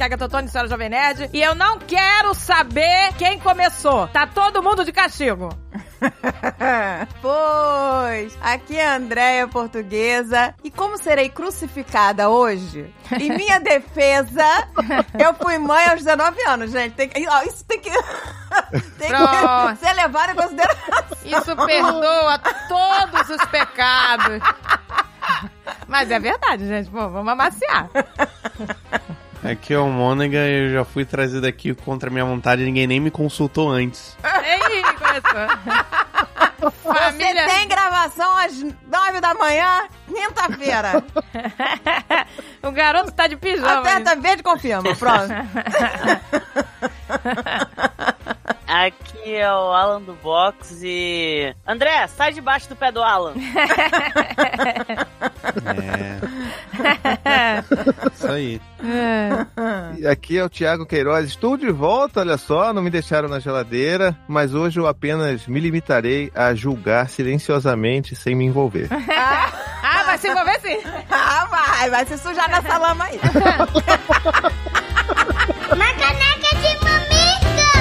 Mega Totone, senhora Jovem Nerd. E eu não quero saber quem começou. Tá todo mundo de castigo. Pois, aqui é a Andréia Portuguesa. E como serei crucificada hoje, em minha defesa, eu fui mãe aos 19 anos, gente. Isso tem que ser levado em consideração. Isso perdoa todos os pecados. Mas é verdade, gente. Pô, vamos amaciar. Aqui é o Mônega e eu já fui trazido aqui contra a minha vontade e ninguém nem me consultou antes. Ei, começou. Família... Você tem gravação às 9 da manhã, quinta-feira. O garoto tá de pijama. Aperta verde e confirma. Pronto. Aqui é o Alan do Box e... André, sai debaixo do pé do Alan. Isso aí. E aqui é o Thiago Queiroz. Estou de volta, olha só, não me deixaram na geladeira, mas hoje eu apenas me limitarei a julgar silenciosamente sem me envolver. Vai se envolver sim. Vai se sujar nessa lama aí. Uma caneca de mamica!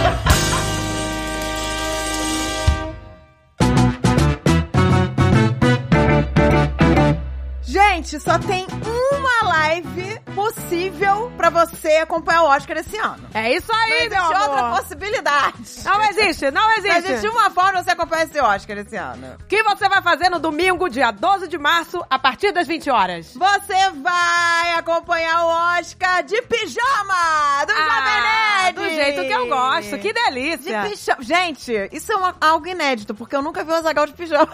Gente, só tem uma live possível pra você acompanhar o Oscar esse ano. É isso aí, meu amor. Não existe outra possibilidade. Não existe. Não existe uma forma de você acompanhar esse Oscar esse ano. O que você vai fazer no domingo, dia 12 de março, a partir das 20 horas? Você vai acompanhar o Oscar de pijama do Jovem Nerd. Do jeito que eu gosto. Que delícia. De pijama. Gente, isso é algo inédito, porque eu nunca vi o Azaghal de pijama.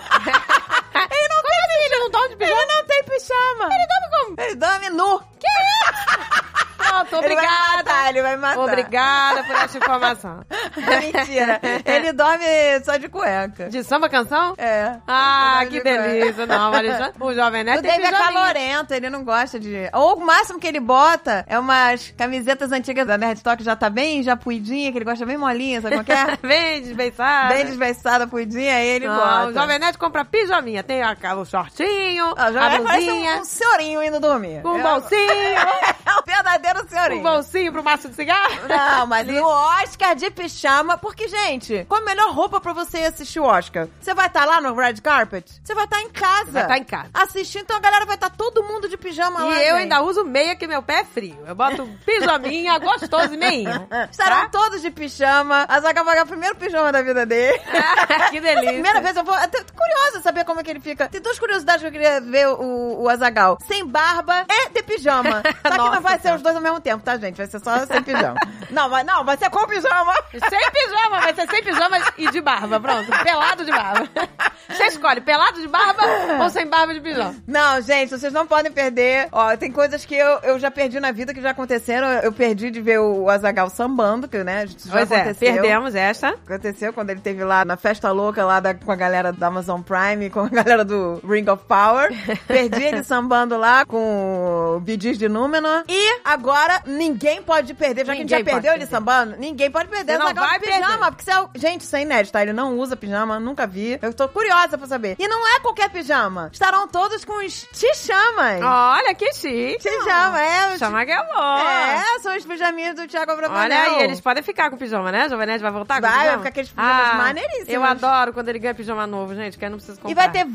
Ele não tem pijama. Ele não dorme de pijama? Ele não tem pijama. Ele dorme como? Ele dorme nu. Que isso? Pronto, obrigada. Ele vai matar. Obrigada por essa informação. Mentira. Ele dorme só de cueca. De samba canção? É. Que delícia. Não, Alexandre, o Jovem Nerd o Dave é calorento, ele não gosta de... Ou o máximo que ele bota é umas camisetas antigas da Nerd Stock, já tá bem japuidinha, que ele gosta bem molinha, sabe como que é? Bem desbeiçada. Bem desbeiçada, puidinha, aí ele bota. O Jovem Nerd compra pijaminha. Tem o shortinho, a blusinha. Parece um senhorinho indo dormir. Com um bolsinho. É um verdadeiro senhorinho. Um bolsinho pro maço de cigarro? Não, mas no Oscar de pijama, porque, gente, qual a melhor roupa pra você assistir o Oscar? Você vai estar lá no Red Carpet? Você vai estar em casa. Vai estar em casa. Assistindo, então a galera vai estar todo mundo de pijama lá. E eu ainda uso meia, que meu pé é frio. Eu boto pijaminha, gostoso e meinha. Estarão todos de pijama. A Zaga vai ganhar o primeiro pijama da vida dele. Que delícia. Essa primeira vez eu vou... Tô curiosa saber como é que ele fica. Tem duas curiosidades que eu queria ver o Azaghal. Sem barba e de pijama. Só que não vai ser os dois ao mesmo tempo, tá, gente? Vai ser só sem pijama. Não, vai ser com pijama. Sem pijama, vai ser sem pijama e de barba, pronto. Pelado de barba. Você escolhe, pelado de barba ou sem barba de pijama? Não, gente, vocês não podem perder. Ó, tem coisas que eu já perdi na vida, que já aconteceram. Eu perdi de ver o Azaghal sambando, que, né, já aconteceu. Perdemos esta. Aconteceu quando ele esteve lá na festa louca lá com a galera da Amazon Prime, com a galera do Ring of Power. Perdi ele sambando lá com o Bee Gees de Númenor. E agora ninguém pode perder, já que a gente já perdeu ele sambando, ninguém pode perder o Azaghal de pijama. Porque gente, isso é inédito, tá? Ele não usa pijama, nunca vi. Eu tô curiosa pra saber. E não é qualquer pijama. Estarão todos com os tijamas. Olha, que chique. Pijama, Chama que é bom. São os pijaminhas do Thiago Abravanel. Olha aí, eles podem ficar com pijama, né? Jovem Nerd vai voltar com pijama? Vai ficar aqueles pijamas maneiríssimos. Eu adoro quando ele ganha pijama novo, gente, que eu não preciso comprar. E vai ter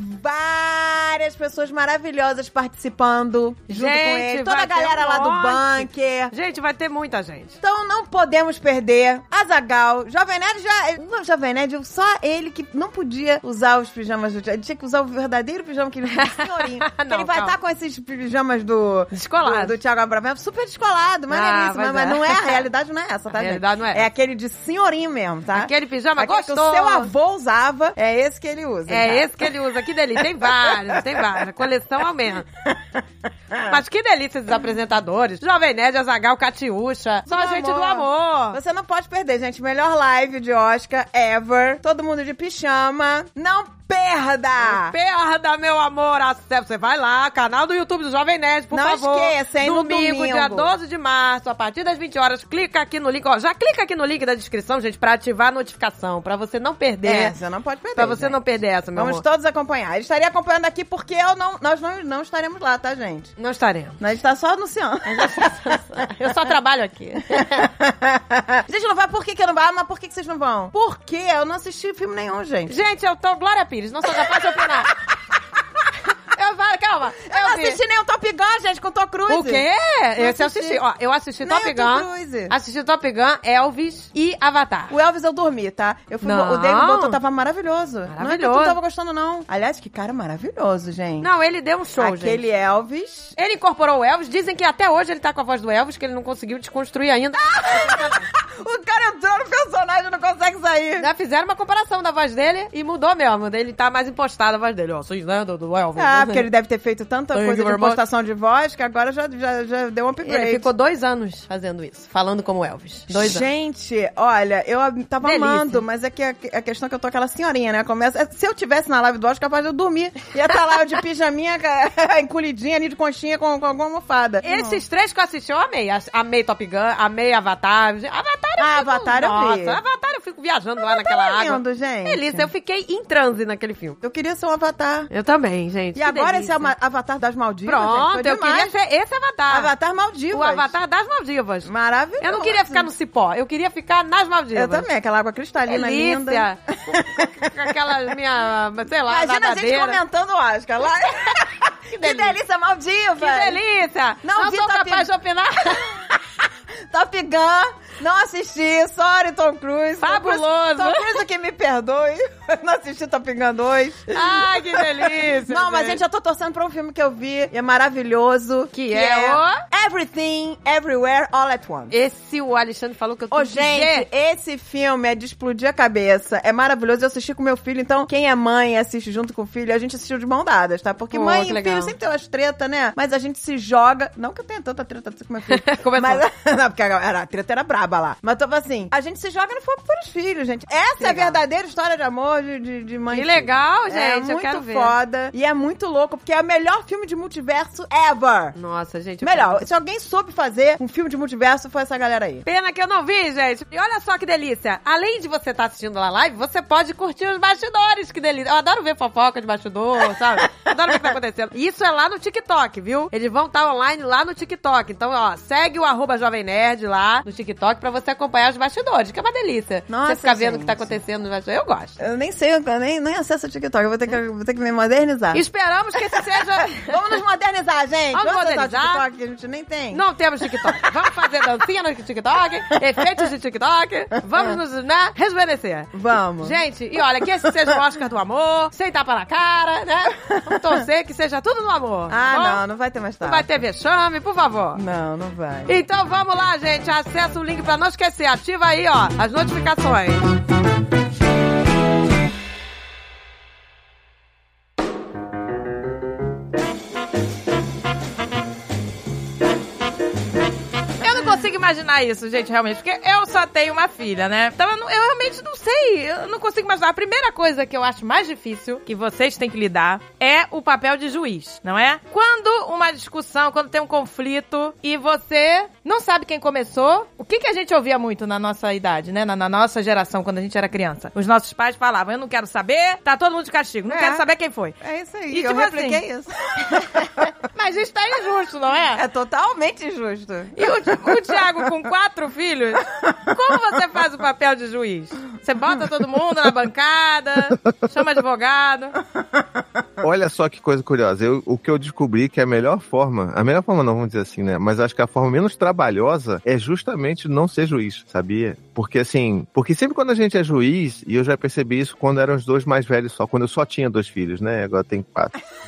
várias pessoas maravilhosas participando junto com ele. Toda a galera lá do bunker. Gente, vai ter muita gente. Então não podemos perder Azaghal. Jovem Nerd Jovem Nerd, só ele que não podia usar os pijamas do Thiago. Ele tinha que usar o verdadeiro pijama que ele usa, senhorinho. Ele vai estar com esses pijamas do Thiago Abravanel, super descolado, maneiríssimo. Mas não é, a realidade não é essa, tá, gente? A realidade não é. É aquele de senhorinho mesmo, tá? Aquele pijama gostoso. Que o seu avô usava, é esse que ele usa. Esse que ele usa. Que delícia. Tem vários. A coleção aumenta. Mas que delícia esses apresentadores. Jovem Nerd, Azaghal, Catiúcha. Só a gente do amor. Você não pode perder, gente. Melhor live de Oscar ever. Todo mundo de pijama. Não perda! Perda, meu amor! Você vai lá, canal do YouTube do Jovem Nerd, por Não favor. esqueça, hein, no domingo. Dia 12 de março, a partir das 20 horas, clica aqui no link. Ó, já clica aqui no link da descrição, gente, pra ativar a notificação, pra você não perder. Você não pode perder. Pra você gente. não perder essa, meu Vamos amor. todos acompanhar. Ele estaria acompanhando aqui porque nós não estaremos lá, tá, gente? Não estaremos. Nós está só anunciando. Eu só trabalho aqui. Gente, não vai. Por que eu não vou? Mas por que vocês não vão? Porque eu não assisti filme nenhum, gente. Gente, eu tô Glória Pires, não sou capaz de opinar. Calma. Eu não assisti nem o Top Gun, gente, com o Tom Cruise. O quê? Esse eu assisti. Ó, eu assisti Nem Top o Tom Gun. Cruise. Assisti Top Gun, Elvis e Avatar. O Elvis eu dormi, tá? Eu fui, Não. o David Bowie tava maravilhoso. Não é que eu Maravilhoso. não tava gostando, não. Aliás, que cara maravilhoso, gente. Não, ele deu um show, Aquele gente. Elvis. Ele incorporou o Elvis. Dizem que até hoje ele tá com a voz do Elvis, que ele não conseguiu desconstruir ainda. O cara entrou no personagem e não consegue sair. Já fizeram uma comparação da voz dele e mudou mesmo. Ele tá mais impostada a voz dele. Ó, sim, né, do Elvis. Porque ele deve ter feito tanta Thank coisa you de very much. impostação de voz que agora já deu um upgrade. Ele ficou 2 anos fazendo isso, falando como Elvis. 2 anos. Gente, olha, eu tava Delícia. amando, mas é que a questão é que eu tô aquela senhorinha, né? Se eu tivesse na live do Oscar, capaz de eu dormir. Ia estar lá eu de pijaminha, encolhidinha ali de conchinha com alguma almofada. Esses 3 que eu assisti, eu amei. Amei Top Gun, amei Avatar. Avatar eu vi. Nossa, Avatar eu fico viajando lá naquela água. Lindo, gente. Delícia, eu fiquei em transe naquele filme. Eu queria ser um avatar. Eu também, gente. E que agora delícia. esse é o Avatar das Maldivas, Pronto, gente, foi eu queria demais. ser esse Avatar. Avatar Maldivas. O Avatar das Maldivas. Maravilhoso. Eu não queria ficar no cipó, eu queria ficar nas Maldivas. Eu também, aquela água cristalina linda. Delícia. Com aquela minha, sei lá, Imagina a gente nadadeira. comentando o Oscar lá. Que delícia, Maldivas. Que delícia. Não vi sou Top capaz de opinar. Top Gun, não assisti, sorry, Tom Cruise. Fabuloso. Tom Cruise que me perdoe, não assisti Top Gun 2. Ai, que delícia. Não, mas gente, eu tô torcendo pra um filme que eu vi, e é maravilhoso. Que é o... Everything, Everywhere, All at Once. Esse o Alexandre falou que eu Ô, tenho que gente, ver. esse filme é de explodir a cabeça. É maravilhoso. Eu assisti com meu filho, então quem é mãe e assiste junto com o filho, a gente assistiu de mão dadas, tá? Porque Pô, mãe que e legal. filho sempre tem umas tretas, né? Mas a gente se joga. Não que eu tenha tanta treta assim com meu filho. Começou. Mas, não, porque a treta era braba lá. Mas tipo assim, a gente se joga no fogo pelos filhos, gente. Essa é a legal. verdadeira história de amor de mãe Que e filho. legal, gente, É eu muito quero ver. foda. E é muito louco, porque é o melhor filme de multiverso ever. Nossa, gente. eu Melhor. quero. Se alguém soube fazer um filme de multiverso, foi essa galera aí. Pena que eu não vi, gente. E olha só que delícia. Além de você estar assistindo lá live, você pode curtir os bastidores. Que delícia. Eu adoro ver fofoca de bastidor, sabe? Adoro ver o que tá acontecendo. Isso é lá no TikTok, viu? Eles vão estar online lá no TikTok. Então, ó, segue o @Jovem Nerd lá no TikTok pra você acompanhar os bastidores, que é uma delícia. Nossa, você ficar vendo o que tá gente. acontecendo nos bastidores. Eu gosto. Eu nem sei, eu nem acesso o TikTok. Eu vou ter que me modernizar. Esperamos que esse seja... Vamos nos modernizar, gente. Vamos acessar modernizar. o TikTok, que a gente nem tem. Não temos TikTok. Vamos fazer dancinha no TikTok, efeitos de TikTok. Vamos nos, né, rejuvenescer. Vamos. Gente, e olha, que esse seja o Oscar do amor, sem tapa na cara, né? Vamos torcer que seja tudo no amor. Ah, tá bom? não vai ter mais Não tarde. vai ter vexame, por favor. Não vai. Então vamos lá, gente. Acessa o link pra não esquecer. Ativa aí, ó, as notificações. Eu não consigo imaginar isso, gente, realmente, porque eu só tenho uma filha, né? Então eu realmente não sei, eu não consigo imaginar. A primeira coisa que eu acho mais difícil, que vocês têm que lidar, é o papel de juiz, não é? Quando uma discussão, quando tem um conflito e você não sabe quem começou, o que a gente ouvia muito na nossa idade, né? Na nossa geração, quando a gente era criança. Os nossos pais falavam, eu não quero saber, tá todo mundo de castigo, não quero saber quem foi. É isso aí. E, eu tipo repliquei isso. Mas isso tá injusto, não é? É totalmente injusto. E o Thiago com 4 filhos, como você faz o papel de juiz? Você bota todo mundo na bancada, chama advogado. Olha só que coisa curiosa. O que eu descobri que a melhor forma não, vamos dizer assim, né? Mas acho que a forma menos trabalhosa é justamente não ser juiz, sabia? Porque sempre quando a gente é juiz, e eu já percebi isso quando eram os 2 mais velhos só, quando eu só tinha 2 filhos, né? Agora tem 4.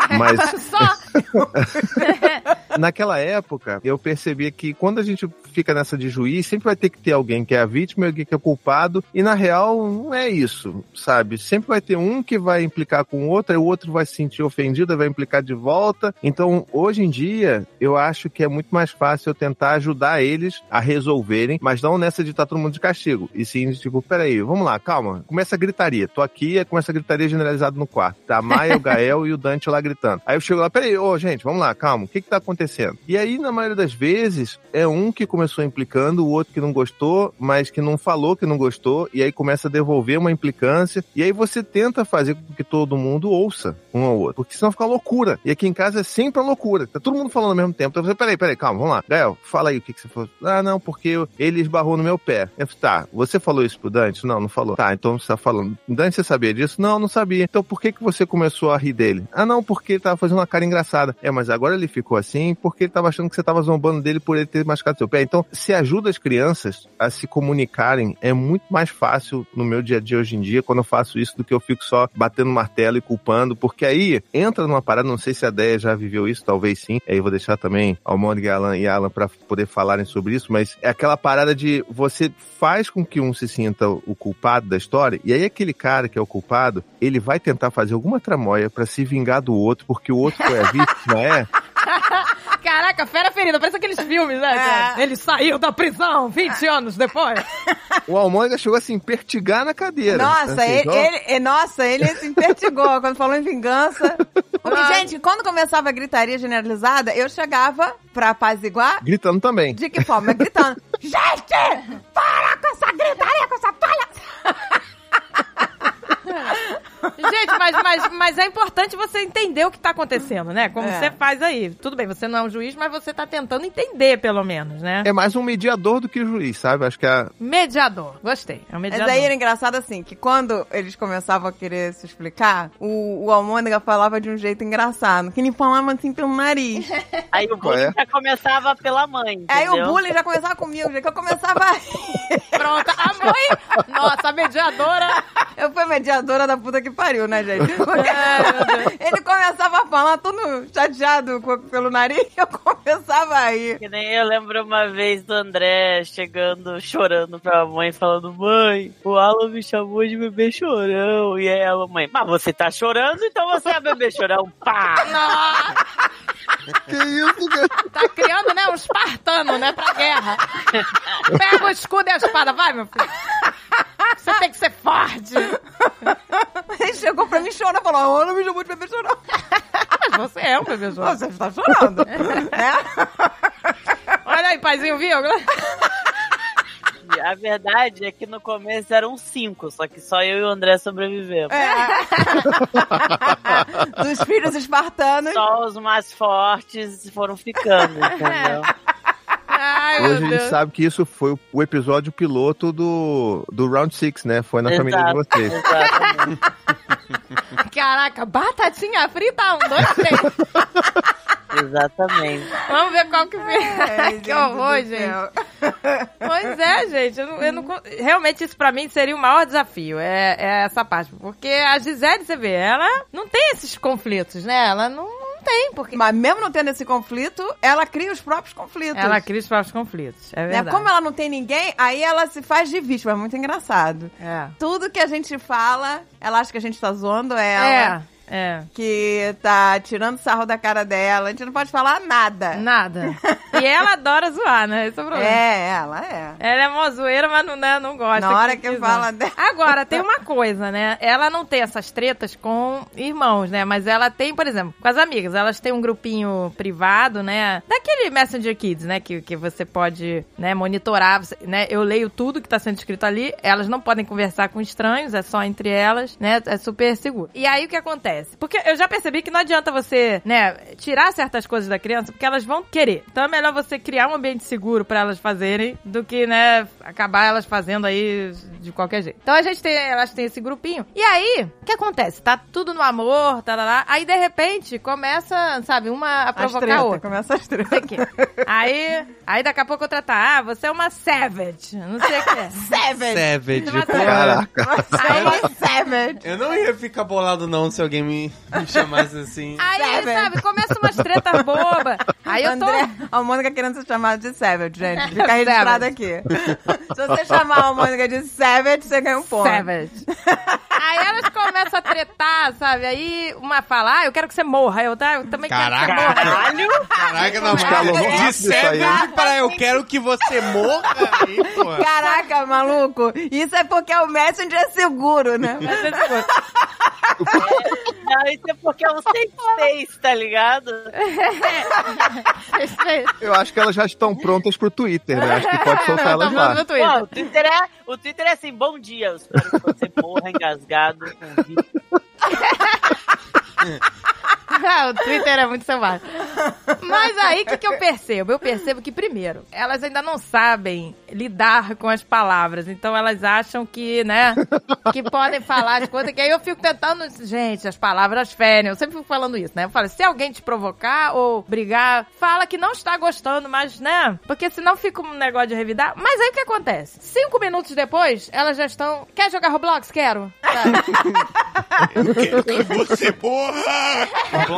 Mas Só. naquela época, eu percebia que quando a gente fica nessa de juiz, sempre vai ter que ter alguém que é a vítima e alguém que é o culpado, e na real não é isso, sabe? Sempre vai ter um que vai implicar com o outro, aí o outro vai se sentir ofendido, vai implicar de volta. Então, hoje em dia, eu acho que é muito mais fácil eu tentar ajudar eles a resolverem, mas não nessa de estar todo mundo de castigo. E sim, tipo, peraí, vamos lá, calma, começa a gritaria. Tô aqui, começa a gritaria generalizada no quarto. Tá a Maia, o Gael e o Dante lá gritando. Aí eu chego lá, peraí, gente, vamos lá, calma, o que tá acontecendo? E aí, na maioria das vezes, é um que começou implicando, o outro que não gostou, mas que não falou que não gostou, e aí começa a devolver uma implicância, e aí você tenta fazer com que todo mundo ouça um ao outro, porque senão fica uma loucura. E aqui em casa é sempre uma loucura. Tá todo mundo falando ao mesmo tempo. Então você, peraí, calma, vamos lá. Gael, fala aí o que você falou. Ah, não, porque ele esbarrou no meu pé. Eu falei, tá, você falou isso pro Dante? Não falou. Tá, então você tá falando. Dante, você sabia disso? Não sabia. Então por que você começou a rir dele? Ah, não, porque ele tava fazendo uma cara engraçada. Mas agora ele ficou assim porque ele tava achando que você tava zombando dele por ele ter machucado seu pé. Então, se ajuda as crianças a se comunicarem, é muito mais fácil no meu dia a dia hoje em dia, quando eu faço isso, do que eu fico só batendo martelo e culpando, porque aí entra numa parada, não sei se a Deia já viveu isso, talvez sim, aí eu vou deixar também Almônica e Alan pra poder falarem sobre isso, mas é aquela parada de você faz com que um se sinta o culpado da história, e aí aquele cara que é o culpado, ele vai tentar fazer alguma tramóia pra se vingar do outro, porque o outro foi a vítima, Caraca, fera ferida, parece aqueles filmes, né? Cara? Ele saiu da prisão 20 anos depois. O Almônica chegou a se impertigar na cadeira. Nossa, assim, ele se impertigou quando falou em vingança. Porque, gente, quando começava a gritaria generalizada, eu chegava pra apaziguar. Gritando também. De que forma? Gritando. Gente, para com essa gritaria, com essa palhaçada. Gente, mas é importante você entender o que tá acontecendo, né? Como você faz aí. Tudo bem, você não é um juiz, mas você tá tentando entender, pelo menos, né? É mais um mediador do que juiz, sabe? Acho que é... Mediador. Gostei. É um mediador. Mas aí era engraçado assim, que quando eles começavam a querer se explicar, o Almônica falava de um jeito engraçado, que ele falava assim pelo nariz. Aí o bullying já começava pela mãe, entendeu? Aí o bullying já começava comigo, já que eu começava a rir. Pronto, a mãe... Nossa, a mediadora... Eu fui mediadora da puta que pariu, né, gente? Ele começava a falar todo chateado pelo nariz e eu começava a rir. Que nem eu lembro uma vez do André chegando, chorando pra mãe, falando: mãe, o Alan me chamou de bebê chorão. E aí a mãe: mas você tá chorando, então você é bebê chorão. Pá! Nossa! Que isso, cara? Tá criando, né, um espartano, né, pra guerra. Pega o escudo e a espada, vai, meu filho. Você tem que ser forte. Ele chegou pra mim chorando e falou: não me chamou de bebê chorão. Mas você é um bebê chorão. Você está chorando, né? Olha aí, paizinho, viu? A verdade é que no começo eram 5, só que só eu e o André sobrevivemos. Dos filhos espartanos. Só os mais fortes foram ficando, entendeu? Ai, hoje a gente sabe que isso foi o episódio piloto do Round 6, né? Foi na família de vocês. Exatamente. Caraca, batatinha frita, 1, 2, 3. Exatamente. Vamos ver qual que Ai, que horror, gente. Pois é, gente. Eu não, realmente, isso pra mim seria o maior desafio. É essa parte. Porque a Gisele, você vê, ela não tem esses conflitos, né? Ela não tem, porque... Mas mesmo não tendo esse conflito, ela cria os próprios conflitos. Ela cria os próprios conflitos, é verdade. Como ela não tem ninguém, aí ela se faz de vítima. É muito engraçado. Tudo que a gente fala, ela acha que a gente tá zoando ela. Que tá tirando sarro da cara dela. A gente não pode falar nada. Nada. E ela adora zoar, né? Esse é o problema. Ela é. Ela é mó zoeira, mas não gosta. Na hora que fala dela. Agora, tem uma coisa, né? Ela não tem essas tretas com irmãos, né? Mas ela tem, por exemplo, com as amigas. Elas têm um grupinho privado, né? Daquele Messenger Kids, né? Que você pode, né, monitorar. Né? Eu leio tudo que tá sendo escrito ali. Elas não podem conversar com estranhos, é só entre elas, né? É super seguro. E aí, o que acontece? Porque eu já percebi que não adianta você, né, tirar certas coisas da criança, porque elas vão querer. Então é melhor você criar um ambiente seguro pra elas fazerem do que, né, acabar elas fazendo aí de qualquer jeito. Então elas têm esse grupinho. E aí, o que acontece? Tá tudo no amor, lá. Aí, de repente, começa, sabe, uma a provocar a outra. Começa as tretas. Não sei o quê. Aí daqui a pouco outra tá, você é uma savage. Não sei o que é. Savage. Uma Caraca. Aí, savage. Eu não ia ficar bolado não se alguém me chamasse assim. Aí, Savage. sabe, começa umas tretas bobas. Aí eu tô... André, a Mônica querendo ser chamada de savage, gente. Fica registrado aqui. Se você chamar a Mônica de savage, você ganha um ponto. Savage. Aí elas começam a tretar, sabe? Aí uma fala, eu quero que você morra. Eu também quero que você morra. Caralho! Caraca, não, Escalou mas rápido de isso aí, savage pra eu quero que você morra. Aí, porra. Caraca, maluco. Isso é porque o Messenger é seguro, né? Não, isso é porque é um safe space, tá ligado? Eu acho que elas já estão prontas pro Twitter, né? Acho que pode soltar elas lá. No Twitter. Pô, o Twitter é assim, bom dia, eu espero que você morra engasgado com vídeo. O Twitter é muito selvagem. Mas aí, o que eu percebo? Eu percebo que, primeiro, elas ainda não sabem lidar com as palavras. Então, elas acham que, né, que podem falar as coisas. Que aí eu fico tentando... Gente, as palavras ferem. Eu sempre fico falando isso, né? Eu falo, se alguém te provocar ou brigar, fala que não está gostando, mas, né? Porque senão fica um negócio de revidar. Mas aí, o que acontece? 5 minutos depois, elas já estão... Quer jogar Roblox? Quero. Sabe? Eu quero que você morra.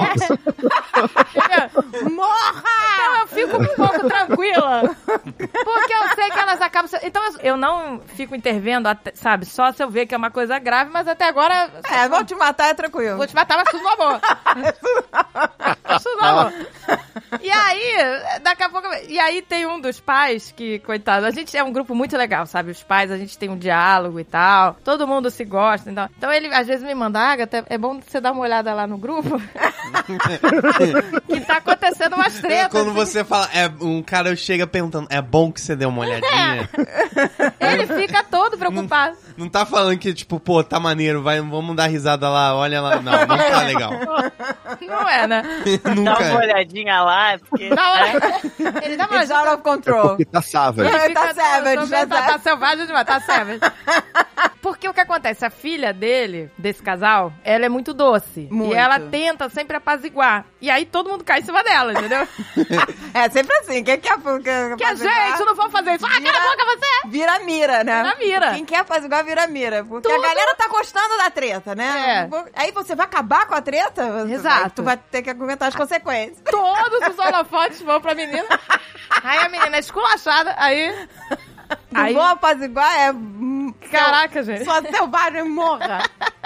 Morra! Então eu fico um pouco tranquila. Porque eu sei que elas acabam... Então eu não fico intervendo, sabe? Só se eu ver que é uma coisa grave, mas até agora... Vou te matar, é tranquilo. Vou te matar, mas tudo no amor. Tudo no amor. E aí, daqui a pouco... E aí tem um dos pais que, coitado, a gente é um grupo muito legal, sabe? Os pais, a gente tem um diálogo e tal. Todo mundo se gosta. Então ele, às vezes, me manda, Agatha, é bom você dar uma olhada lá no grupo. Que tá acontecendo umas tretas. Quando você fala, um cara chega perguntando, é bom que você dê uma olhadinha? Ele fica todo preocupado. Não tá falando que, tipo, pô, tá maneiro, vamos dar risada lá, olha lá. Não tá legal. Não é, né? Nunca Dá uma é. olhadinha lá, porque... Ele dá uma It's out of control. Porque tá savage. Ele Tá savage, já tá selvagem demais, tá savage. Porque o que acontece? A filha desse casal, ela é muito doce. Muito. E ela tenta sempre apaziguar. E aí todo mundo cai em cima dela, entendeu? É sempre assim. Quem quer Que a gente não vou fazer isso. Ah, cala a boca você! Vira mira, né? Vira mira. Quem quer apaziguar, vira mira. Porque Tudo. a galera tá gostando da treta, né? Aí você vai acabar com a treta? Exato. Tu vai ter que aguentar as consequências. Todos os holofotes vão pra menina. Aí a menina é esculachada, aí... Não vou apaziguar, Caraca, gente. Sua selvagem morra.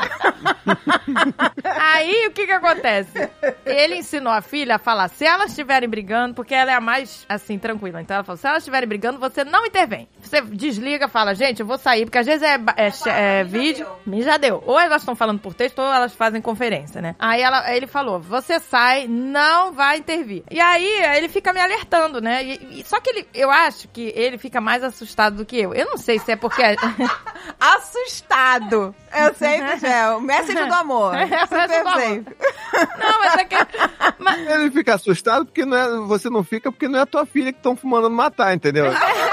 Aí, o que acontece? Ele ensinou a filha a falar, se elas estiverem brigando, porque ela é a mais, assim, tranquila. Então ela falou, se elas estiverem brigando, você não intervém. Você desliga, fala, gente, eu vou sair, porque às vezes é vídeo. Me já deu. Ou elas estão falando por texto, ou elas fazem conferência, né? Aí ele falou, você sai, não vai intervir. E aí, ele fica me alertando, né? Só que eu acho que ele fica mais assustado do que eu. Eu não sei se é porque... Assustado. Eu sempre o Messenger do amor. Super do amor. safe. Não, mas é que... Ele fica assustado porque você não fica porque não é a tua filha que estão mandando matar, entendeu?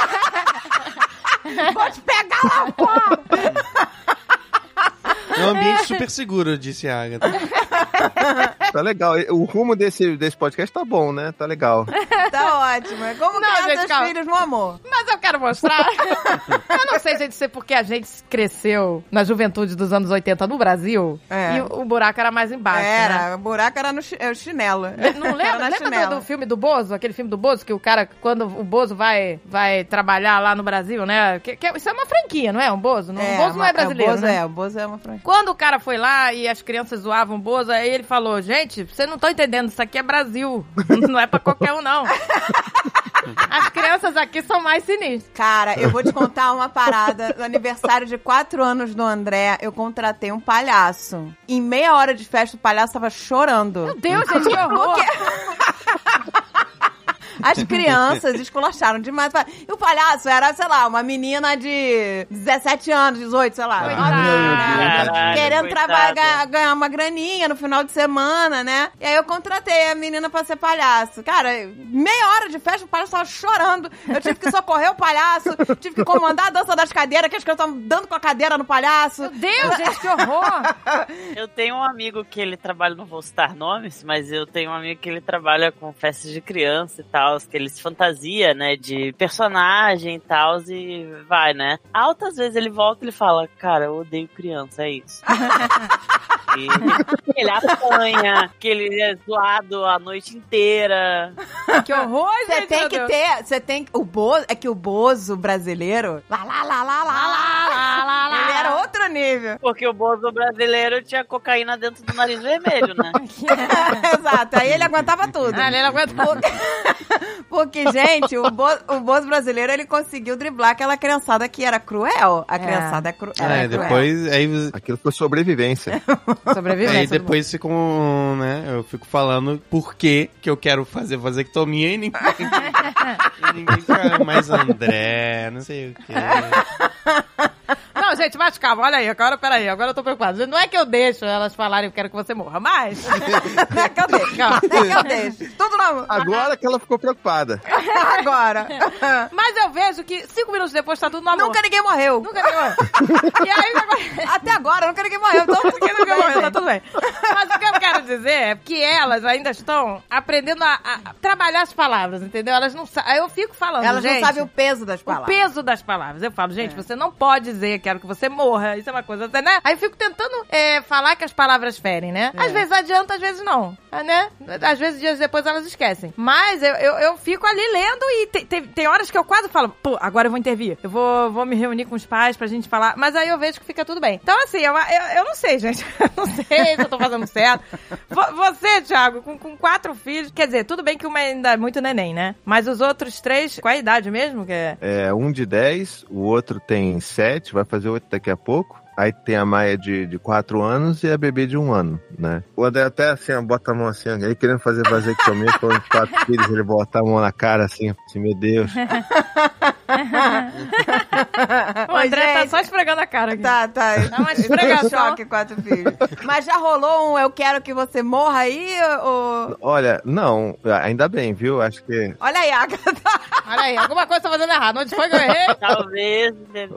Vou te pegar lá, pô! É um ambiente super seguro, disse a Agatha. Tá legal. O rumo desse podcast tá bom, né? Tá legal. Tá ótimo. É como Não, criar gente, seus calma. filhos no amor. Mas eu quero mostrar. Eu não sei, gente, se é porque a gente cresceu na juventude dos anos 80 no Brasil e o buraco era mais embaixo, né? O buraco era no chinelo. Não lembra? Era na Lembra chinela. do filme do Bozo? Aquele filme do Bozo, que o cara, quando o Bozo vai trabalhar lá no Brasil, né? Isso é uma franquia, não é? Um Bozo? O Bozo não é brasileiro, O Bozo é uma franquia. Quando o cara foi lá e as crianças zoavam o Bozo, aí ele falou, gente, vocês não estão entendendo, isso aqui é Brasil. Não é pra qualquer um, não. As crianças aqui são mais sinistras. Cara, eu vou te contar uma parada. No aniversário de 4 anos do André, eu contratei um palhaço. Em meia hora de festa, o palhaço tava chorando. Meu Deus, gente, que horror. As crianças esculacharam demais. E o palhaço era, sei lá, uma menina de 17 anos, 18, sei lá. Querendo trabalhar, ganhar uma graninha no final de semana, né? E aí eu contratei a menina pra ser palhaço. Cara, meia hora de festa, o palhaço tava chorando. Eu tive que socorrer o palhaço, tive que comandar a dança das cadeiras, que as crianças estavam dando com a cadeira no palhaço. Meu Deus, gente, que horror! Eu tenho um amigo que ele trabalha, não vou citar nomes, mas eu tenho um amigo que ele trabalha com festas de criança e tal, que ele se fantasia, né, de personagem e tal, e vai, né? Altas vezes ele volta e ele fala, cara, eu odeio criança, é isso. E ele apanha, que ele é zoado a noite inteira. Que horror, Você gente! tem que ter, você tem o Bozo, é que o Bozo brasileiro, ele era outro nível. Porque o Bozo brasileiro tinha cocaína dentro do nariz vermelho, né? Exato, aí ele aguentava tudo. Ah, ele não aguenta tudo. Porque, gente, o Bozo brasileiro, ele conseguiu driblar aquela criançada que era cruel. A criançada era cruel. Depois... Aí, Aquilo foi sobrevivência. Sobrevivência. aí depois ficam, né? Eu fico falando por que eu quero fazer vasectomia e ninguém fica, mas André, não sei o quê. Não, gente, mas calma, olha aí, peraí, agora eu tô preocupada. Não é que eu deixo elas falarem eu quero que você morra, mas... É que eu deixo, calma. É que eu deixo. Tudo não. Agora que ela ficou preocupada. Agora. Mas eu vejo que 5 minutos depois tá tudo no amor. Nunca ninguém morreu. Nunca ninguém morreu. E aí, Até agora, nunca ninguém morreu. Então, ninguém morreu, tá tudo bem. Mas o que eu quero dizer é que elas ainda estão aprendendo a trabalhar as palavras, entendeu? Elas não sabem. Aí eu fico falando, elas gente, não sabem o peso das palavras. O peso das palavras. Eu falo, gente, você não pode dizer quero que você morra. Isso é uma coisa, né? Aí eu fico tentando falar que as palavras ferem, né? Às vezes adianta, às vezes não, né? Às vezes, dias depois, elas esquecem. Mas eu fico ali lendo e tem horas que eu quase falo, pô, agora eu vou intervir. Eu vou me reunir com os pais pra gente falar. Mas aí eu vejo que fica tudo bem. Então, assim, eu não sei, gente. Eu não sei se eu tô fazendo certo. Você, Thiago, com 4 filhos, quer dizer, tudo bem que uma ainda é muito neném, né? Mas os outros 3, qual a idade mesmo? Um de 10, o outro tem 7, vai fazer 8 daqui a pouco. Aí tem a Maia de 4 anos e a bebê de 1 ano, né? O André até assim, bota a mão assim, aí querendo fazer vasectomia com os 4 filhos, ele bota a mão na cara assim, meu Deus. O André tá só esfregando a cara aqui. Tá. Dá uma esfregação. Choque, 4 filhos. Mas já rolou eu quero que você morra aí, ou... Olha, não, ainda bem, viu? Acho que... Olha aí, Agatha. Olha aí, alguma coisa tá fazendo errado. Onde foi que eu errei? Talvez, entendeu?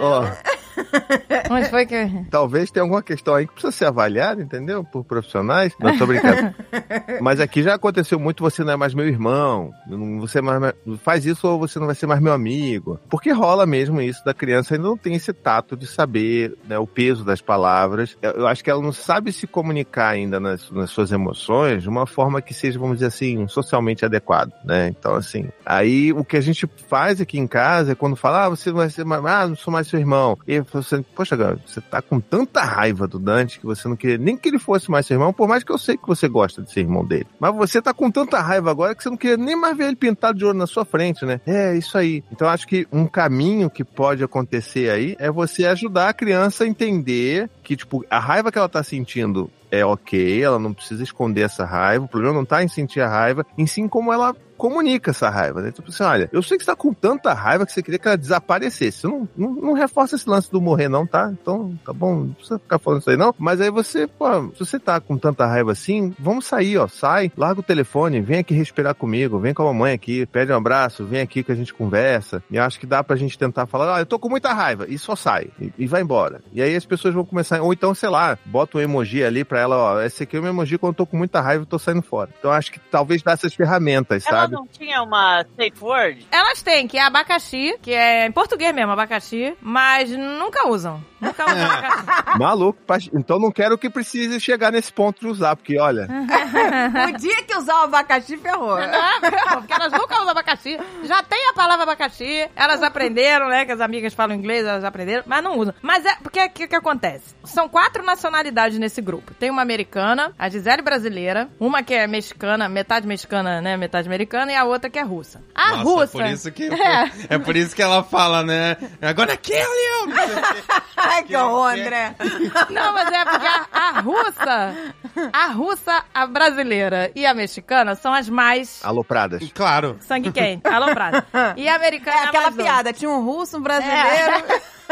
Onde foi que eu errei? Talvez tenha alguma questão aí que precisa ser avaliada, entendeu? Por profissionais. Não, tô brincando. Mas aqui já aconteceu muito, você não é mais meu irmão, você faz isso ou você não vai ser mais meu amigo. Porque rola mesmo isso da criança, ainda não tem esse tato de saber, né, o peso das palavras. Eu acho que ela não sabe se comunicar ainda nas suas emoções de uma forma que seja, vamos dizer assim, socialmente adequado, né? Então, assim, aí o que a gente faz aqui em casa é quando fala, você não vai ser mais, não sou mais seu irmão. E você, poxa, cara, você tá com tanta raiva do Dante que você não queria nem que ele fosse mais seu irmão, por mais que eu sei que você gosta de ser irmão dele. Mas você tá com tanta raiva agora que você não queria nem mais ver ele pintado de ouro na sua frente, né? É, isso aí. Então, acho que um caminho que pode acontecer aí é você ajudar a criança a entender que, tipo, a raiva que ela tá sentindo é ok, ela não precisa esconder essa raiva, o problema não tá em sentir a raiva, em sim como ela comunica essa raiva, né? Tipo assim, olha, eu sei que você tá com tanta raiva que você queria que ela desaparecesse. Você não reforça esse lance do morrer, não, tá? Então, tá bom, não precisa ficar falando isso aí, não. Mas aí você, pô, se você tá com tanta raiva assim, vamos sair, ó, sai, larga o telefone, vem aqui respirar comigo, vem com a mamãe aqui, pede um abraço, vem aqui que a gente conversa. E acho que dá pra gente tentar falar, eu tô com muita raiva, e só sai, e vai embora. E aí as pessoas vão começar, ou então, sei lá, bota um emoji ali pra ela, ó, esse aqui é um emoji quando eu tô com muita raiva e tô saindo fora. Então acho que talvez dá essas ferramentas, sabe? Ela não tinha uma safe word? Elas têm, que é abacaxi, que é em português mesmo, abacaxi, mas nunca usam. Nunca usam abacaxi. Maluco, então não quero que precise chegar nesse ponto de usar, porque olha... O dia que usar o abacaxi, ferrou. Não, porque elas nunca usam abacaxi. Já tem a palavra abacaxi, elas aprenderam, né, que as amigas falam inglês, elas aprenderam, mas não usam. Mas é, porque o que acontece? São 4 nacionalidades nesse grupo. Tem uma americana, a Gisele brasileira, uma que é mexicana, metade mexicana, né, metade americana, e a outra que é russa. A Nossa, russa... Por isso que, é por isso que ela fala, né, agora kill you! Ai, que horror, André. Não, mas é porque a russa... A russa, a brasileira e a mexicana são as mais Alopradas. Claro. sangue quente, aloprada. E a americana É aquela mais doce. piada. Tinha um russo, um brasileiro.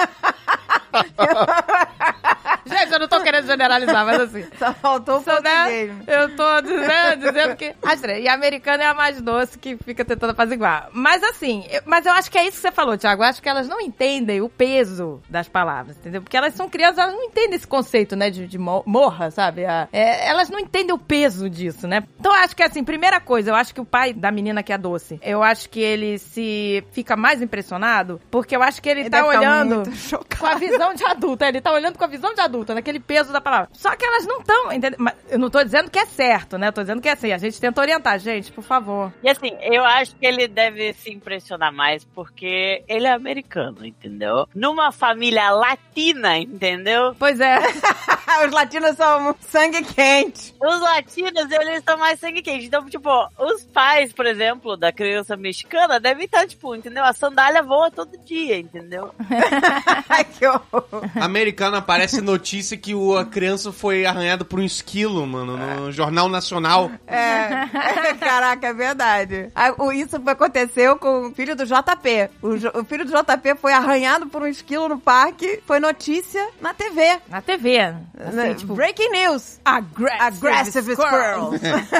Gente, eu não tô querendo generalizar, mas assim. Só faltou o Só, né, português. eu tô dizendo que as três. E a americana é a mais doce que fica tentando apaziguar. Mas assim, mas eu acho que é isso que você falou, Thiago. Eu acho que elas não entendem o peso das palavras, entendeu? Porque elas são crianças, elas não entendem esse conceito, né, de morra, sabe? Elas não entendem o peso disso, né? Então eu acho que assim, primeira coisa, eu acho que o pai da menina que é doce, eu acho que ele se fica mais impressionado, porque eu acho que ele tá deve ficar olhando muito chocado. com a visão de adulta. Ele tá olhando com a visão de adulta, naquele peso da palavra. Só que elas não estão, entendeu? Mas eu não tô dizendo que é certo, né? Eu tô dizendo que é assim. A gente tenta orientar, gente, por favor. E assim, eu acho que ele deve se impressionar mais porque ele é americano, entendeu? Numa família latina, entendeu? Pois é. Os latinos são sangue quente. Os latinos, eles são mais sangue quente. Então, tipo, os pais, por exemplo, da criança mexicana devem estar, tipo, entendeu? A sandália voa todo dia, entendeu? Ai, que horror. Americana aparece notícia que a criança foi arranhada por um esquilo, mano, no Jornal Nacional. Caraca, é verdade. Isso aconteceu com o filho do JP. O filho do JP foi arranhado por um esquilo no parque. Foi notícia na TV. Na TV. Assim, tipo, Breaking news. Aggressive squirrels.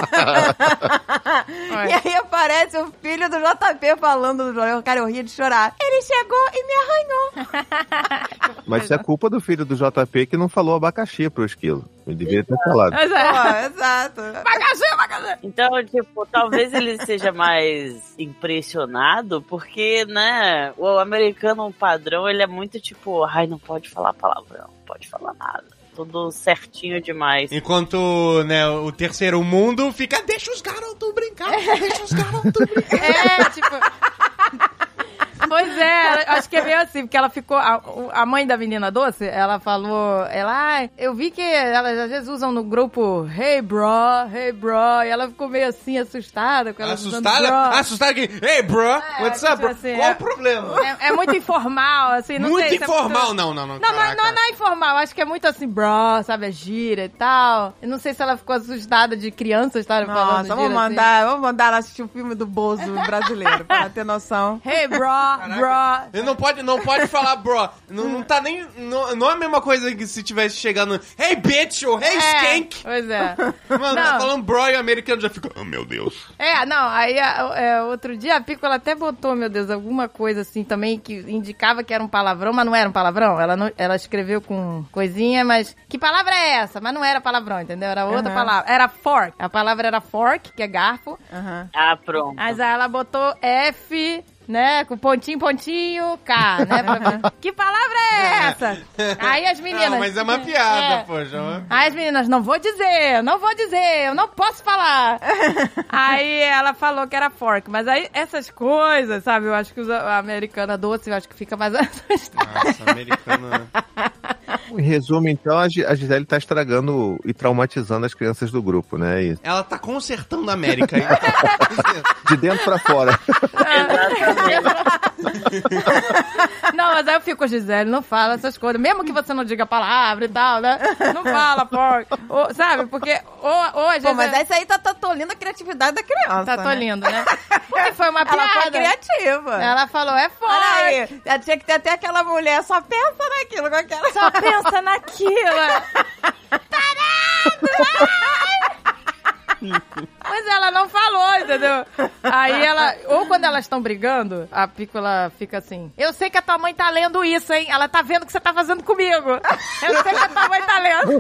E aí aparece o filho do JP falando no jornal. Cara, eu ria de chorar. Ele chegou e me arranhou. Mas isso é culpa do filho do JP que não falou abacaxi pro esquilo. Ele devia ter falado. Mas é. Pô, exato. Abacaxi. Então, tipo, talvez ele seja mais impressionado porque, né, o americano padrão, ele é muito tipo, ai, não pode falar palavrão, não pode falar nada. Tudo certinho demais. Enquanto, né, o terceiro mundo fica, deixa os garotos brincar, deixa os garotos brincar. Tipo... Pois é, acho que é meio assim, porque ela ficou... A mãe da menina doce, ela falou... eu vi que elas às vezes usam no grupo hey bro, e ela ficou meio assim, assustada com ela usando bro. Assustada que, hey bro, what's up, bro? Assim, Qual o problema? É muito informal, assim, não Muito sei se informal, é não. Não é informal, acho que é muito assim, bro, sabe, é gíria e tal. Eu não sei se ela ficou assustada de crianças estarem falando Nossa, gíria vamos mandar ela assistir o filme do Bozo brasileiro, pra ela ter noção. Hey bro, Ele não pode falar bro. Não tá nem... Não é a mesma coisa que se tivesse chegando hey bitch ou hey skank. Pois é. Mano, tá falando bro e o americano já fica, oh meu Deus. Aí outro dia a Pico ela até botou, meu Deus, alguma coisa assim também que indicava que era um palavrão, mas não era um palavrão. Ela escreveu com coisinha, mas que palavra é essa? Mas não era palavrão, entendeu? Era outra palavra. Era fork. A palavra era fork, que é garfo. Ah, pronto. Mas aí ela botou F... né, com pontinho, K, né? Que palavra é essa? Aí as meninas... Não, mas é uma piada, poxa. Aí as meninas, não vou dizer, eu não posso falar. Aí ela falou que era fork, mas aí essas coisas, sabe, eu acho que a americana doce, eu acho que fica mais assustada. Nossa, americana... Em resumo, então, a Gisele tá estragando e traumatizando as crianças do grupo, né? E Ela tá consertando a América. Hein? de dentro pra fora. Não, mas aí eu fico, Gisele, não fala essas coisas. Mesmo que você não diga a palavra e tal, né? Não fala, porco. Sabe? Porque ou a Gisele... Pô, mas essa aí tá tolindo a criatividade da criança, Tá tolindo, né? Porque foi uma piada. Ela foi criativa. Ela falou, é forte. Olha aí, ela tinha que ter até aquela mulher, só pensa naquilo com aquela... Só pensa naquilo. Mas ela não falou, entendeu? Aí ela... Ou quando elas estão brigando, a Pico, ela fica assim... Eu sei que a tua mãe tá lendo isso, hein? Ela tá vendo o que você tá fazendo comigo. Eu sei que a tua mãe tá lendo.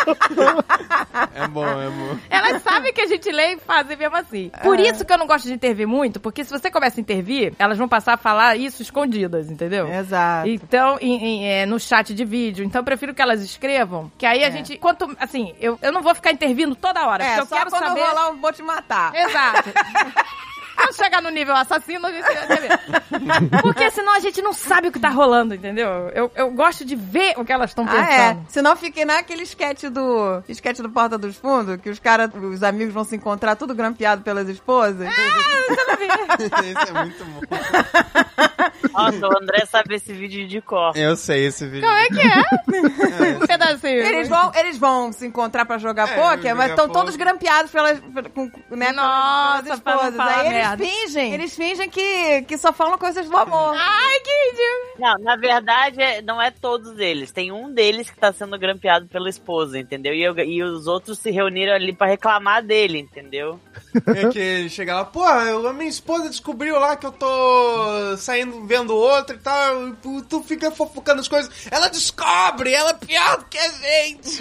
É bom. Elas sabem que a gente lê e fazem mesmo assim. Por isso que eu não gosto de intervir muito, porque se você começa a intervir, elas vão passar a falar isso escondidas, entendeu? Exato. Então, no chat de vídeo. Então, eu prefiro que elas escrevam, que aí a gente... Assim, eu não vou ficar intervindo toda hora, porque eu só quero quando saber... eu rolar, eu vou te matar. Exato. Quando chegar no nível assassino, a gente vai ver. Porque senão a gente não sabe o que tá rolando, entendeu? Eu gosto de ver o que elas estão pensando. Senão fiquei naquele sketch do Porta dos Fundos, que os amigos vão se encontrar tudo grampeado pelas esposas. Eu não vi. Esse é muito bom. Nossa, o André sabe esse vídeo de cor. Eu sei esse vídeo. Como é que é? Um pedacinho. Eles vão se encontrar pra jogar pôquer, mas estão todos grampeados né, Nossa, pelas pra não esposas. falar Aí merda. eles fingem que só falam coisas do amor. Ai, que ridículo. Não, na verdade, não é todos eles. Tem um deles que tá sendo grampeado pela esposa, entendeu? E os outros se reuniram ali pra reclamar dele, entendeu? É que ele chega lá, pô, a minha esposa descobriu lá que eu tô saindo vendo outro e tal, e tu fica fofocando as coisas. Ela descobre, ela é pior do que a gente.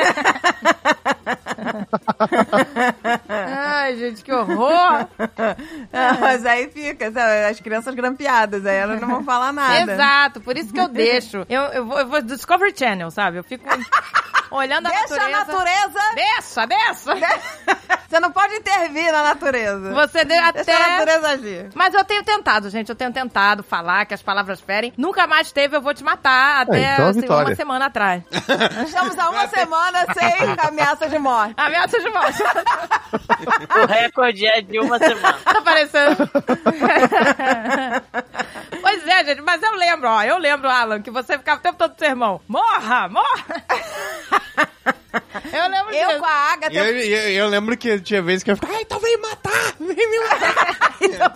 Ai, gente, que horror. Mas aí fica, sabe, as crianças grampeadas, aí elas não vão falar nada. Exato, por isso que eu deixo. Eu vou Discovery Channel, sabe? Eu fico olhando a Deixa natureza. a natureza... Deixa. Você não pode intervir na natureza. Você deu até... Deixa a natureza agir. Mas eu tenho tentado, gente. Eu tenho tentado falar que as palavras ferem. Nunca mais teve Eu Vou Te Matar até então, assim, vitória. uma semana atrás. Estamos há uma semana sem ameaça de morte. Ameaça de morte. O recorde é de uma semana. Tá parecendo. Pois é, gente. Mas eu lembro, Alan, que você ficava o tempo todo com seu irmão. Morra! Eu lembro disso. Eu com a Agatha... Eu lembro que tinha vezes que eu ficava, então vem matar, vem me matar.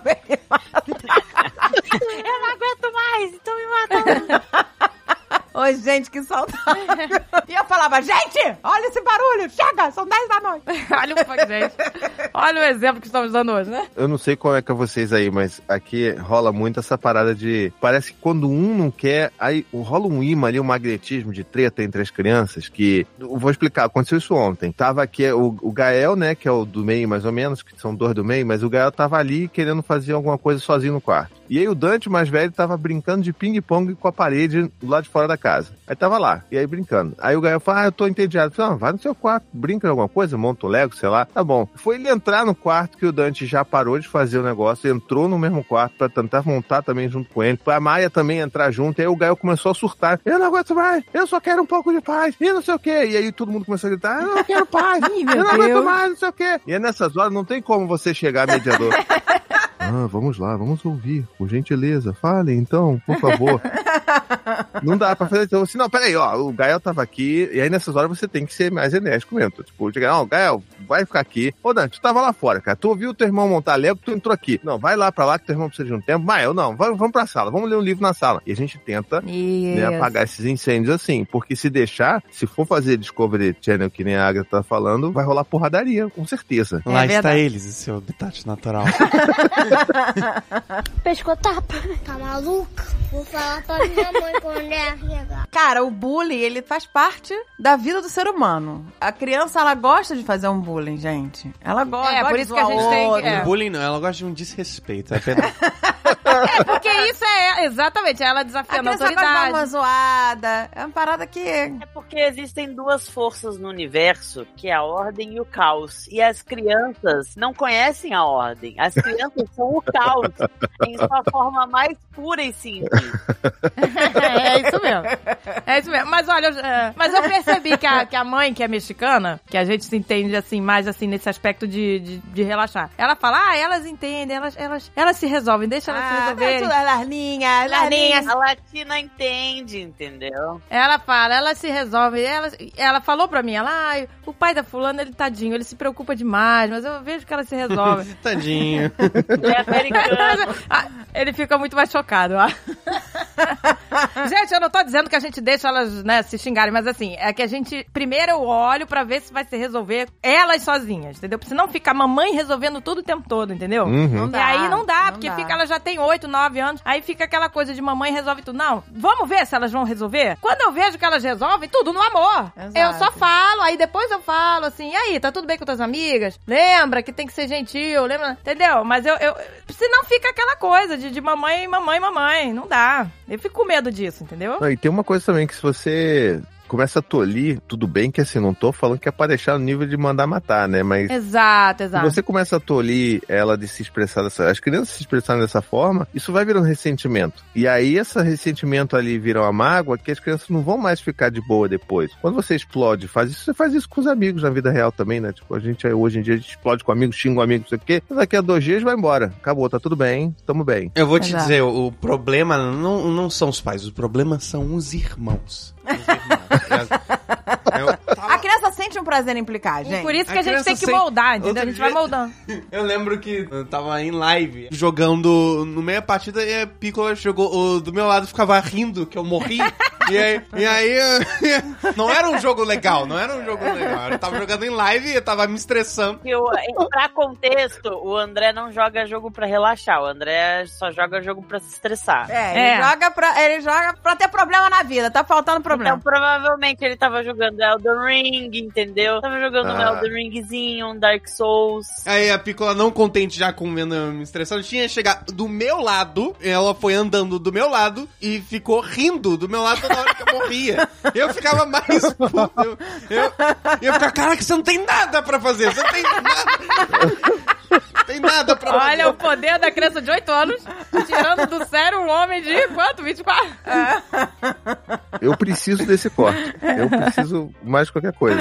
Eu não aguento mais, então me mata. Oi, gente, que saudade. E eu falava, gente, olha esse barulho, chega, são 10 da noite. Olha o funk, gente. Olha o exemplo que estamos dando hoje, né? Eu não sei como é que é vocês aí, mas aqui rola muito essa parada de... Parece que quando um não quer, aí rola um imã ali, um magnetismo de treta entre as crianças, que... Eu vou explicar, aconteceu isso ontem. Tava aqui o Gael, né, que é o do meio mais ou menos, que são dois do meio, mas o Gael tava ali querendo fazer alguma coisa sozinho no quarto. E aí o Dante, mais velho, tava brincando de ping-pong com a parede do lado de fora da casa. Aí tava lá, e aí brincando. Aí o Gael falou, eu tô entediado. Eu falei, não, vai no seu quarto, brinca de alguma coisa, monta um Lego, sei lá. Tá bom. Foi ele entrar no quarto que o Dante já parou de fazer o negócio, entrou no mesmo quarto pra tentar montar também junto com ele, pra Maia também entrar junto, e aí o Gael começou a surtar. Eu não aguento mais, eu só quero um pouco de paz, e não sei o quê. E aí todo mundo começou a gritar, eu não quero paz, eu não aguento mais, não sei o quê. E aí nessas horas não tem como você chegar mediador. Vamos lá, vamos ouvir, por gentileza, falem então, por favor. Não dá pra fazer, então, assim, não, peraí, ó, o Gael tava aqui, e aí nessas horas você tem que ser mais enérgico mesmo, tipo, não, Gael, vai ficar aqui. Ô, Dante, tu tava lá fora, cara, tu ouviu o teu irmão montar Lego, tu entrou aqui. Não, vai lá pra lá que teu irmão precisa de um tempo. Mas eu não, vamos pra sala, vamos ler um livro na sala. E a gente tenta, né, apagar esses incêndios assim, porque se deixar, se for fazer Discovery Channel, que nem a Agatha tá falando, vai rolar porradaria, com certeza. Lá está eles, esse seu habitat natural. Pescotapa. Tá maluca? Vou falar pra minha mãe quando ela chegar. Cara, o bullying, ele faz parte da vida do ser humano. A criança, ela gosta de fazer um bullying, gente. Ela gosta. É, por de isso que a zoar gente tem que- outro. É. Bullying não, ela gosta de um desrespeito. É apenas... É, porque isso é exatamente ela A desafiando a criança gosta de dar uma autoridade. zoada. É uma parada que... É porque existem duas forças no universo, que é a ordem e o caos. E as crianças não conhecem a ordem. As crianças são o caos em sua forma mais pura e simples. É isso mesmo. É isso mesmo. Mas olha, mas eu percebi que a mãe, que é mexicana, que a gente se entende assim, mais assim, nesse aspecto de relaxar. Ela fala, elas entendem, elas se resolvem, deixa elas se resolverem. Larninhas. A latina entende, entendeu? Ela fala, elas se resolvem. Ela falou pra mim, o pai da fulana, ele tadinho, ele se preocupa demais, mas eu vejo que ela se resolve. Tadinho. É americano. Ele fica muito mais chocado, ó. Gente, eu não tô dizendo que a gente deixa elas, né, se xingarem, mas assim, é que a gente, primeiro eu olho pra ver se vai se resolver elas sozinhas, entendeu? Porque senão fica a mamãe resolvendo tudo o tempo todo, entendeu? Uhum. E aí não dá, porque ela já tem 8, 9 anos, aí fica aquela coisa de mamãe resolve tudo. Não, vamos ver se elas vão resolver? Quando eu vejo que elas resolvem, tudo no amor. Exato. Eu só falo, aí depois eu falo assim, e aí, tá tudo bem com tuas amigas? Lembra que tem que ser gentil, lembra? Entendeu? Mas eu senão fica aquela coisa de mamãe, não dá. Eu fico com medo disso, entendeu? Não, e tem uma coisa também que se você começa a tolir, tudo bem que assim, não tô falando que é pra deixar no nível de mandar matar, né? Mas Exato. se você começa a tolir ela de se expressar as crianças se expressarem dessa forma, isso vai virando ressentimento. E aí, esse ressentimento ali vira uma mágoa que as crianças não vão mais ficar de boa depois. Quando você explode, você faz isso com os amigos na vida real também, né? Tipo, hoje em dia, a gente explode com amigos, xinga um amigo, não sei o quê. Mas daqui a 2 dias vai embora. Acabou, tá tudo bem, tamo bem. Eu vou te dizer, o problema não são os pais, o problema são os irmãos. A criança sente um prazer em implicar, gente. Por isso que a gente tem que moldar, entendeu? A gente vai moldando. Eu lembro que eu tava em live, jogando no meio da partida, e a Piccolo chegou do meu lado, ficava rindo, que eu morri. E aí não era um jogo legal. Eu tava jogando em live e eu tava me estressando. Pra contexto, o André não joga jogo pra relaxar, o André só joga jogo pra se estressar. Ele joga pra ter problema na vida, tá faltando problema. Então, provavelmente ele tava jogando Elden Ring, entendeu? Tava jogando um Elden Ringzinho, um Dark Souls. Aí a Piccolo, não contente já com vendo me estressando, tinha chegado do meu lado, ela foi andando do meu lado e ficou rindo do meu lado toda hora que eu morria. Eu ficava mais puto. Eu ficava, caraca, você não tem nada pra fazer, você não tem nada. Tem nada pra fazer. Olha o poder da criança de 8 anos, tirando do sério um homem de quanto? 24? Eu preciso desse corte. Eu preciso mais de qualquer coisa.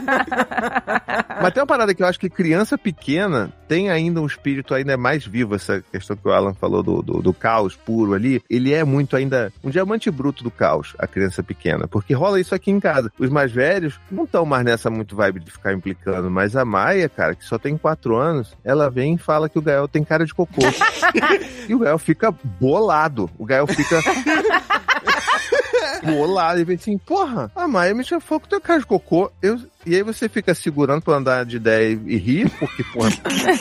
Mas tem uma parada que eu acho que criança pequena tem ainda um espírito ainda mais vivo, essa questão que o Alan falou do caos puro ali. Ele é muito ainda um diamante bruto do caos, a criança pequena. Porque rola isso aqui em casa. Os mais velhos não estão mais nessa muito vibe de ficar implicando, mas a Maia, cara, que só tem 4 anos, ela vem e fala que o Gael tem cara de cocô. E o Gael fica bolado. O Gael fica... bolado e vem assim, porra, a Maia me falou que tem cara de cocô. E aí você fica segurando pra andar de ideia e rir, porque, porra...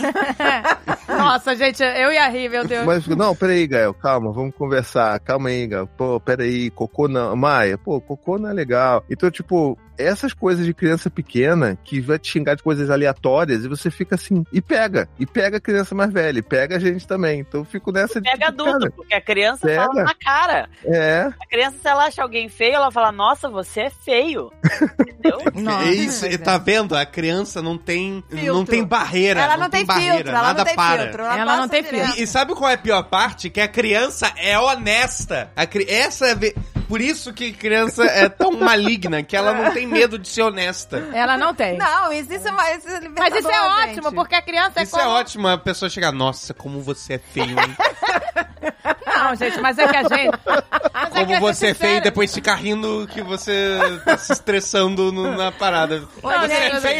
Nossa, gente, eu ia rir, meu Deus. Mas, não, peraí, Gael, calma, vamos conversar. Calma aí, Gael. Pô, peraí, cocô não. Maia, pô, cocô não é legal. Então, tipo, essas coisas de criança pequena que vai te xingar de coisas aleatórias e você fica assim, e pega a criança mais velha, e pega a gente também. Então eu fico nessa de... Pega adulto, cara, porque a criança fala na cara. A criança, se ela acha alguém feio, ela fala, nossa, você é feio. Entendeu? Nossa, é isso, tá vendo? A criança não tem barreira. Ela não tem barreira, filtro, ela nada não tem para. filtro. Ela não tem filtro. E sabe qual é a pior parte? Que a criança é honesta. Por isso que criança é tão maligna, que ela não tem medo de ser honesta. Ela não tem. Não, existe mais. Mas isso é ótimo, porque a criança Isso é ótimo, a pessoa chegar, nossa, como você é feio, hein? Não, gente, mas é que a gente... Como você é feio e depois ficar rindo que você tá se estressando na parada. Você é feio?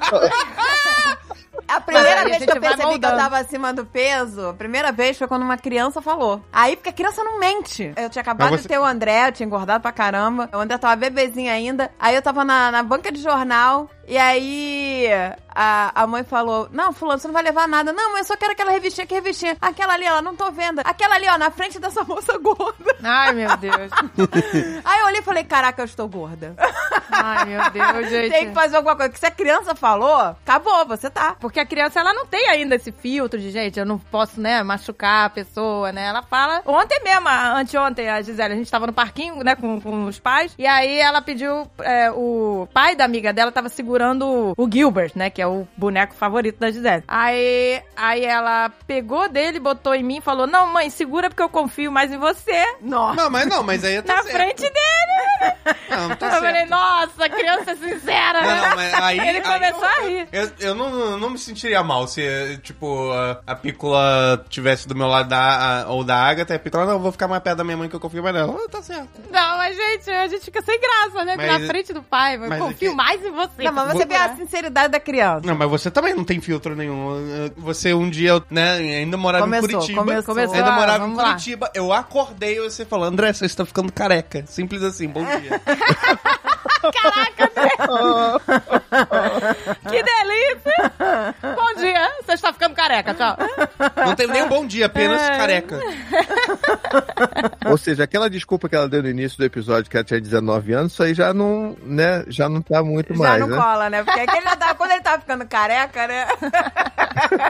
A primeira vez que eu percebi que eu tava acima do peso, a primeira vez foi quando uma criança falou. Aí, porque a criança não mente. Eu tinha acabado de ter o André, eu tinha engordado pra caramba. O André tava bebezinho ainda. Aí eu tava na banca de jornal. E aí a mãe falou, não, fulano, você não vai levar nada. Não, mas eu só quero aquela revistinha, que revistinha? Aquela ali, ela não tô vendo. Aquela ali, ó, na frente dessa moça gorda. Ai, meu Deus. Aí eu olhei e falei, caraca, eu estou gorda. Ai, meu Deus, gente. Tem que fazer alguma coisa. Porque se a criança falou, acabou, você tá. Porque a criança, ela não tem ainda esse filtro de, gente, eu não posso, né, machucar a pessoa, né? Ela fala... Ontem mesmo, anteontem, a Gisele, a gente tava no parquinho, né, com os pais. E aí ela pediu, o pai da amiga dela tava segurando o Gilbert, né? Que é o boneco favorito da Gisele. Aí ela pegou dele, botou em mim e falou, não, mãe, segura porque eu confio mais em você. Nossa. Mas aí tá na certo. Frente dele. Não, tá eu certo. falei, nossa, criança sincera, né? Não, mas aí, ele começou a rir. Eu não me sentiria mal se, tipo, a Piccola tivesse do meu lado ou da Agatha, e a Piccola, não, eu vou ficar mais perto da minha mãe que eu confio mais nela. Tá certo. Não, mas a gente fica sem graça, né? Porque na frente do pai, eu confio mais em você. Não, mas você vê a sinceridade da criança. Não, mas você também não tem filtro nenhum. Você um dia, né, ainda morava em Curitiba. Começou. Ainda morava em Curitiba. Eu acordei e você falou, André, você está ficando careca. Simples assim, bom dia. Caraca, André. Que delícia. Bom dia, você está ficando careca, tchau. Não tem nem um bom dia, apenas careca. Ou seja, aquela desculpa que ela deu no início do episódio, que ela tinha 19 anos, isso aí já não, né, já não tá muito já mais, não cola, né? Porque quando ele tava ficando careca, né?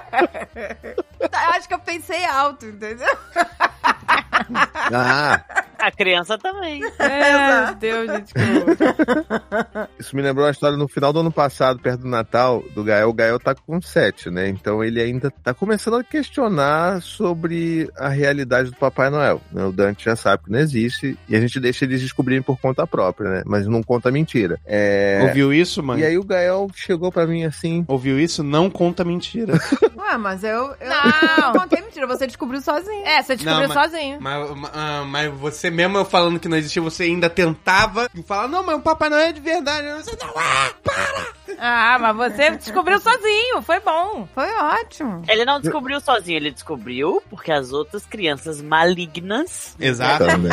Acho que eu pensei alto, entendeu? A criança também. Meu Deus, gente. Isso me lembrou a história no final do ano passado, perto do Natal, do Gael. O Gael tá com 7, né? Então ele ainda tá começando a questionar sobre a realidade do Papai Noel, né? O Dante já sabe que não existe e a gente deixa eles descobrirem por conta própria, né? Mas não conta mentira. Ouviu isso, mãe? E aí o Gael chegou pra mim assim... Ouviu isso? Não conta mentira. Ué, mas eu Não. contei mentira, você descobriu sozinho. É, você descobriu Não, sozinho. Mas você mesmo, eu falando que não existia, você ainda tentava e falava, não, mas o Papai Noel é de verdade. Você não é, para! Ah, mas você descobriu sozinho, foi bom. Foi ótimo. Ele não descobriu sozinho, ele descobriu porque as outras crianças malignas, Exato. Também.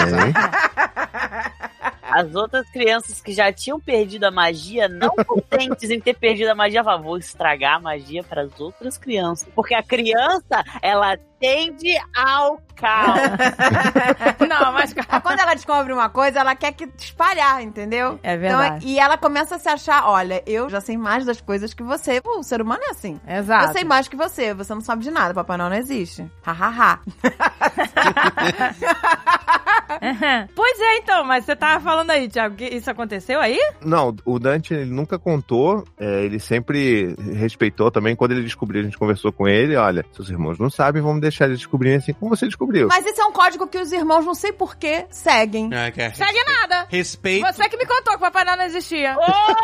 as outras crianças que já tinham perdido a magia, não contentes em ter perdido a magia, falavam, vou estragar a magia para as outras crianças. Porque a criança, ela tende ao caos. Não, mas... Quando ela descobre uma coisa, ela quer que espalhar, entendeu? É verdade. Então, e ela começa a se achar, olha, eu já sei mais das coisas que você. Pô, o ser humano é assim. Exato. Eu sei mais que você não sabe de nada, Papai Noel não existe. Ha, ha, ha. Pois é, então, mas você tava falando aí, Thiago, que isso aconteceu aí? Não, o Dante ele nunca contou, ele sempre respeitou também. Quando ele descobriu, a gente conversou com ele, olha, seus irmãos não sabem, vamos deixar eles descobrirem assim como você descobriu. Mas esse é um código que os irmãos, não sei porquê, seguem. Segue nada. Respeito. Você que me contou que o Papai Noel não existia.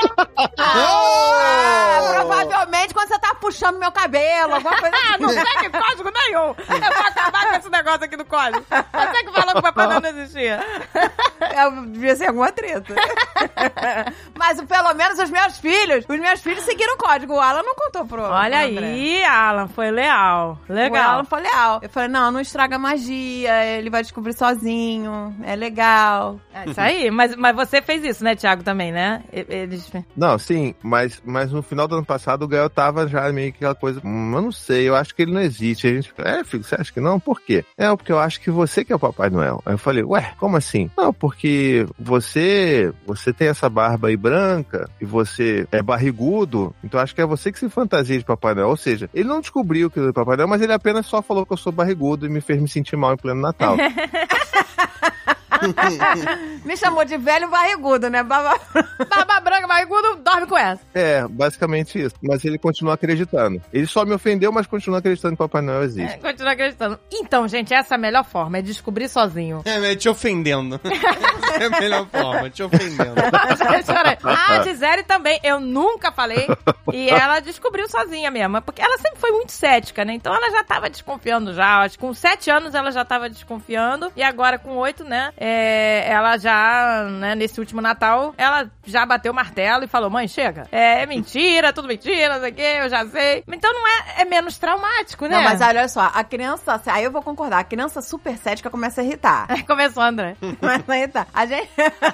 Provavelmente quando você tá puxando meu cabelo, alguma coisa assim. Não segue código nenhum. Eu vou acabar com esse negócio aqui do código. Você que falou que o Papai Noel não existia. Devia ser alguma treta. Mas pelo menos os meus filhos seguiram o código. O Alan não contou pro Olha pro André. aí, Alan, foi leal. O Legal. Alan foi leal. Eu falei, não estraga a magia, ele vai descobrir sozinho, é legal. É isso aí, mas você fez isso, né, Thiago, também, né? Eles... Não, sim, mas no final do ano passado o Gael tava já meio que aquela coisa, eu não sei, eu acho que ele não existe. A gente, filho, você acha que não? Por quê? Porque eu acho que você que é o Papai Noel. Aí eu falei, ué, como assim? Não, porque você tem essa barba aí branca e você é barrigudo, então acho que é você que se fantasia de Papai Noel. Ou seja, ele não descobriu que ele é Papai Noel, mas ele apenas só falou que eu sou barrigudo e me fez me sentir mal em pleno Natal. Me chamou de velho barrigudo, né? Barba branca, barrigudo, dorme com essa. Basicamente isso. Mas ele continua acreditando. Ele só me ofendeu, mas continua acreditando que Papai Noel existe. Continua acreditando. Então, gente, essa é a melhor forma, é descobrir sozinho. É te ofendendo. É a melhor forma, te ofendendo. A Gisele também, eu nunca falei. E ela descobriu sozinha mesmo. Porque ela sempre foi muito cética, né? Então ela já tava desconfiando já. Acho que com 7 anos ela já tava desconfiando. E agora com 8, né? Ela já, né, nesse último Natal, ela já bateu o martelo e falou, mãe, chega. É mentira, tudo mentira, não sei o que, eu já sei. Então não é menos traumático, né? Não, mas olha só, a criança, aí eu vou concordar, a criança super cética começa a irritar. Começou, André. Começa a irritar. A gente...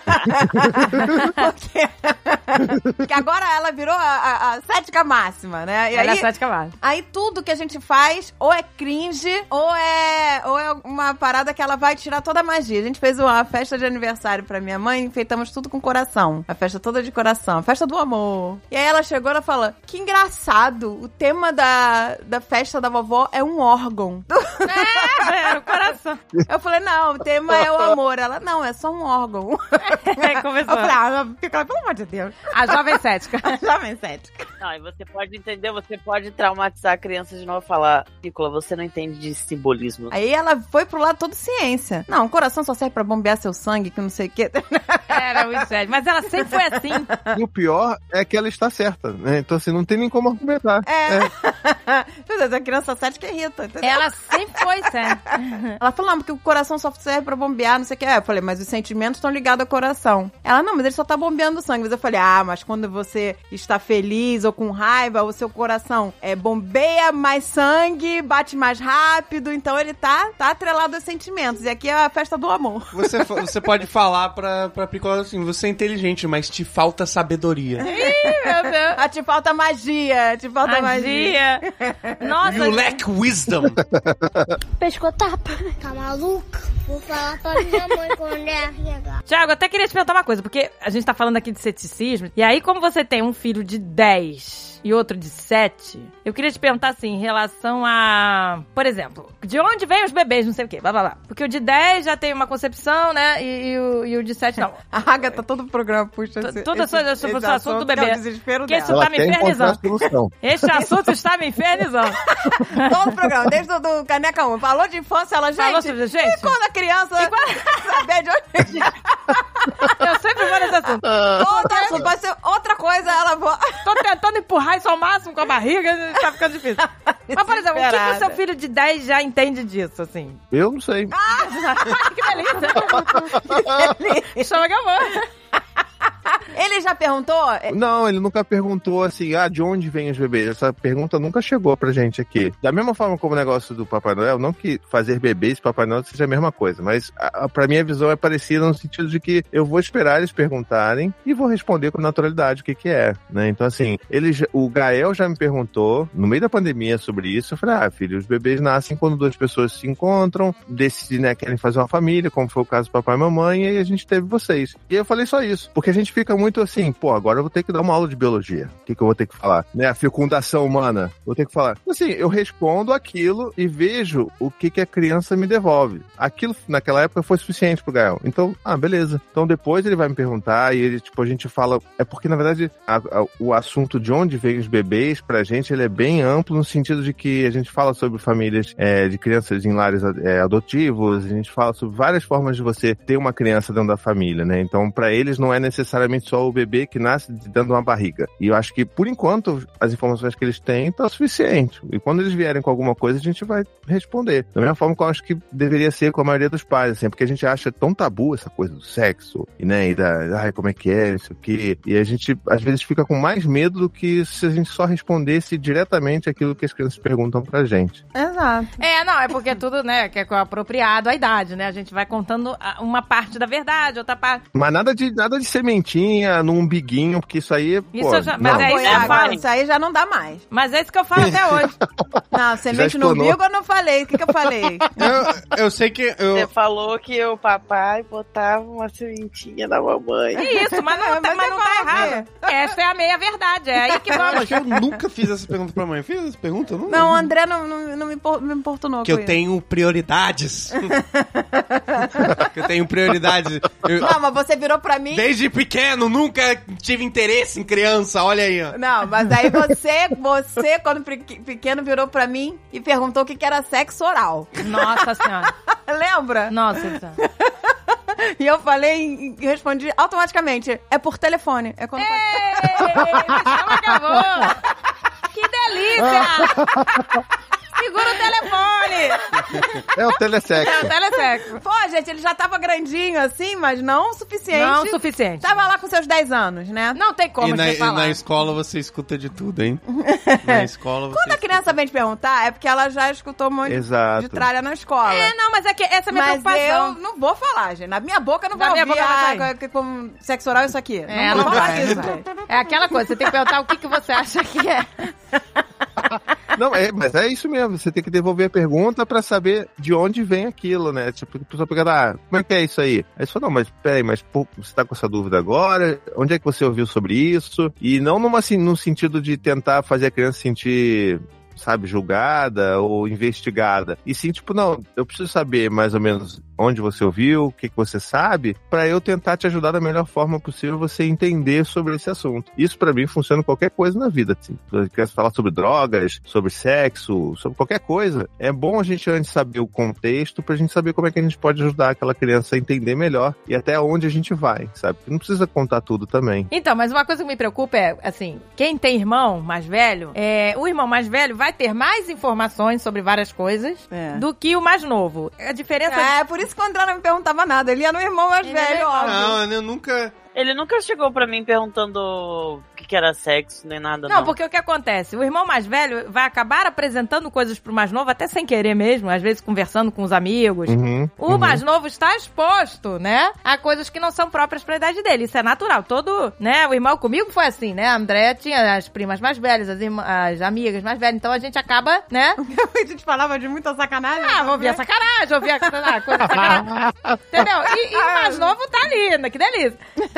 Porque agora ela virou a cética máxima, né? E Ela aí, é cética máxima. Aí tudo que a gente faz ou é cringe ou é uma parada que ela vai tirar toda a magia. A gente fez uma festa de aniversário pra minha mãe, enfeitamos tudo com coração. A festa toda de coração, a festa do amor. E aí ela chegou e falou, que engraçado, o tema da festa da vovó é um órgão. O coração. Eu falei, não, o tema é o amor. Ela, não, é só um órgão. Começou. Eu falei, pelo amor de Deus. A jovem cética. A jovem cética. Não, e você pode entender, você pode traumatizar a criança de novo e falar, Nicola, você não entende de simbolismo. Aí ela foi pro lado todo ciência. Não, o coração só serve pra bombear seu sangue, que não sei o quê. Era muito sério. Mas ela sempre foi assim. E o pior é que ela está certa, né? Então, assim, não tem nem como argumentar. Meu Deus, a criança cética irrita, entendeu? Ela sempre foi séria. Ela falou, não, porque o coração só serve pra bombear, não sei o que. Eu falei, mas os sentimentos estão ligados ao coração. Ela, não, mas ele só tá bombeando sangue. Mas eu falei, mas quando você está feliz ou com raiva, o seu coração bombeia mais sangue, bate mais rápido, então ele tá atrelado aos sentimentos. E aqui é a festa do amor. Você pode falar pra Picola assim, você é inteligente, mas te falta sabedoria. Ih, meu Deus. Te falta magia, te falta magia. Nossa, You lack wisdom. Pescotapa. Tá maluca? Vou falar pra minha mãe quando ela chegar. Thiago, eu até queria te perguntar uma coisa, porque a gente tá falando aqui de ceticismo, e aí como você tem um filho de 10 e outro de 7, eu queria te perguntar assim, em relação a... Por exemplo, de onde vêm os bebês, não sei o quê, blá blá blá. Porque o de 10 já tem uma concepção, né? E o de 7 não. A Agatha, todo o programa puxa Tudo sobre o assunto do bebê. É o desespero Porque dela. isso tá me infernizando. Este assunto está me infernizando. Todo o programa, desde o do Caneca 1. Falou de infância, ela, Falou gente, sobre gente? e quando a criança saber de onde... Eu sempre vou nesse assunto. Outro assunto, pode ser outra coisa, ela... Tô tentando empurrar isso ao máximo com a barriga, tá ficando difícil. Mas, por exemplo, o que o seu filho de 10 já entende disso, assim? Eu não sei. Que delícia. Chama Gamão. Ele já perguntou? Não, ele nunca perguntou assim, de onde vêm os bebês? Essa pergunta nunca chegou pra gente aqui. Da mesma forma como o negócio do Papai Noel, não que fazer bebês e Papai Noel seja a mesma coisa, mas pra mim a visão é parecida no sentido de que eu vou esperar eles perguntarem e vou responder com naturalidade o que é, né? Então assim, o Gael já me perguntou, no meio da pandemia, sobre isso. Eu falei, filho, os bebês nascem quando duas pessoas se encontram, decidem, né, querem fazer uma família, como foi o caso do papai e mamãe, e aí a gente teve vocês. E eu falei só isso, porque a gente fica muito assim, agora eu vou ter que dar uma aula de biologia. O que eu vou ter que falar? Né? A fecundação humana. Vou ter que falar. Assim, eu respondo aquilo e vejo o que a criança me devolve. Aquilo, naquela época, foi suficiente pro Gael. Então, beleza. Então, depois ele vai me perguntar e ele, a gente fala... É porque, na verdade, o assunto de onde vem os bebês, pra gente, ele é bem amplo no sentido de que a gente fala sobre famílias de crianças em lares adotivos, a gente fala sobre várias formas de você ter uma criança dentro da família, né? Então, pra eles, não é necessariamente só o bebê que nasce dentro de uma barriga. E eu acho que, por enquanto, as informações que eles têm tá suficiente. E quando eles vierem com alguma coisa, a gente vai responder. Da mesma forma que eu acho que deveria ser com a maioria dos pais, assim, porque a gente acha tão tabu essa coisa do sexo, e, né, e como é que é, isso aqui. E a gente, às vezes, fica com mais medo do que se a gente só respondesse diretamente aquilo que as crianças perguntam pra gente. Exato. É porque tudo, né, que é apropriado à idade, né? A gente vai contando uma parte da verdade, outra parte... Mas nada de sementinha no umbiguinho, porque isso aí, isso aí já não dá mais. Mas é isso que eu falo até hoje. Não, semente no umbigo eu não falei. O que eu falei? Eu sei que... Você falou que o papai botava uma sementinha na mamãe. Isso, mas não tá errado. Essa é a meia verdade, é aí que vamos. Acho que eu nunca fiz essa pergunta pra mãe. Fiz essa pergunta? Não, o André não me importunou que eu tenho prioridades. Que eu tenho prioridades. Não, mas você virou pra mim... Desde pequeno, nunca tive interesse em criança, olha aí, ó. Não, mas aí você quando pequeno, virou pra mim e perguntou o que era sexo oral. Nossa Senhora. Lembra? Nossa Senhora. E eu falei e respondi automaticamente, é por telefone. É quando... acabou. Que delícia! Segura o telefone! É o telesexo. É o telesexo. Pô, gente, ele já tava grandinho assim, mas não o suficiente. Não o suficiente. Tava lá com seus 10 anos, né? Não tem como você falar. E na escola você escuta de tudo, hein? Na escola você Quando a criança vem te perguntar, é porque ela já escutou um monte de tralha na escola. Não, mas é que essa é a minha preocupação. Eu não vou falar, gente. Na minha boca não vai ouvir com sexo oral isso aqui. Não vou falar isso, gente. É aquela coisa, você tem que perguntar o que você acha que é. Não, mas é isso mesmo. Você tem que devolver a pergunta pra saber de onde vem aquilo, né? Tipo, a pessoa pega, como é que é isso aí? Aí você fala, não, mas peraí, você tá com essa dúvida agora? Onde é que você ouviu sobre isso? E não num sentido de tentar fazer a criança sentir... sabe, julgada ou investigada. E sim, não, eu preciso saber mais ou menos onde você ouviu, o que você sabe, pra eu tentar te ajudar da melhor forma possível você entender sobre esse assunto. Isso pra mim funciona em qualquer coisa na vida. Assim. Se você quer falar sobre drogas, sobre sexo, sobre qualquer coisa, é bom a gente antes saber o contexto pra gente saber como é que a gente pode ajudar aquela criança a entender melhor e até onde a gente vai, sabe? Porque não precisa contar tudo também. Então, mas uma coisa que me preocupa é, assim, quem tem irmão mais velho, o irmão mais velho vai ter mais informações sobre várias coisas do que o mais novo. A diferença... É, por isso que o André não me perguntava nada. Ele ia no irmão mais velho, óbvio. Não, eu nunca... Ele nunca chegou pra mim perguntando o que era sexo, nem nada, não. Não, porque o que acontece? O irmão mais velho vai acabar apresentando coisas pro mais novo, até sem querer mesmo, às vezes conversando com os amigos. O mais novo está exposto, né, a coisas que não são próprias pra idade dele. Isso é natural. Todo, né, o irmão comigo foi assim, né? A Andréa tinha as primas mais velhas, as amigas mais velhas, então a gente acaba, né? A gente falava de muita sacanagem. Ouvia sacanagem, ouvia coisa de sacanagem. Entendeu? E o mais novo tá ali, que delícia.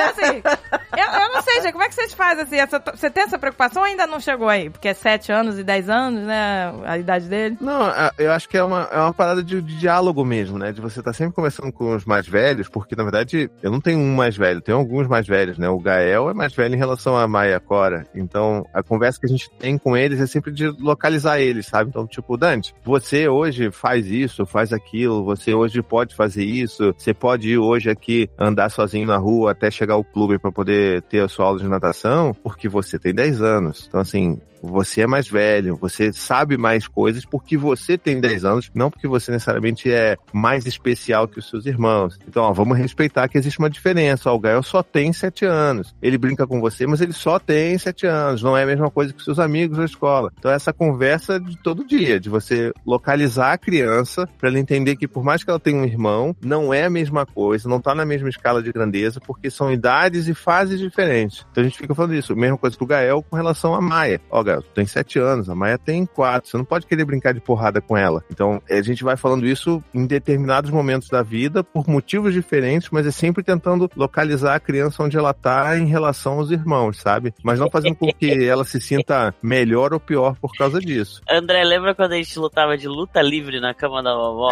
assim, eu não sei, gente, como é que vocês fazem assim? Você tem essa preocupação ou ainda não chegou aí? Porque é 7 anos e 10 anos, né? A idade dele. Não, eu acho que é uma parada de diálogo mesmo, né? De você estar sempre conversando com os mais velhos, porque, na verdade, eu não tenho um mais velho, tenho alguns mais velhos, né? O Gael é mais velho em relação a Maia e a Cora. Então, a conversa que a gente tem com eles é sempre de localizar eles, sabe? Então, tipo, Dante, você hoje faz isso, faz aquilo, você hoje pode fazer isso, você pode ir hoje aqui andar sozinho na rua até chegar ao clube pra poder ter a sua aula de natação, porque você tem 10 anos. Então, assim, você é mais velho, você sabe mais coisas porque você tem 10 anos, não porque você necessariamente é mais especial que os seus irmãos. Então, ó, vamos respeitar que existe uma diferença. Ó, o Gael só tem 7 anos. Ele brinca com você, mas ele só tem 7 anos. Não é a mesma coisa que seus amigos da escola. Então, essa conversa de todo dia, de você localizar a criança para ela entender que por mais que ela tenha um irmão, não é a mesma coisa, não tá na mesma escala de grandeza, porque são idades e fases diferentes. Então, a gente fica falando isso. Mesma coisa que o Gael com relação a Maia. Ó, Gael, tu tem 7 anos, a Maia tem 4. Você não pode querer brincar de porrada com ela. Então, a gente vai falando isso em determinados momentos da vida, por motivos diferentes, mas é sempre tentando localizar a criança onde ela tá em relação aos irmãos, sabe? Mas não fazendo com que ela se sinta melhor ou pior por causa disso. André, lembra quando a gente lutava de luta livre na cama da vovó?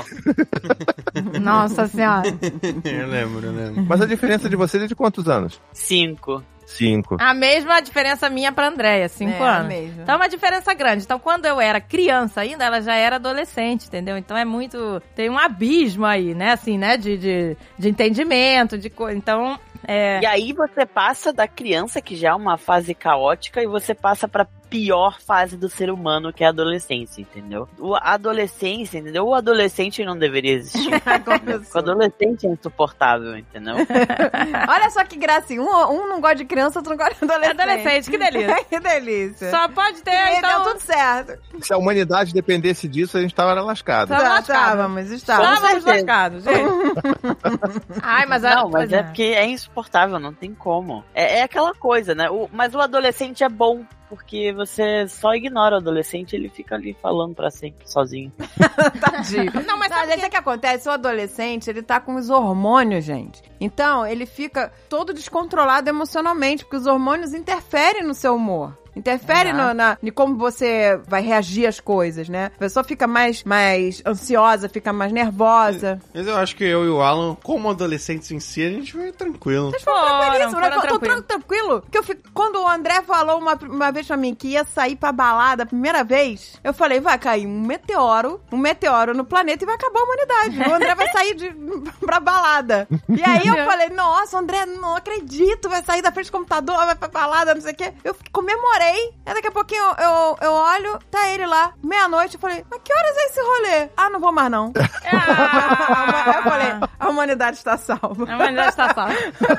Nossa senhora. Eu lembro. Mas a diferença de vocês é de quantos anos? 5. 5. A mesma diferença minha pra Andréia, 5 a anos. mesma. Então é uma diferença grande. Então quando eu era criança ainda, ela já era adolescente, entendeu? Então é muito... Tem um abismo aí, né? Assim, né? De entendimento, de coisa. Então... E aí você passa da criança, que já é uma fase caótica, e você passa pra pior fase do ser humano, que é a adolescência, entendeu? A adolescência, entendeu? O adolescente não deveria existir. O adolescente é insuportável, entendeu? Olha só que gracinha. Um não gosta de criança, outro não gosta de adolescente. Adolescente, que delícia. Que delícia. Só pode ter, então... Deu tudo certo. Se a humanidade dependesse disso, a gente tava lascado. Estávamos. Estávamos lascados, gente. Ai, mas... Não, mas é porque é insuportável, não tem como. É aquela coisa, né? Mas o adolescente é bom, porque você só ignora o adolescente, ele fica ali falando pra sempre, sozinho. Tadinho. Não, mas sabe o que acontece? O adolescente, ele tá com os hormônios, gente. Então, ele fica todo descontrolado emocionalmente, porque os hormônios interferem no seu humor. Interfere em como você vai reagir às coisas, né? A pessoa fica mais ansiosa, fica mais nervosa. Mas eu acho que eu e o Alan, como adolescentes em si, a gente foi tranquilo. Vocês foram tranquilo. Que quando o André falou uma vez pra mim que ia sair pra balada a primeira vez, eu falei, vai cair um meteoro no planeta e vai acabar a humanidade. O André vai sair pra balada. E aí eu falei, nossa, André, não acredito, vai sair da frente do computador, vai pra balada, não sei o quê. Eu comemorei. Aí daqui a pouquinho eu olho, tá ele lá, meia-noite, eu falei, mas que horas é esse rolê? Ah, não vou mais não. Eu falei, a humanidade está salva. A humanidade está salva.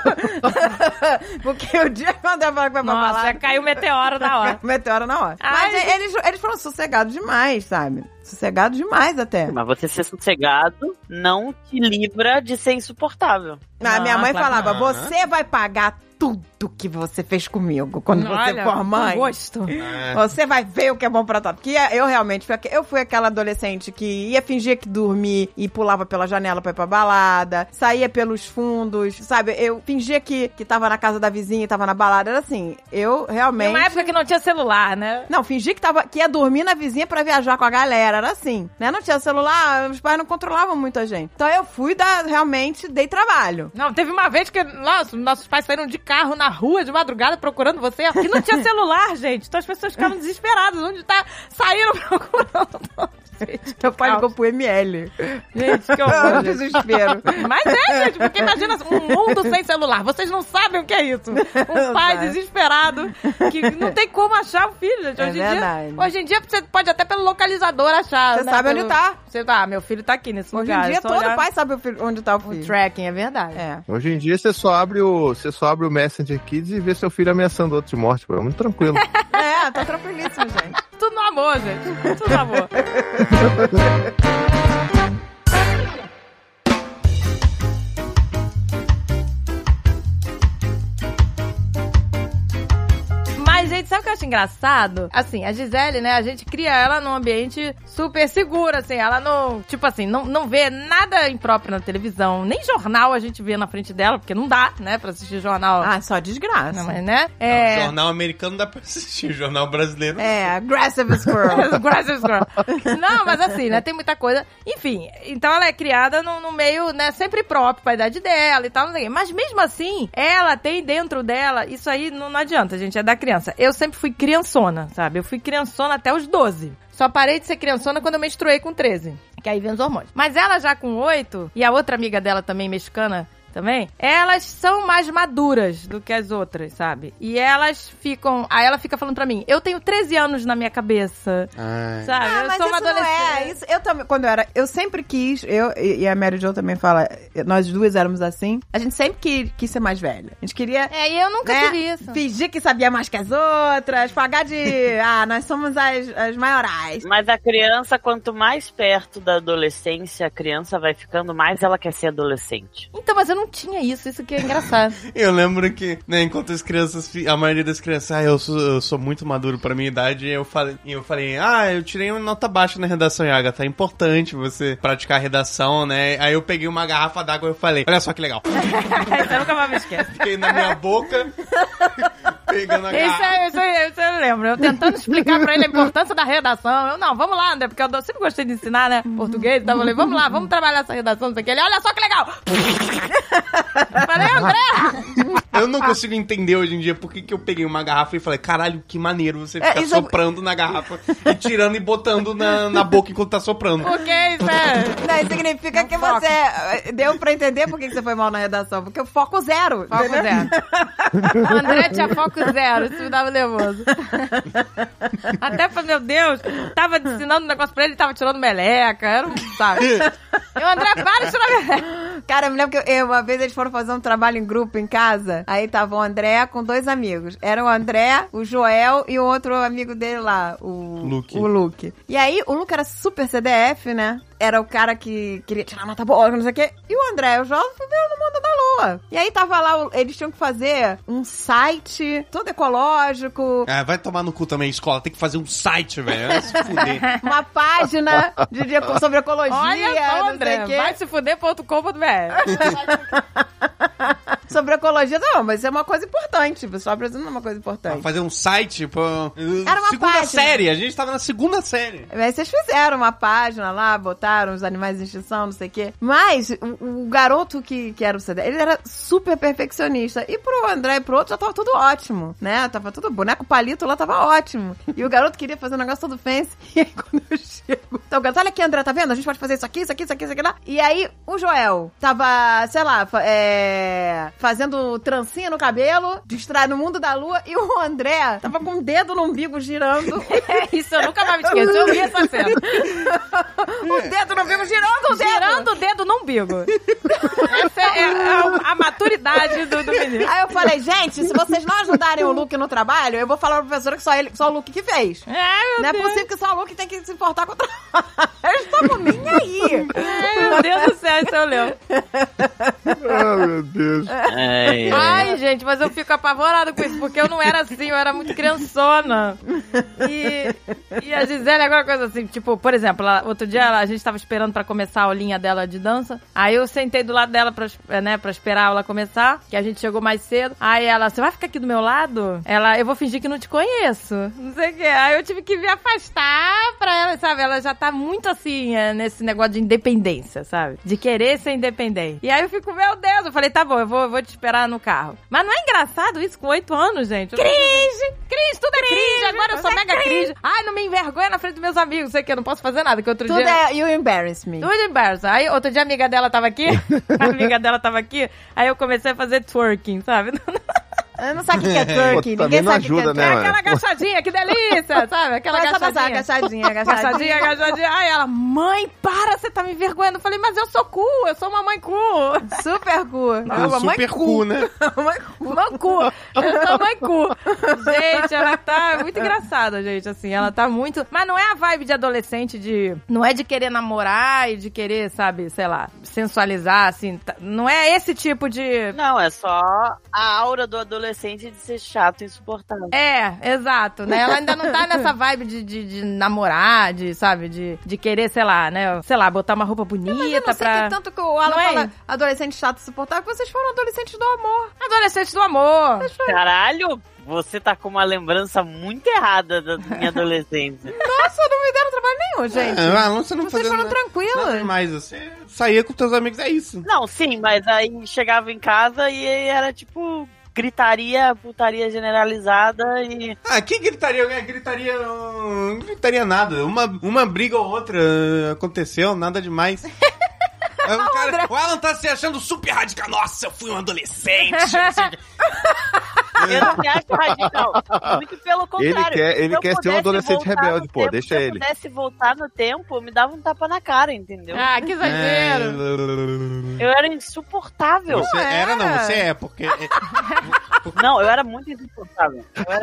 Porque o dia que o André falou que vai pra balada... Nossa, caiu o meteoro na hora. Meteoro na hora. Mas eles foram sossegados demais, sabe? Sossegado demais até. Mas você ser sossegado não te livra de ser insuportável. Minha mãe falava, você vai pagar tudo que você fez comigo quando você for mãe. Gosto. Você vai ver o que é bom pra tu. Porque eu realmente fui aquela adolescente que ia fingir que dormia e pulava pela janela pra ir pra balada, saía pelos fundos, sabe? Eu fingia que tava na casa da vizinha e tava na balada. Era assim, eu realmente... Uma época que não tinha celular, né? Não, fingi que ia dormir na vizinha pra viajar com a galera. Era assim, né? Não tinha celular, os pais não controlavam muito a gente. Então eu realmente dei trabalho. Não, teve uma vez que nossos pais saíram de carro na rua de madrugada procurando você. E não tinha celular, gente. Então as pessoas ficavam desesperadas. Onde tá? Saíram procurando. Meu pai ligou pro ML. Gente, que horror. Desespero. Mas gente, porque imagina um mundo sem celular. Vocês não sabem o que é isso. Um pai desesperado que não tem como achar o filho, gente. Hoje em dia você pode até pelo localizador achar. Você sabe onde tá. Você meu filho tá aqui nesse lugar. Hoje em dia todo pai sabe onde tá o filho. O tracking, é verdade. Hoje em dia você só abre o Messenger Kids e vê seu filho ameaçando outro de morte. É muito tranquilo. Tá tranquilíssimo, gente. Tudo no amor, gente. Tudo no amor. Mas Mas, gente, sabe o que eu acho engraçado? Assim, a Gisele, né, a gente cria ela num ambiente super seguro, assim, ela não, tipo assim, não vê nada impróprio na televisão, nem jornal a gente vê na frente dela, porque não dá, né, pra assistir jornal. Ah, só desgraça. Não, mas, né? Não, jornal americano dá pra assistir, jornal brasileiro. Aggressive Squirrel. Aggressive Squirrel. Não, mas assim, né, tem muita coisa. Enfim, então ela é criada no meio, né, sempre próprio pra idade dela e tal, não sei o quê. Mas mesmo assim, ela tem dentro dela, isso aí não adianta, gente, é da criança. Eu sempre fui criançona, sabe? Eu fui criançona até os 12. Só parei de ser criançona quando eu menstruei com 13. Que aí vem os hormônios. Mas ela já com 8, e a outra amiga dela também, mexicana, também, elas são mais maduras do que as outras, sabe? E elas ficam... Aí ela fica falando pra mim, eu tenho 13 anos na minha cabeça, sabe? Eu mas sou uma isso não adolescente. isso, eu também, quando eu sempre quis, eu e a Mary Jo também fala, nós duas éramos assim, a gente sempre quis ser mais velha. A gente queria... E eu nunca tive isso. Fingir que sabia mais que as outras, pagar de... nós somos as maiorais. Mas a criança, quanto mais perto da adolescência a criança vai ficando, mais ela quer ser adolescente. Então, mas eu não tinha isso que é engraçado. Eu lembro que, né, enquanto as crianças, a maioria das crianças, eu sou muito maduro pra minha idade, eu falei, eu tirei uma nota baixa na redação, e Agatha, é importante você praticar a redação, né? Aí eu peguei uma garrafa d'água e eu falei, olha só que legal. Você nunca mais me esquece. Fiquei na minha boca, pegando a garrafa. Isso eu lembro. Eu tentando explicar pra ele a importância da redação. Eu, não, vamos lá, André, porque eu sempre gostei de ensinar, né, português, então eu falei, vamos lá, vamos trabalhar essa redação, não sei o que. Ele, olha só que legal. Falei, André! Eu não consigo entender hoje em dia por que eu peguei uma garrafa e falei, caralho, que maneiro você ficar soprando na garrafa e tirando e botando na boca enquanto tá soprando. Porque isso é... Não, significa que você deu pra entender por que você foi mal na redação, porque o foco zero. Foco zero. O André tinha foco zero, isso me dava nervoso. Até falei, meu Deus, tava ensinando um negócio pra ele, tava tirando meleca, era um saco. E o André, para de tirar meleca. Cara, eu me lembro que uma vez eles foram fazer um trabalho em grupo em casa, aí tava o André com 2 amigos. Era o André, o Joel e o outro amigo dele lá, o Luke. E aí, o Luke era super CDF, né? Era o cara que queria tirar nota boa, não sei o quê. E o André e o Joel viveram no mundo da lua. E aí tava lá, eles tinham que fazer um site todo ecológico. Vai tomar no cu também, escola. Tem que fazer um site, velho. Vai se fuder. Uma página sobre ecologia. Olha só, André, vai se fuder.com.br. Sobre ecologia, não, mas isso é uma coisa importante. O pessoal apresenta uma coisa importante. Fazer um site, pô. Era uma segunda página. série, a gente tava na segunda série. Mas vocês fizeram uma página lá, botaram os animais em extinção, não sei o quê. Mas o garoto que era o CD, ele era super perfeccionista. E pro André e pro outro já tava tudo ótimo, né? Tava tudo boneco palito lá, tava ótimo. E o garoto queria fazer um negócio todo fancy. E aí quando eu chego... Então o garoto, olha aqui, André, tá vendo? A gente pode fazer isso aqui, isso aqui, isso aqui, isso aqui lá. E aí o Joel tava, sei lá, fazendo trancinha no cabelo, distraído no mundo da lua. E o André tava com o dedo no umbigo girando. Isso eu nunca mais me esqueço. Eu vi essa cena. O dedo no umbigo girando o dedo. Girando o dedo no umbigo. Essa é a maturidade do menino. Aí eu falei, gente, se vocês não ajudarem o Luke no trabalho, eu vou falar pra professora que só o Luke que fez. Não é possível que só o Luke tem que se importar com o trabalho. Eles estavam nem aí. Ai, meu Deus do céu, isso eu lembro. Oh, meu Deus. Ai, gente, mas eu fico apavorada com isso, porque eu não era assim, eu era muito criançona. E a Gisele é alguma coisa assim, tipo, por exemplo, outro dia a gente tava esperando pra começar a aulinha dela de dança, aí eu sentei do lado dela pra esperar a aula começar, que a gente chegou mais cedo, aí ela, você vai ficar aqui do meu lado? Ela, eu vou fingir que não te conheço, não sei o que, aí eu tive que me afastar pra ela, sabe, ela já tá muito assim, nesse negócio de independência, sabe, de querer ser independente. E aí eu fico, meu Deus, eu falei, tá bom, eu vou te esperar no carro. Mas não é engraçado isso com 8 anos, gente? Cringe, tudo é cringe, agora eu sou mega cringe. Ai, não me envergonha na frente dos meus amigos, sei que eu não posso fazer nada, que outro tudo dia... é you embarrass me. Tudo embarrass. Aí outro dia a amiga dela tava aqui, aí eu comecei a fazer twerking, sabe? Eu não sabe o que é twerking, ninguém sabe o que é twerking. Né, é aquela agachadinha, que delícia, sabe? Aquela agachadinha. Agachadinha. Aí ela, mãe, para, você tá me envergonhando. Eu falei, mas eu sou cool, eu sou uma mãe cool. Super cool. Super cool, né? Mãe cool. Eu sou mãe cool. Gente, ela tá muito engraçada, gente, assim, ela tá muito... Mas não é a vibe de adolescente não é de querer namorar e de querer, sabe, sei lá, sensualizar, assim, não é esse tipo de... Não, é só a aura do adolescente adolescente de ser chato e insuportável. É, exato, né? Ela ainda não tá nessa vibe de namorar, sabe? De querer, sei lá, né? Sei lá, botar uma roupa bonita Mas eu não sei pra... que tanto que o Alan Não é? fala adolescente chato e insuportável, que vocês foram adolescentes do amor. Adolescente do amor. Caralho, você tá com uma lembrança muito errada da minha adolescência. Nossa, não me deram trabalho nenhum, gente. Você não Vocês fazia foram nada tranquilas. demais, você saía com teus amigos, é isso. Não, sim, mas aí chegava em casa e era tipo gritaria, putaria generalizada e... Ah, que gritaria? Não gritaria nada. Uma briga ou outra aconteceu, nada demais. O Alan tá se achando super radical. Nossa, eu fui um adolescente. Não sei o quê. Eu não me acho radical. Muito pelo contrário. Ele Se eu quer ser um pudesse adolescente voltar rebelde, no pô, tempo, deixa se eu ele. pudesse voltar no tempo, eu me dava um tapa na cara, entendeu? Ah, que exagero. Eu era insuportável. Você era, não, você é, porque... Não, eu era muito insuportável.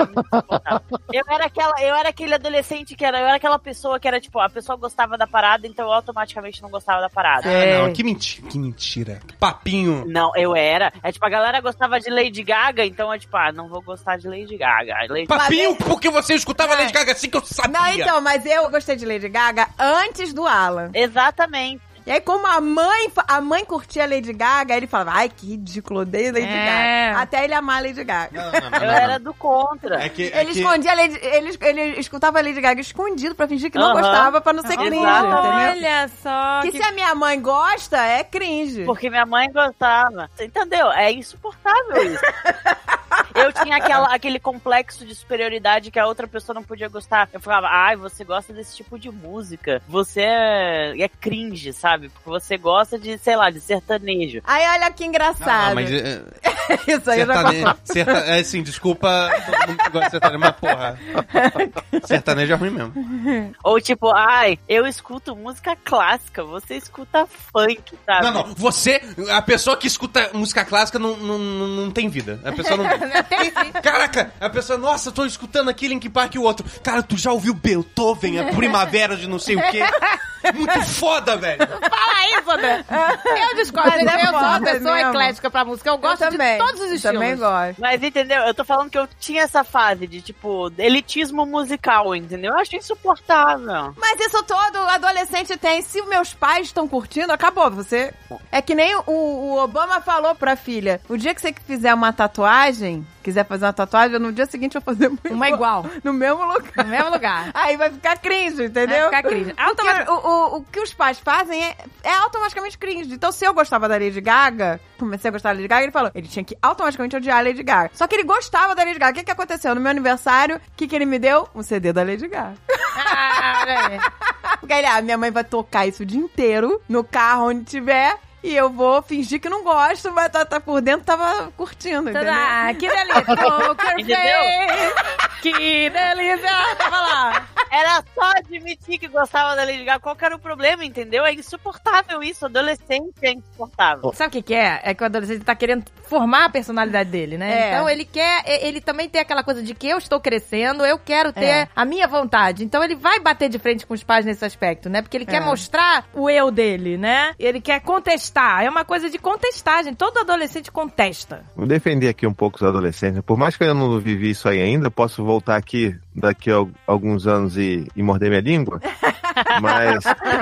Eu era aquele adolescente eu era aquela pessoa que era tipo, a pessoa gostava da parada, então eu automaticamente não gostava da parada. Ah, não, que mentira. Que papinho. Não, eu era. É tipo, a galera gostava de Lady Gaga, então é tipo, não vou gostar de Lady Gaga. Papinho porque você escutava Lady Gaga assim que eu sabia. Não, então, mas eu gostei de Lady Gaga antes do Alan. Exatamente. E aí, como a mãe curtia Lady Gaga, ele falava, ai, que ridículo, odeio Lady Gaga. Até ele amar Lady Gaga. Não. Eu era do contra. Ele escondia ele escutava a Lady Gaga escondido pra fingir que não gostava, pra não ser cringe, entendeu? Olha só. Que se a minha mãe gosta, é cringe. Porque minha mãe gostava. Entendeu? É insuportável isso. Eu tinha aquele complexo de superioridade que a outra pessoa não podia gostar. Eu falava, você gosta desse tipo de música. Você é cringe, sabe? Porque você gosta de, sei lá, de sertanejo. Aí, olha que engraçado. Não, mas... Isso aí já assim, desculpa todo mundo que gosta de sertanejo, mas porra. Sertanejo é ruim mesmo. Ou tipo, eu escuto música clássica, você escuta funk, sabe? Não, a pessoa que escuta música clássica não tem vida. A pessoa não Caraca, a pessoa, nossa, tô escutando aqui Linkin Park e o outro. Cara, tu já ouviu Beethoven, a primavera de não sei o quê? Muito foda, velho. Fala isso, André. Eu discordo. Eu sou uma pessoa eclética pra música. Eu gosto de todos os estilos. Também gosto. Mas entendeu? Eu tô falando que eu tinha essa fase de, tipo, elitismo musical, entendeu? Eu acho insuportável. Mas isso todo adolescente tem. Se meus pais estão curtindo, acabou. Você... É que nem o Obama falou pra filha. O dia que você fizer uma tatuagem, quiser fazer uma tatuagem, no dia seguinte eu vou fazer uma igual. No mesmo lugar. No mesmo lugar. Aí vai ficar cringe, entendeu? Vai ficar cringe. O que os pais fazem é automaticamente cringe. Então, se eu gostava da Lady Gaga, comecei a gostar da Lady Gaga, ele falou, ele tinha que automaticamente odiar a Lady Gaga. Só que ele gostava da Lady Gaga. O que aconteceu? No meu aniversário, o que ele me deu? Um CD da Lady Gaga. Olha aí. Porque ele, minha mãe vai tocar isso o dia inteiro, no carro, onde tiver... E eu vou fingir que não gosto, mas tá por dentro tava curtindo, entendeu? Que delícia! Entendeu? Que delícia! Tava lá. Era só admitir que gostava da Lady Gaga. Qual que era o problema, entendeu? É insuportável isso. Adolescente é insuportável. Sabe o que é? É que o adolescente tá querendo formar a personalidade dele, né? Então ele também tem aquela coisa de que eu estou crescendo, eu quero ter a minha vontade. Então ele vai bater de frente com os pais nesse aspecto, né? Porque ele quer mostrar o eu dele, né? Ele quer contestar. É uma coisa de contestagem. Todo adolescente contesta. Vou defender aqui um pouco os adolescentes. Por mais que eu não vivi isso aí ainda, posso voltar aqui daqui a alguns anos e morder minha língua. Mas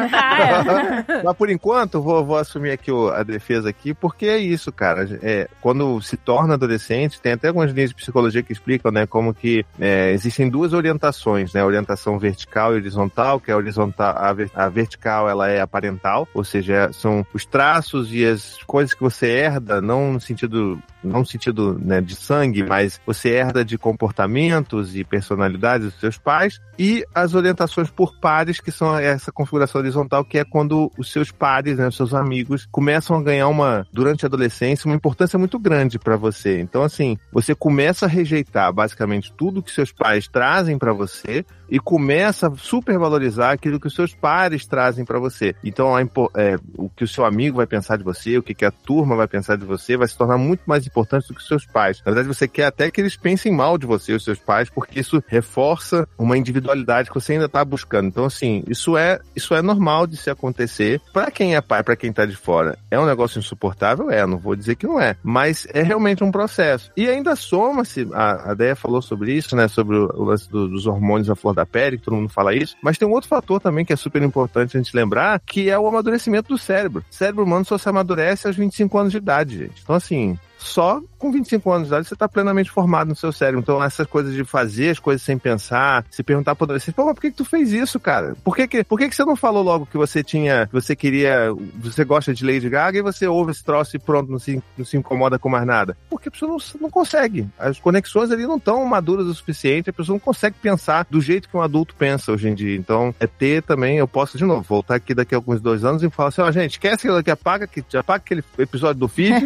por enquanto vou assumir aqui a defesa aqui, porque é isso, cara. Quando se torna adolescente, tem até algumas linhas de psicologia que explicam, né, como que existem duas orientações, né, a orientação vertical e horizontal, que a horizontal, a vertical, ela é a parental, ou seja, são os traços e as coisas que você herda, não no sentido, né, de sangue, mas você herda de comportamentos e personalidades dos seus pais, e as orientações por pares, que são essa configuração horizontal, que é quando os seus pares, né, os seus amigos, começam a ganhar durante a adolescência, uma importância muito grande pra você. Então, assim, você começa a rejeitar basicamente tudo que seus pais trazem pra você e começa a supervalorizar aquilo que os seus pares trazem pra você. Então, o que o seu amigo vai pensar de você, o que a turma vai pensar de você, vai se tornar muito mais importante do que os seus pais. Na verdade, você quer até que eles pensem mal de você, os seus pais, porque isso reforça uma individualidade que você ainda tá buscando. Então, assim, Isso é normal de se acontecer. Pra quem é pai, pra quem tá de fora, é um negócio insuportável? Não vou dizer que não é. Mas é realmente um processo. E ainda soma-se, a Deia falou sobre isso, né? Sobre o lance dos hormônios à flor da pele, que todo mundo fala isso. Mas tem um outro fator também que é super importante a gente lembrar, que é o amadurecimento do cérebro. O cérebro humano só se amadurece aos 25 anos de idade, gente. Então, assim, só com 25 anos de idade você está plenamente formado no seu cérebro. Então, essas coisas de fazer as coisas sem pensar, se perguntar pro adolescente, pô, mas por que tu fez isso, cara? Por que você não falou logo que você gosta de Lady Gaga e você ouve esse troço e pronto, não se incomoda com mais nada? Porque a pessoa não consegue. As conexões ali não estão maduras o suficiente, a pessoa não consegue pensar do jeito que um adulto pensa hoje em dia. Então, é ter também, eu posso, de novo, voltar aqui daqui a alguns 2 anos e falar assim, gente, esquece que apaga aquele episódio do feed.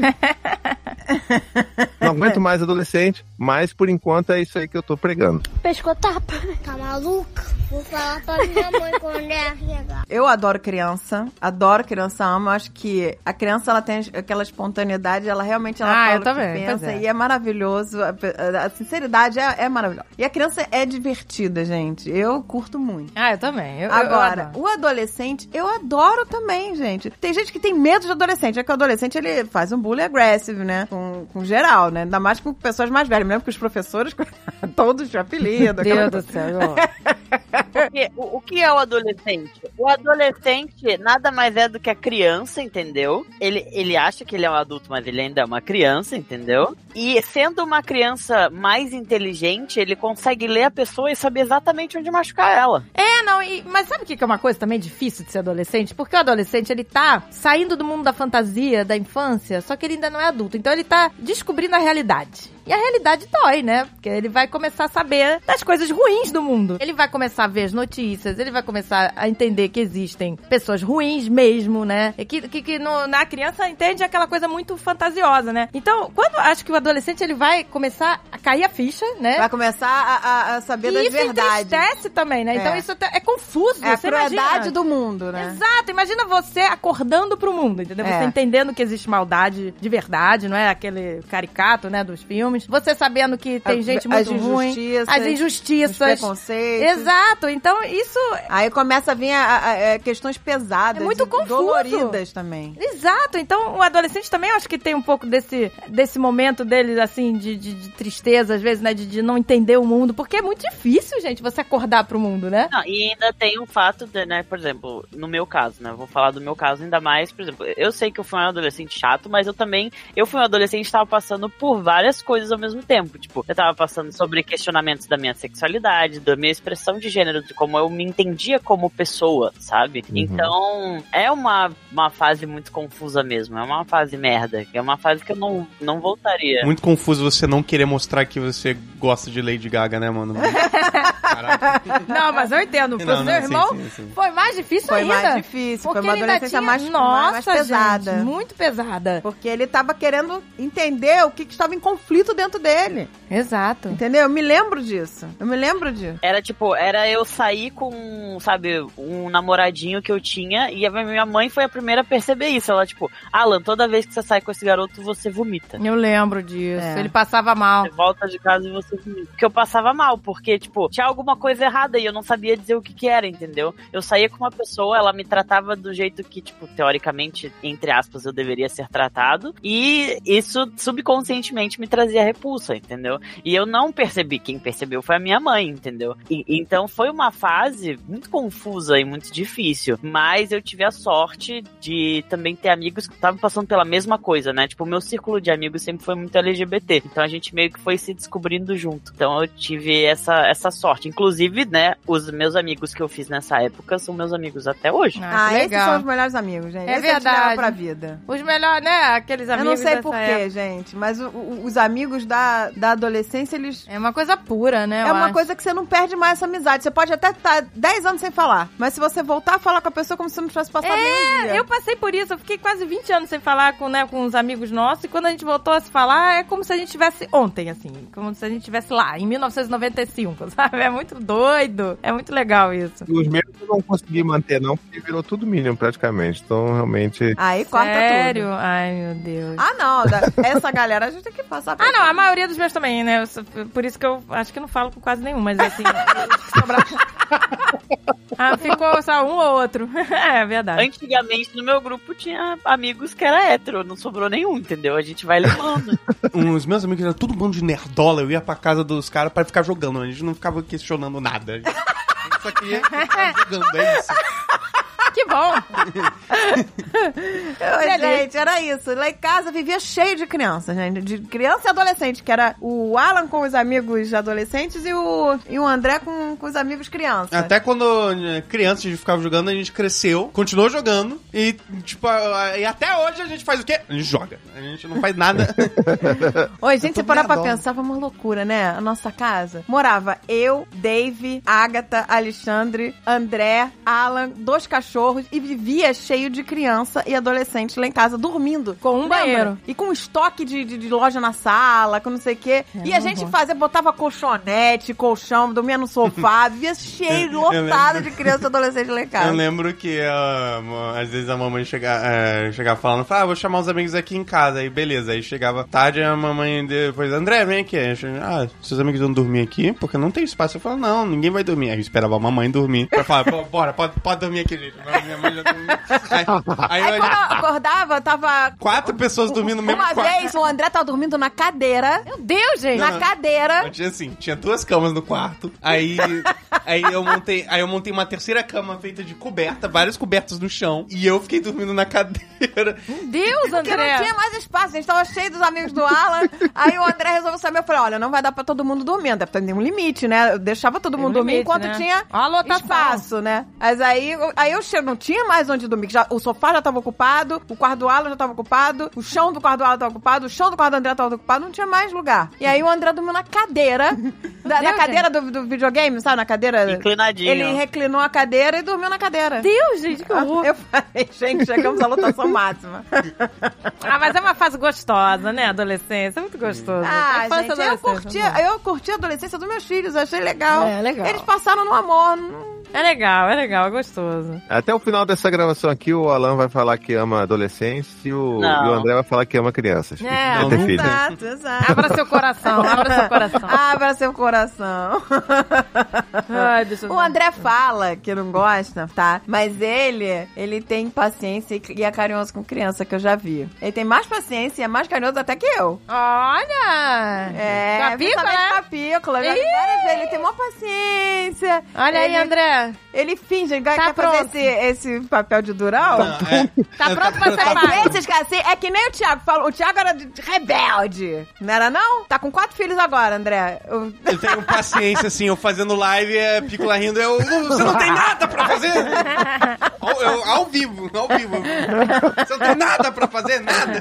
Não aguento mais adolescente, mas por enquanto é isso aí que eu tô pregando. Pescotapa. Tá maluca? Vou falar pra minha mãe quando ela chegar. Eu adoro criança, amo. Acho que a criança, ela tem aquela espontaneidade, ela realmente fala eu o também, que pensa, pois é. e é maravilhoso. A sinceridade é maravilhosa. E a criança é divertida, gente. Eu curto muito. Eu também. Agora, eu o adolescente, eu adoro também, gente. Tem gente que tem medo de adolescente. É que o adolescente, ele faz um bullying agressivo, né? Com geral, né? Ainda mais com pessoas mais velhas. Me lembro que os professores, todos de apelido. Deus do céu. Porque o que é o adolescente? O adolescente nada mais é do que a criança, entendeu? Ele acha que ele é um adulto, mas ele ainda é uma criança, entendeu? E sendo uma criança mais inteligente, ele consegue ler a pessoa e saber exatamente onde machucar ela. Mas sabe o que é uma coisa também difícil de ser adolescente? Porque o adolescente, ele tá saindo do mundo da fantasia, da infância, só que ele ainda não é adulto. Então ele tá descobrindo a realidade. E a realidade dói, né? Porque ele vai começar a saber das coisas ruins do mundo. Ele vai começar a ver as notícias, ele vai começar a entender que existem pessoas ruins mesmo, né? E que na criança entende aquela coisa muito fantasiosa, né? Então, quando acho que o adolescente, ele vai começar a cair a ficha, né? Vai começar a saber das verdades. E isso entristece também, né? Então isso é confuso. É a você crueldade imagina do mundo, né? Exato. Imagina você acordando pro mundo, entendeu? Você entendendo que existe maldade de verdade, não é aquele caricato, né, dos filmes. Você sabendo que tem gente muito ruim. As injustiças. Os preconceitos. Exato. Então, isso... Aí começa a vir questões pesadas. É muito confuso. Doloridas também. Exato. Então, o adolescente também, eu acho que tem um pouco desse momento dele, assim, de tristeza, às vezes, né? De não entender o mundo. Porque é muito difícil, gente, você acordar pro mundo, né? Não, e ainda tem um fato, né? Por exemplo, no meu caso, né? Eu vou falar do meu caso ainda mais. Por exemplo, eu sei que eu fui um adolescente chato, mas eu fui um adolescente que estava passando por várias coisas ao mesmo tempo. Tipo, eu tava passando sobre questionamentos da minha sexualidade, da minha expressão de gênero, de como eu me entendia como pessoa, sabe? Uhum. Então, é uma fase muito confusa mesmo. É uma fase merda. É uma fase que eu não voltaria. Muito confuso você não querer mostrar que você gosta de Lady Gaga, né, mano? Caraca. Não, mas eu entendo. Pro seu irmão, sim. Foi mais difícil ainda. Foi mais difícil. Foi uma adolescência mais pesada. Gente, muito pesada. Porque ele tava querendo entender o que estava em conflito dentro dele. Exato. Entendeu? Eu me lembro disso. Era eu sair com, sabe, um namoradinho que eu tinha e a minha mãe foi a primeira a perceber isso. Ela, tipo, Alan, toda vez que você sai com esse garoto, você vomita. Eu lembro disso. Ele passava mal. Você volta de casa e você vomita. Porque eu passava mal, porque, tipo, tinha alguma coisa errada e eu não sabia dizer o que era, entendeu? Eu saía com uma pessoa, ela me tratava do jeito que, tipo, teoricamente, entre aspas, eu deveria ser tratado. E isso subconscientemente me trazia repulsa, entendeu? E eu não percebi. Quem percebeu foi a minha mãe, entendeu? Então foi uma fase muito confusa e muito difícil. Mas eu tive a sorte de também ter amigos que estavam passando pela mesma coisa, né? Tipo, o meu círculo de amigos sempre foi muito LGBT. Então a gente meio que foi se descobrindo junto. Então eu tive essa sorte. Inclusive, né, os meus amigos que eu fiz nessa época são meus amigos até hoje. Esses são os melhores amigos, gente. É verdade. Pra vida. Os melhores, né? Aqueles amigos. Eu não sei porquê, gente, mas os amigos da adolescência, eles... É uma coisa pura, né? É uma coisa que você não perde mais essa amizade. Você pode até estar 10 anos sem falar, mas se você voltar a falar com a pessoa como se não tivesse passado nenhum dia. Eu passei por isso. Eu fiquei quase 20 anos sem falar com os amigos nossos, e quando a gente voltou a se falar, é como se a gente tivesse ontem, assim. Como se a gente estivesse lá, em 1995, sabe? É muito doido. É muito legal isso. Os meus eu não consegui manter, não, porque virou tudo mínimo, praticamente. Então, realmente... Aí corta tudo. Sério? Ai, meu Deus. Não. Essa galera a gente tem que passar pra não, a maioria dos meus também, né? Por isso que eu acho que não falo com quase nenhum, mas assim... Ficou só um ou outro. É verdade. Antigamente, no meu grupo, tinha amigos que era hétero. Não sobrou nenhum, entendeu? A gente vai lembrando. Os meus amigos eram todo mundo de nerdola. Eu ia pra casa dos caras pra ficar jogando. A gente não ficava questionando nada. A gente só queria ficar jogando, é isso. Que bom. Gente, era isso. Lá em casa vivia cheio de crianças, gente. De criança e adolescente, que era o Alan com os amigos adolescentes e o André com os amigos crianças. Até quando criança a gente ficava jogando, a gente cresceu, continuou jogando e, tipo, e até hoje a gente faz o quê? A gente joga. A gente não faz nada. Oi, gente, tô você parar pra nerdola. pensar, foi uma loucura, né? A nossa casa. Morava eu, Dave, Agatha, Alexandre, André, Alan, 2 cachorros e vivia cheio de criança e adolescente lá em casa, dormindo. Com um Lembra? banheiro. E com estoque de loja na sala, com não sei o quê. E a gente botava colchonete, colchão, dormia no sofá, vivia cheio, lotado de criança e adolescente lá em casa. Eu lembro que às vezes a mamãe chegava falando, vou chamar os amigos aqui em casa. Aí beleza, aí chegava tarde a mamãe depois, André, vem aqui. Aí eu, seus amigos vão dormir aqui? Porque não tem espaço. Eu falo, não, ninguém vai dormir. Aí eu esperava a mamãe dormir. Eu falava, bora, pode dormir aqui, gente. Minha mãe já dormiu. Aí Quando eu acordava, tava 4 pessoas dormindo no mesmo uma quarto. vez, o André tava dormindo na cadeira. Meu Deus, gente. Na cadeira. Eu tinha assim, tinha 2 camas no quarto. Aí eu montei uma terceira cama feita de coberta, várias cobertas no chão. E eu fiquei dormindo na cadeira. Meu Deus, Porque André. não tinha mais espaço, a gente tava cheio dos amigos do Alan. Aí o André resolveu saber, eu falei, olha, não vai dar pra todo mundo dormir, deve ter um limite, né? Eu deixava todo mundo dormir limite, enquanto né? tinha Ó, lotação. espaço, né? Mas aí eu chego, não tinha mais onde dormir, o sofá já tava ocupado, o quarto do Alan já tava ocupado, o chão do quarto do Alan tava ocupado, o chão do quarto do André tava ocupado, não tinha mais lugar. E aí o André dormiu na cadeira, na cadeira do videogame, sabe? Na cadeira... Inclinadinho. Ele reclinou a cadeira e dormiu na cadeira. Deus, gente, que horror. Eu falei, gente, chegamos à lotação máxima. Mas é uma fase gostosa, né? Adolescência, é muito gostoso. Ah, Infância, gente, adolescência, eu curti a adolescência dos meus filhos, eu achei legal. É, legal. Eles passaram no amor. É legal, é gostoso. Até o final dessa gravação aqui, o Alan vai falar que ama adolescentes e o André vai falar que ama crianças. É, Vai ter filho. Exato. Abra seu coração, abra seu coração. Abra seu coração. Ai, deixa eu O André fala que não gosta, tá? Mas ele tem paciência e é carinhoso com criança, que eu já vi. Ele tem mais paciência e é mais carinhoso até que eu. Olha! É, Com a pícola, principalmente né? com a pícola. Já vi várias vezes, ele tem maior paciência. Olha aí, André. Ele finge, quer Tá fazer pronto. esse papel de durão? Tá pronto pra ser Às pai. vezes, cara, assim, é que nem o Thiago falou. O Thiago era de rebelde. Não era, não? Tá com 4 filhos agora, André. Eu tenho paciência, assim, eu fazendo live, Pícola rindo, você não tem nada pra fazer? Ao vivo. Você não tem nada pra fazer, nada.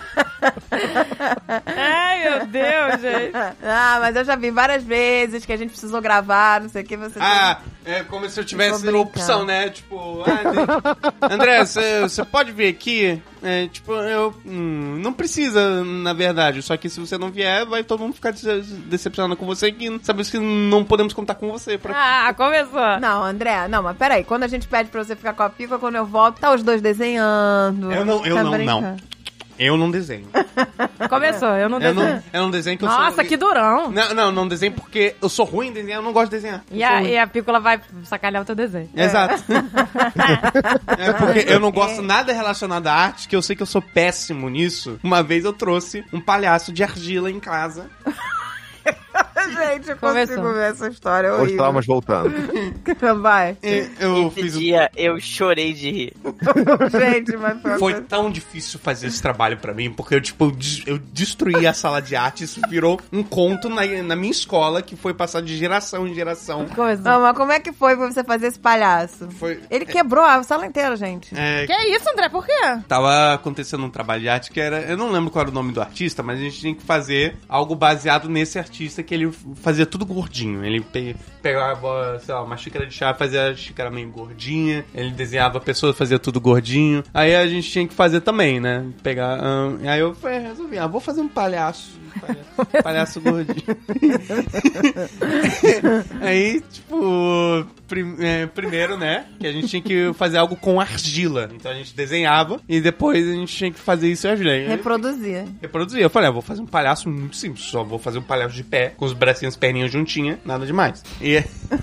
Ai, meu Deus, gente. Ah, mas eu já vi várias vezes que a gente precisou gravar, não sei o que, você... É como se eu tivesse Tô brincando. opção, né? Tipo, André, você pode vir aqui? Não precisa, na verdade. Só que se você não vier, vai todo mundo ficar decepcionado com você e sabe que não podemos contar com você. Começou. Não, André, não, mas peraí. Quando a gente pede pra você ficar com a Pico, quando eu volto, tá os dois desenhando. Eu não. brincando. Eu não desenho. Começou, eu não desenho. Eu não desenho que eu sou... Nossa, que durão. Não desenho porque eu sou ruim em desenhar, eu não gosto de desenhar. E a Pícola vai sacanear o teu desenho. Exato. Porque eu não gosto nada relacionado à arte, que eu sei que eu sou péssimo nisso. Uma vez eu trouxe um palhaço de argila em casa. Gente, eu Começou. consigo ver essa história. É Os horrível. traumas voltando. Vai. Eu Esse fiz dia eu chorei de rir. Gente, mas foi... Foi tão difícil fazer esse trabalho pra mim, porque eu destruí a sala de arte, isso virou um conto na minha escola, que foi passado de geração em geração. Coisa. Não, mas como é que foi pra você fazer esse palhaço? Ele quebrou a sala inteira, gente. Que isso, André? Por quê? Tava acontecendo um trabalho de arte que era... Eu não lembro qual era o nome do artista, mas a gente tinha que fazer algo baseado nesse artista, que ele fazia tudo gordinho. Ele pegava, sei lá, uma xícara de chá, fazia a xícara meio gordinha. Ele desenhava a pessoa, fazia tudo gordinho. Aí a gente tinha que fazer também, né? Pegar... aí eu resolvi, vou fazer um palhaço. Palhaço gordinho. Aí, tipo... primeiro, né, que a gente tinha que fazer algo com argila. Então a gente desenhava e depois a gente tinha que fazer isso em argila. Reproduzia. Eu falei, vou fazer um palhaço muito simples. Só vou fazer um palhaço de pé, com os bracinhos, perninhas juntinhas, nada demais. E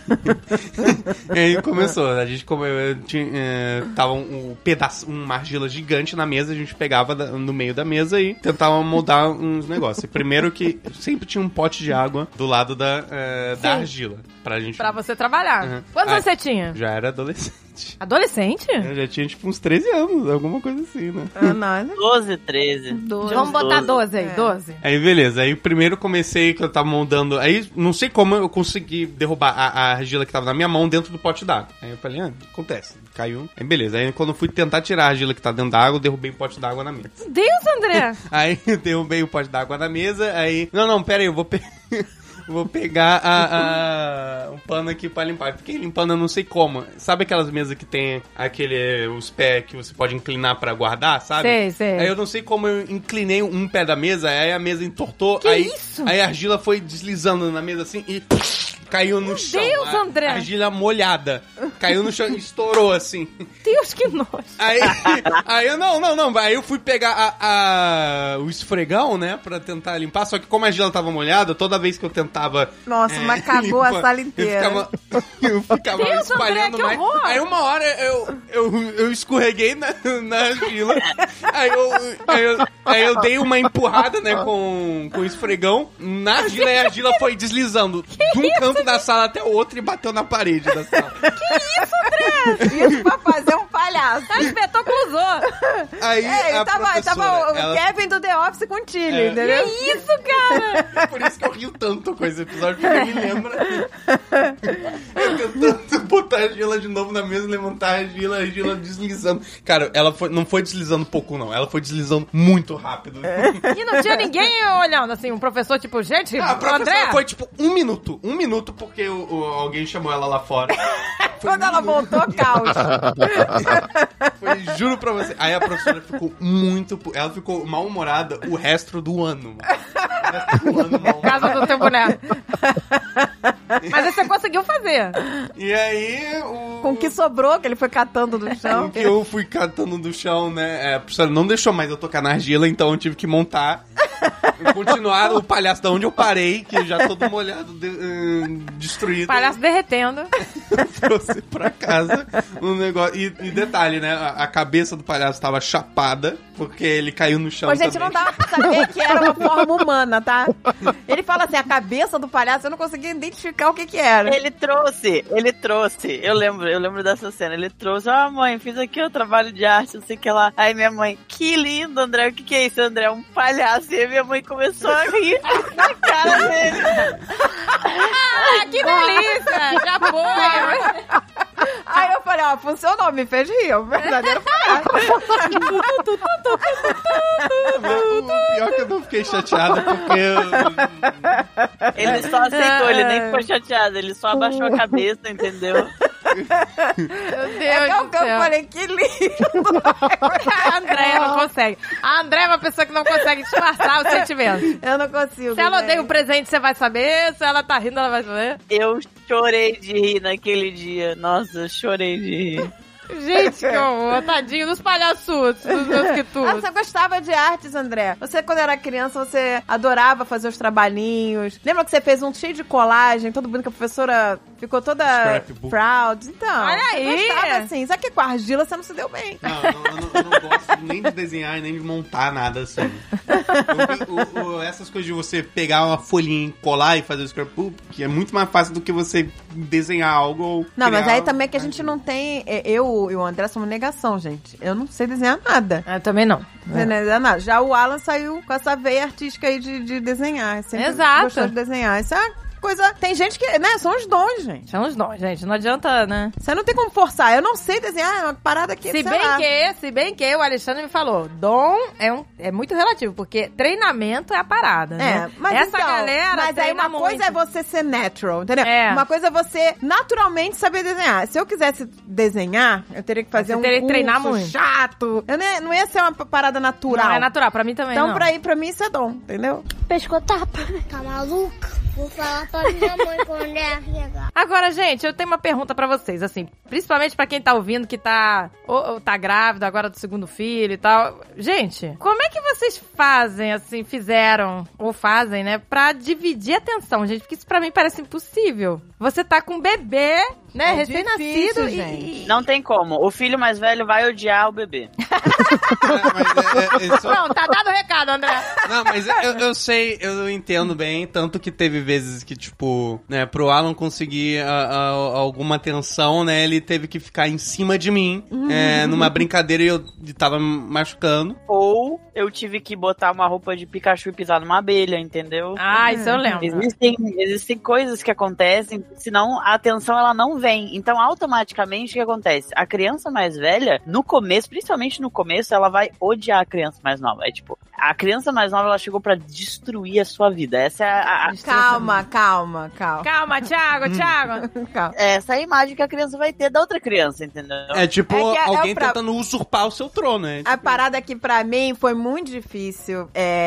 aí começou. A gente tava uma argila gigante na mesa, a gente pegava no meio da mesa e tentava moldar uns negócios. E primeiro que sempre tinha um pote de água do lado da argila. Pra você trabalhar. Quantos anos você tinha? Já era adolescente. Adolescente? Eu já tinha, tipo, uns 13 anos, alguma coisa assim, né? Não. 12, 13. Vamos botar 12 aí, 12. Aí, beleza. Aí, primeiro comecei, que eu tava moldando... Aí, não sei como eu consegui derrubar a argila que tava na minha mão dentro do pote d'água. Aí eu falei, acontece. Caiu. Aí, beleza. Aí, quando eu fui tentar tirar a argila que tá dentro da água, eu derrubei o pote d'água na mesa. Deus, André! Aí, eu derrubei o pote d'água na mesa, aí... Não, pera aí, eu vou vou pegar um pano aqui pra limpar. Fiquei limpando, eu não sei como. Sabe aquelas mesas que tem os pés que você pode inclinar pra guardar, sabe? Sei. Aí eu não sei como eu inclinei um pé da mesa, aí a mesa entortou. Isso? Aí a argila foi deslizando na mesa assim e caiu no chão. Deus, André! A argila molhada. Caiu no chão e estourou assim. Deus, que nojo. Aí eu não. Aí eu fui pegar o esfregão, né, pra tentar limpar. Só que como a argila tava molhada, toda vez que eu tentava... Nossa, mas cagou a sala inteira. Eu ficava Deus, espalhando André, que mais. horror. Aí uma hora eu escorreguei na argila. Aí eu dei uma empurrada, né, com o esfregão na argila e a argila foi deslizando de um canto da sala até o outro e bateu na parede da sala. Que isso, André? Isso pra fazer um palhaço. A espetaculosou. Aí a tava o ela... Kevin do The Office com o Chile, entendeu? Que isso, cara? Por isso que eu rio tanto com esse episódio, porque me lembra. Eu tentando botar a argila de novo na mesa, levantar a argila deslizando. Cara, ela não foi deslizando pouco, não. Ela foi deslizando muito rápido. E não tinha ninguém olhando, assim, um professor, tipo, gente, A professora André... foi, tipo, um minuto, porque alguém chamou ela lá fora. Quando ela voltou, caos. Juro pra você. Aí a professora ficou ela ficou mal-humorada o resto do ano, mano. Casa do teu boneco. Mas você conseguiu fazer. E aí, Com o que sobrou, que ele foi catando do chão. O que eu fui catando do chão, né? A professora não deixou mais eu tocar na argila, então eu tive que montar. Continuar o palhaço da onde eu parei, que já todo molhado, destruído. Palhaço derretendo. Trouxe pra casa um negócio. E detalhe, né? A cabeça do palhaço tava chapada, porque ele caiu no chão. Mas, gente, também. não dava pra saber que era uma forma humana, tá? Ele fala assim, a cabeça do palhaço, eu não conseguia identificar o que era. Ele trouxe. Eu lembro dessa cena. Ele trouxe, mãe, fiz aqui o trabalho de arte, não sei o que lá. Aí minha mãe, que lindo, André, o que é isso, André? Um palhaço. E aí minha mãe começou a rir na cara dele. Que delícia! Já foi! Aí eu falei, funcionou, me fez rir, o verdadeiro palhaço. O pior é que eu não fiquei chateado, porque ele só aceitou, ele nem ficou chateado, ele só abaixou a cabeça, entendeu? Meu Deus do céu. Eu falei, que lindo. A Andréia não consegue. A Andréia é uma pessoa que não consegue disfarçar os sentimentos. Eu não consigo. Se ela odeia o presente, você vai saber. Se ela tá rindo, ela vai saber. Eu chorei de rir naquele dia. Nossa, eu chorei de rir. Gente, que horror. Tadinho dos palhaçudos, dos meus quitudos. Você gostava de artes, André? Você, quando era criança, você adorava fazer os trabalhinhos. Lembra que você fez um cheio de colagem, todo bonito, que a professora ficou toda proud? Então, olha aí. Você gostava assim. Só que com a argila você não se deu bem. Eu não gosto nem de desenhar e nem de montar nada assim. Essas coisas de você pegar uma folhinha e colar e fazer o scrapbook, que é muito mais fácil do que você desenhar algo ou não, mas aí algo. também é que a gente não tem... Eu e o André somos negação, gente. Eu não sei desenhar nada. Eu também não. Não sei desenhar nada. Já o Alan saiu com essa veia artística aí de desenhar. Sempre exato. Gostou de desenhar. Isso é coisa... Tem gente que... né? São os dons, gente. São os dons, gente. Não adianta, né? Você não tem como forçar. Eu não sei desenhar. É uma parada que... Se bem que o Alexandre me falou, dom é muito relativo, porque treinamento é a parada, né? Mas essa então, galera mas aí uma muito. coisa é você ser natural, entendeu? É. Uma coisa é você naturalmente saber desenhar. Se eu quisesse desenhar, eu teria que fazer teria que curso treinar muito. chato. Não ia ser uma parada natural. Não é natural, pra mim também então, não. pra mim isso é dom, entendeu? Pescotapa. Tá maluca? Vou falar pra minha mãe quando ela chegar. Agora, gente, eu tenho uma pergunta pra vocês, assim, principalmente pra quem tá ouvindo que tá ou tá grávida agora do segundo filho e tal. Gente, como é que vocês fazem, assim, fizeram ou fazem, né, pra dividir a atenção, gente? Porque isso pra mim parece impossível. Você tá com um bebê, né, recém-nascido gente. Não tem como. O filho mais velho vai odiar o bebê. Não, tá dado o recado, André. Não, mas eu sei, eu entendo bem, tanto que teve vezes que, tipo, né, pro Alan conseguir alguma atenção, né, ele teve que ficar em cima de mim, numa brincadeira e eu tava me machucando. Ou eu tive que botar uma roupa de Pikachu e pisar numa abelha, entendeu? Ah, isso eu lembro. Existem coisas que acontecem, senão a atenção ela não vem. Então, automaticamente, o que acontece? A criança mais velha, no começo, principalmente no começo, ela vai odiar a criança mais nova. É tipo, a criança mais nova, ela chegou pra destruir a sua vida. Essa é a Calma. Calma, Thiago. Calma. Essa é a imagem que a criança vai ter da outra criança, entendeu? É tipo É que alguém tentando usurpar o seu trono, né? A parada aqui pra mim foi muito difícil,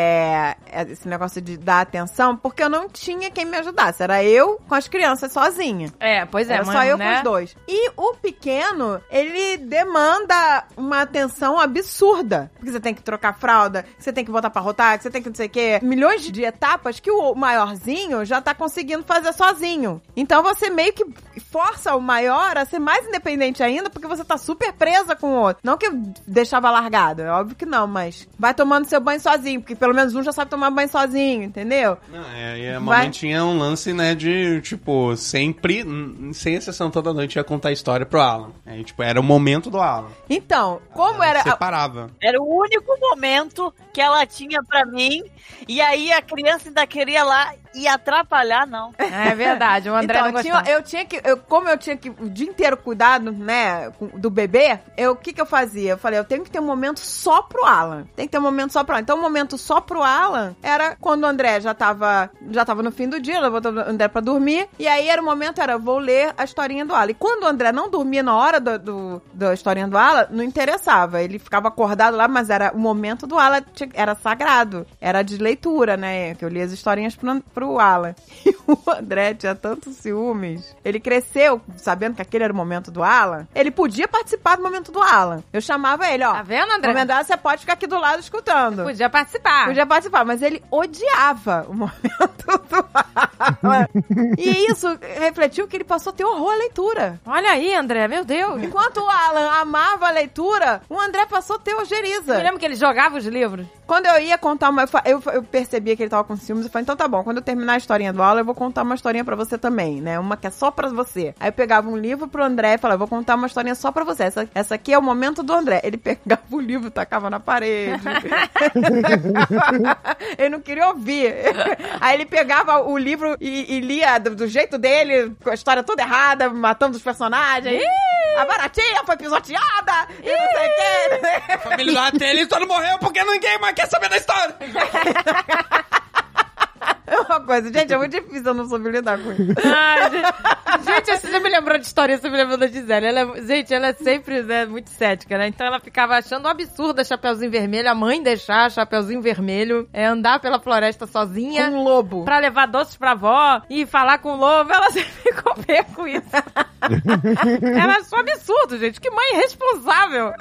esse negócio de dar atenção, porque eu não tinha quem me ajudasse. Era eu com as crianças sozinha. Pois é, Era mãe, só eu né? com os dois. E o pequeno, ele demanda uma atenção absurda. Porque você tem que trocar fralda, você tem que botar pra rotar, você tem que não sei o quê. Milhões de etapas que o maiorzinho já tá conseguindo fazer sozinho. Então você meio que força o maior a ser mais independente ainda, porque você tá super presa com o outro. Não que eu deixava largado, é óbvio que não, mas vai tomando seu banho sozinho, porque pelo menos um já sabe tomar banho sozinho, entendeu? Não, e a mamãe tinha um lance, né, de, tipo, sempre, sem exceção toda noite, ia contar a história pro Alan. Aí, tipo, era o momento do Alan. Então, como Ela era... separava. Era o único momento que ela tinha pra mim, e aí a criança ainda queria lá e atrapalhar, não. É verdade, o André Então, não gostava. como eu tinha que o dia inteiro cuidar, né, do bebê, o que eu fazia? Eu falei, eu tenho que ter um momento só pro Alan. Tem que ter um momento só pro Alan. Então, o momento só pro Alan era quando o André já tava no fim do dia, levou o André pra dormir, e aí eu vou ler a historinha do Alan. E quando o André não dormia na hora da historinha do Alan, não interessava. Ele ficava acordado lá, mas era o momento do Alan, era sagrado. Era de leitura, né, que eu lia as historinhas pro Alan. E o André tinha tantos ciúmes. Ele cresceu sabendo que aquele era o momento do Alan. Ele podia participar do momento do Alan. Eu chamava ele, ó. Tá vendo, André? No momento do Alan, você pode ficar aqui do lado escutando. Podia participar, mas ele odiava o momento do Alan. E isso refletiu que ele passou a ter horror à leitura. Olha aí, André, meu Deus. Enquanto o Alan amava a leitura, o André passou a ter ojeriza. Eu lembro que ele jogava os livros. Quando eu ia contar eu percebia que ele tava com ciúmes, eu falei, então tá bom, quando eu terminar a historinha do Alan, eu vou contar uma historinha pra você também, né? Uma que é só pra você. Aí eu pegava um livro pro André e falava, vou contar uma historinha só pra você. Essa aqui é o momento do André. Ele pegava o livro, tacava na parede. Ele não queria ouvir. Aí ele pegava o livro e lia do jeito dele, com a história toda errada, matando os personagens. A baratinha foi pisoteada e não sei o quê. A família do Ateli só não morreu porque ninguém mais quer saber da história. É uma coisa, gente, é muito difícil, eu não soube lidar com isso. Ai, gente, você me lembrou de história, você me lembrou da Gisele. Ela é sempre, né, muito cética, né? Então ela ficava achando um absurdo a Chapeuzinho Vermelho, a mãe deixar a Chapeuzinho Vermelho andar pela floresta sozinha. Com um lobo. Pra levar doces pra avó e falar com o lobo. Ela sempre ficou bem com isso. Era só absurdo, gente. Que mãe irresponsável.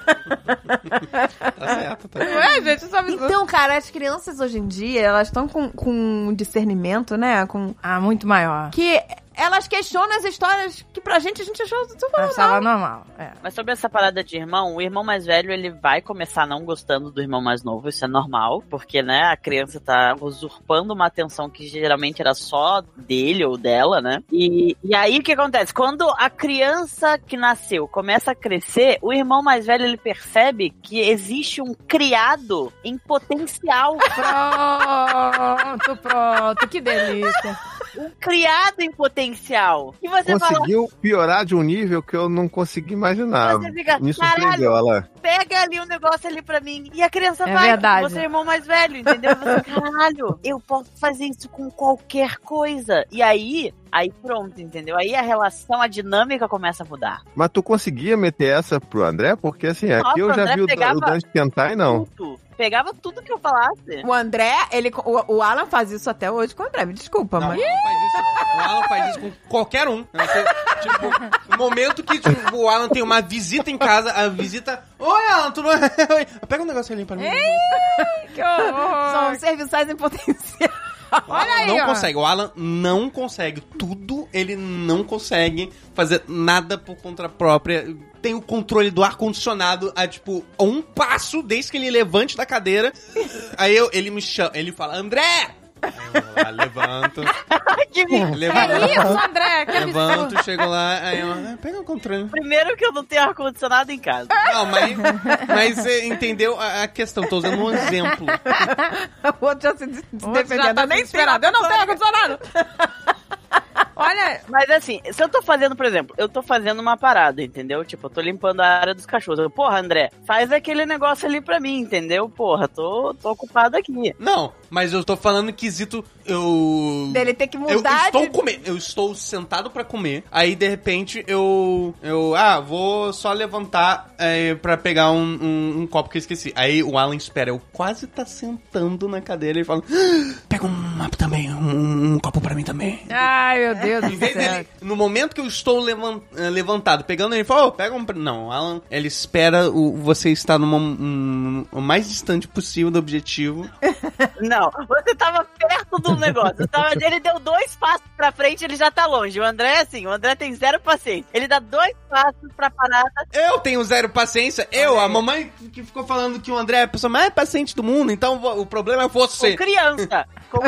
Tá certo, tá. Não é, gente? Isso é absurdo. Então, cara, as crianças hoje em dia, elas estão com um discernimento, né? Muito maior. Que elas questionam as histórias que pra gente a gente achou super normal. Achava normal, é. Mas sobre essa parada de irmão, o irmão mais velho, ele vai começar não gostando do irmão mais novo, isso é normal, porque, né, a criança tá usurpando uma atenção que geralmente era só dele ou dela, né? E aí o que acontece? Quando a criança que nasceu começa a crescer, o irmão mais velho, ele percebe que existe um criado em potencial. Pronto, que delícia. Um criado em potencial. E você conseguiu piorar de um nível que eu não consegui imaginar. Você fica, me surpreendeu, ela. Pega ali um negócio ali pra mim. E a criança vai, verdade. Você é o irmão mais velho, entendeu? Você, caralho, eu posso fazer isso com qualquer coisa. E aí, Aí pronto, entendeu? Aí a relação, a dinâmica começa a mudar. Mas tu conseguia meter essa pro André? Porque assim, Nossa, aqui eu já André vi o pegava Dan esquentar e não. Tudo. Pegava tudo que eu falasse. O André, o Alan faz isso até hoje com o André. Me desculpa, Não, mas... o Alan faz isso com qualquer um. Tipo, no momento que tipo, o Alan tem uma visita em casa, a visita... Oi, Alan, tudo bem? Pega um negócio ali pra mim. Que horror. São serviçais em potencial. Olha aí, Não ó. consegue. O Alan não consegue. Tudo ele não consegue fazer nada por conta própria. Tem o controle do ar-condicionado a, tipo, a um passo desde que ele levante da cadeira. Aí ele me chama, ele fala, André! Aí eu vou lá, levanto. Que Levanto. É isso, André, que absurdo. Levanto, chego lá, aí eu, pega o controle. Primeiro que eu não tenho ar-condicionado em casa. Não, mas você entendeu a questão, tô usando um exemplo. O outro já se Outro defendendo. já tá Eu nem desesperado. Eu não tenho ar-condicionado. Olha, Mas assim, se eu tô fazendo, por exemplo, eu tô fazendo uma parada, entendeu? Tipo, eu tô limpando a área dos cachorros. Eu, porra, André, faz aquele negócio ali pra mim, entendeu? Porra, tô ocupado aqui. Não, mas eu tô falando quesito, Dele ter que Eu mudar estou comendo, eu estou sentado pra comer, aí de repente vou só levantar pra pegar um copo que eu esqueci. Aí o Alan espera, eu quase tá sentando na cadeira e fala, pega um copo pra mim também. ai, meu Deus Em do vez céu. dele, no momento que eu estou levantado, pegando ele, fala, pega um... Não, Alan, ele espera você estar o mais distante possível do objetivo. Não, você tava perto do negócio. Ele deu 2 passos pra frente, ele já tá longe. O André, assim, o André tem 0 paciência. Ele dá 2 passos pra parada. Eu tenho 0 paciência. A mamãe que ficou falando que o André é a pessoa mais paciente do mundo, então o problema é você. Com criança.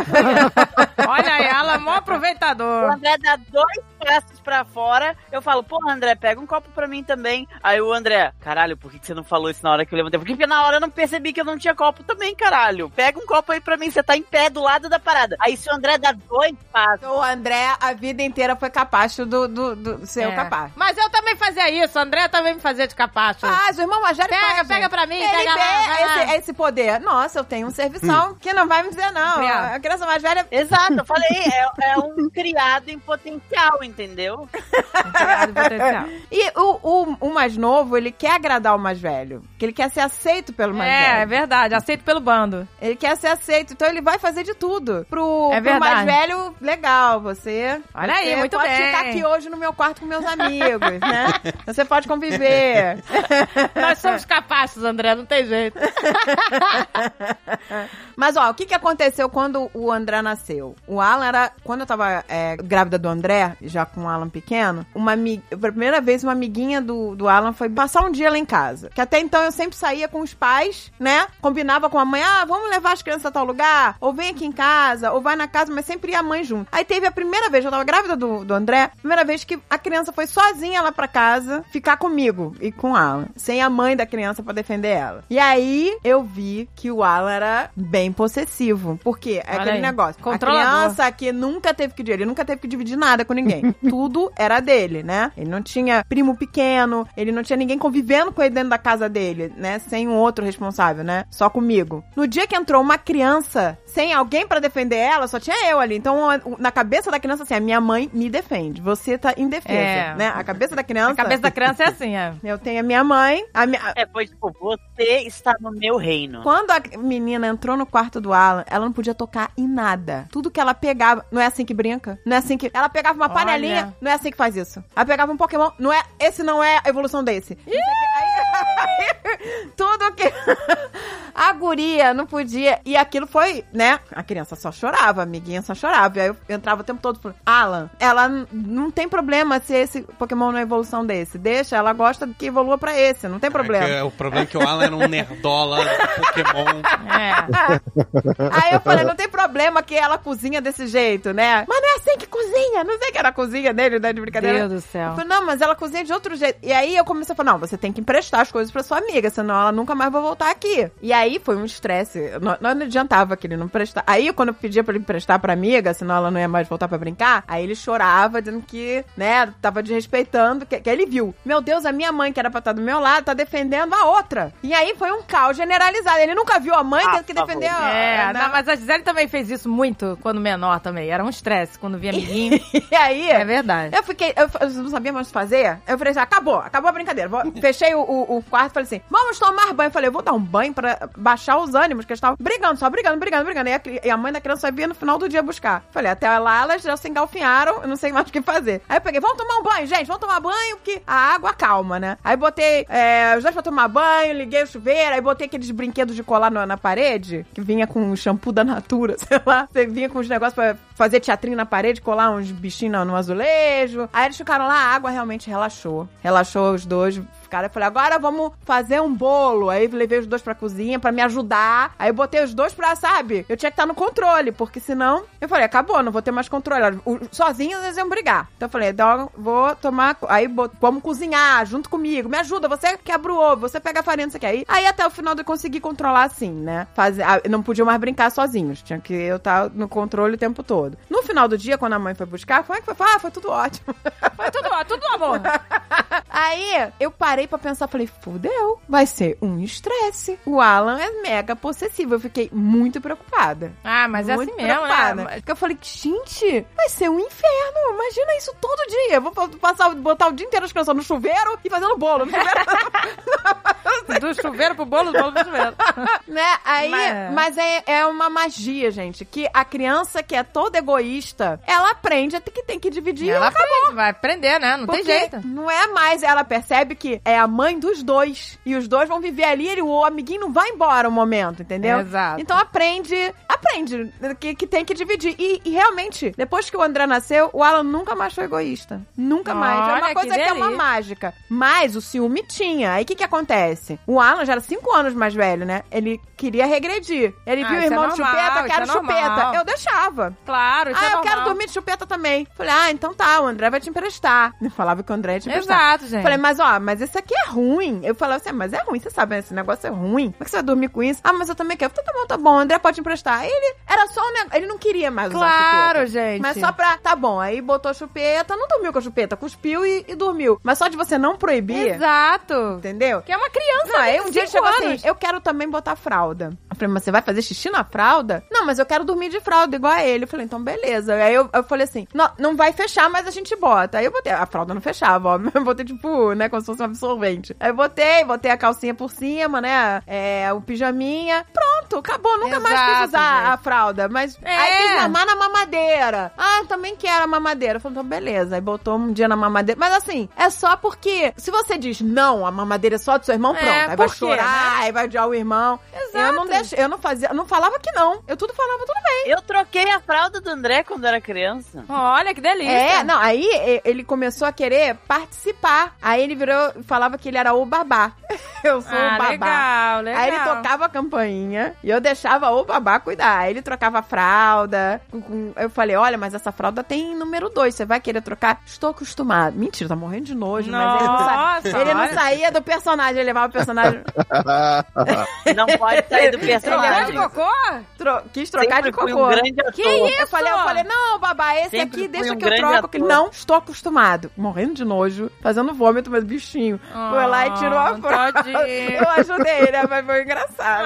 Olha aí, Alan, mó O aproveitador. André dá 2 passos pra fora. Eu falo, porra, André, pega um copo pra mim também. Aí o André, caralho, por que você não falou isso na hora que eu levantei? Porque na hora eu não percebi que eu não tinha copo também, caralho. Pega um copo aí pra mim, você tá em pé do lado da parada. Aí se o André dá 2 passos... O André, a vida inteira foi capacho do ser o capacho. Mas eu também fazia isso, o André também me fazia de capacho. Ah, o irmão Magério faz, Pega gente. pra mim, Ele pega lá, vai lá. tem esse poder. Nossa, eu tenho um serviçal que não vai me dizer não. Criado. A criança mais velha... Exato, eu falei, é um criado em potencial, entendeu? Criado potencial. E o mais novo, ele quer agradar o mais velho. Que ele quer ser aceito pelo mais É velho. verdade, aceito pelo bando. Ele quer ser aceito, então ele vai fazer de tudo. Pro É verdade. mais velho, legal, você... Olha aí, você muito pode bem. ficar aqui hoje no meu quarto com meus amigos, né? Você pode conviver. Nós somos capazes, André, não tem jeito. Mas, ó, o que aconteceu quando o André nasceu? O Alan era... Quando eu tava grávida do André, já com o Alan pequeno, pela primeira vez, uma amiguinha do Alan foi passar um dia lá em casa. Que até então eu sempre saía com os pais, né? Combinava com a mãe, vamos levar as crianças a tal lugar, ou vem aqui em casa, ou vai na casa, mas sempre ia a mãe junto. Aí teve a primeira vez, eu tava grávida do André, primeira vez que a criança foi sozinha lá pra casa ficar comigo e com o Alan, sem a mãe da criança pra defender ela. E aí eu vi que o Alan era bem possessivo. Por quê? É Olha aquele aí. negócio. Controlador. A criança que nunca teve que dividir, ele nunca teve que dividir nada com ninguém. Tudo era dele, né? Ele não tinha primo pequeno, ele não tinha ninguém convivendo com ele dentro da casa dele, né? Sem um outro responsável, né? Só comigo. No dia que entrou uma criança sem alguém pra defender ela, só tinha eu ali. Então, na cabeça da criança, assim, a minha mãe me defende. Você tá indefesa, né? A cabeça da criança... A cabeça da criança é assim, é. Eu tenho a minha mãe... Foi tipo, você está no meu reino. Quando a menina entrou no quarto do Alan, ela não podia tocar em nada. Tudo que ela pegava... Não é assim que brinca? Não é assim que... Ela pegava uma panelinha, Olha. não é assim que faz isso. Ela pegava um Pokémon, não é... Esse não é a evolução desse. Aí, tudo que... A guria não podia... E aquilo foi, né? A criança só chorava, a amiguinha só chorava. E aí eu entrava o tempo todo falando, Alan, ela não tem problema se esse Pokémon não é evolução desse. Deixa, ela gosta que evolua pra esse, não tem problema. O problema é que o Alan era um nerdola do Pokémon. Aí eu falei, não tem problema que ela cozinha desse jeito, né? Mas não é assim que cozinha. Não sei que era a cozinha dele, né? De brincadeira. Deus do céu. Eu falei, não, mas ela cozinha de outro jeito. E aí eu comecei a falar, não, você tem que emprestar as coisas pra sua amiga, senão ela nunca mais vai voltar aqui. E aí foi um estresse. Não adiantava que ele não prestar. Aí quando eu pedia pra ele emprestar pra amiga, senão ela não ia mais voltar pra brincar, aí ele chorava, dizendo que, né, tava desrespeitando, que ele viu. Meu Deus, a minha mãe, que era pra estar do meu lado, tá defendendo a outra. E aí foi um caos generalizado. Ele nunca viu a mãe tendo que defender a... Não, mas a Gisele também fez isso muito quando menor também. Era um estresse quando via amiguinho. Sim. E aí... É verdade. Eu não sabia mais o que fazer. Eu falei assim, acabou a brincadeira. Fechei o quarto e falei assim, vamos tomar banho. Eu falei, eu vou dar um banho pra baixar os ânimos, que eles estavam brigando, só brigando. E a mãe da criança vinha no final do dia buscar. Falei, até lá elas já se engalfinharam, eu não sei mais o que fazer. Aí eu peguei, vamos tomar um banho, gente, vamos tomar banho, que a água calma, né? Aí botei os dois pra tomar banho, liguei o chuveiro, aí botei aqueles brinquedos de colar na parede, que vinha com o shampoo da Natura, sei lá. Você vinha com os negócios pra fazer teatrinho na parede, colar uns bichinhos no azulejo. Aí eles ficaram lá, a água realmente relaxou. Relaxou os dois. Cara, eu falei, agora vamos fazer um bolo. Aí levei os dois pra cozinha pra me ajudar. Aí eu botei os dois pra, sabe? Eu tinha que estar no controle, porque senão... Eu falei, acabou, não vou ter mais controle. Sozinhos eles iam brigar. Então eu falei, vou tomar... Aí vamos cozinhar junto comigo. Me ajuda, você quebra o ovo, você pega a farinha, não sei o que. Aí até o final eu consegui controlar assim, né? Não podiam mais brincar sozinhos. Tinha que eu estar no controle o tempo todo. No final do dia, quando a mãe foi buscar, como é que foi? Foi tudo ótimo. Foi tudo amor. Aí eu parei pra pensar, falei, fudeu, vai ser um estresse. O Alan é mega possessivo. Eu fiquei muito preocupada. Ah, mas é assim mesmo, né? Porque eu falei, gente, vai ser um inferno. Imagina isso todo dia. Eu vou botar o dia inteiro as crianças no chuveiro e fazendo bolo. No chuveiro. Do chuveiro pro bolo, do bolo pro chuveiro. Né? Aí, mas é uma magia, gente, que a criança que é toda egoísta, ela aprende que tem que dividir. Ela aprende, vai aprender, né? Não tem jeito. Não é mais, ela percebe que é a mãe dos dois. E os dois vão viver ali e o amiguinho não vai embora um momento, entendeu? Exato. Então aprende que tem que dividir. E realmente, depois que o André nasceu, o Alan nunca mais foi egoísta. Nunca mais. É uma coisa que é uma mágica. Mas o ciúme tinha. Aí o que acontece? O Alan já era 5 anos mais velho, né? Ele queria regredir. Ele viu o irmão de chupeta, quero chupeta. Eu deixava. Claro, isso é normal. Eu quero dormir de chupeta também. Falei, então tá, o André vai te emprestar. Eu falava que o André ia te emprestar. Exato, gente. Falei, mas esse aqui é ruim. Eu falava assim, mas é ruim, você sabe, esse negócio é ruim. Como é que você vai dormir com isso? Mas eu também quero. Tá bom, o André pode te emprestar. Aí ele era só um negócio, ele não queria mais usar chupeta. Claro, gente. Mas só pra, tá bom, aí botou a chupeta, não dormiu com a chupeta, cuspiu e dormiu. Mas só de você não proibir. Exato. Entendeu? Que é uma criança. Não, aí um dia ele chegou anos. assim, eu quero também botar fralda. Eu falei, mas você vai fazer xixi na fralda? Não, mas eu quero dormir de fralda igual a ele. Eu falei, então beleza. Aí eu falei assim, não vai fechar, mas a gente bota. Aí eu botei, a fralda não fechava, ó. Eu botei tipo, né, como se fosse um absorvente. Aí eu botei a calcinha por cima, né, o pijaminha. Pronto, acabou. Nunca mais quis usar a fralda. Mas aí quis mamar na mamadeira. Também quero a mamadeira. Eu falei, então beleza. Aí botou um dia na mamadeira. Mas assim, é só porque se você diz não, a mamadeira é só do seu irmão, pronto. Aí vai chorar, né? Aí vai odiar o irmão. Exato. Eu não falava que não. Eu tudo falava tudo bem. Eu troquei a fralda do André quando era criança. Olha, que delícia. Aí ele começou a querer participar. Aí ele virou e falava que ele era o babá. Eu sou o babá. Legal. Aí ele tocava a campainha e eu deixava o babá cuidar. Aí ele trocava a fralda. Eu falei, olha, mas essa fralda tem número 2. Você vai querer trocar? Estou acostumado. Mentira, tá morrendo de nojo. Nossa, mas ele não saía do personagem. Ele levava o personagem... Não pode sair do personagem. Cocô? Quis trocar Sempre de cocô. fui um grande ator. Que isso? Eu falei, não, babá, esse Sempre aqui fui deixa um que eu grande troco. ator. Não, estou acostumado. Morrendo de nojo, fazendo vômito, mas bichinho. Foi lá e tirou a fralda. Eu ajudei, né? Mas foi engraçado.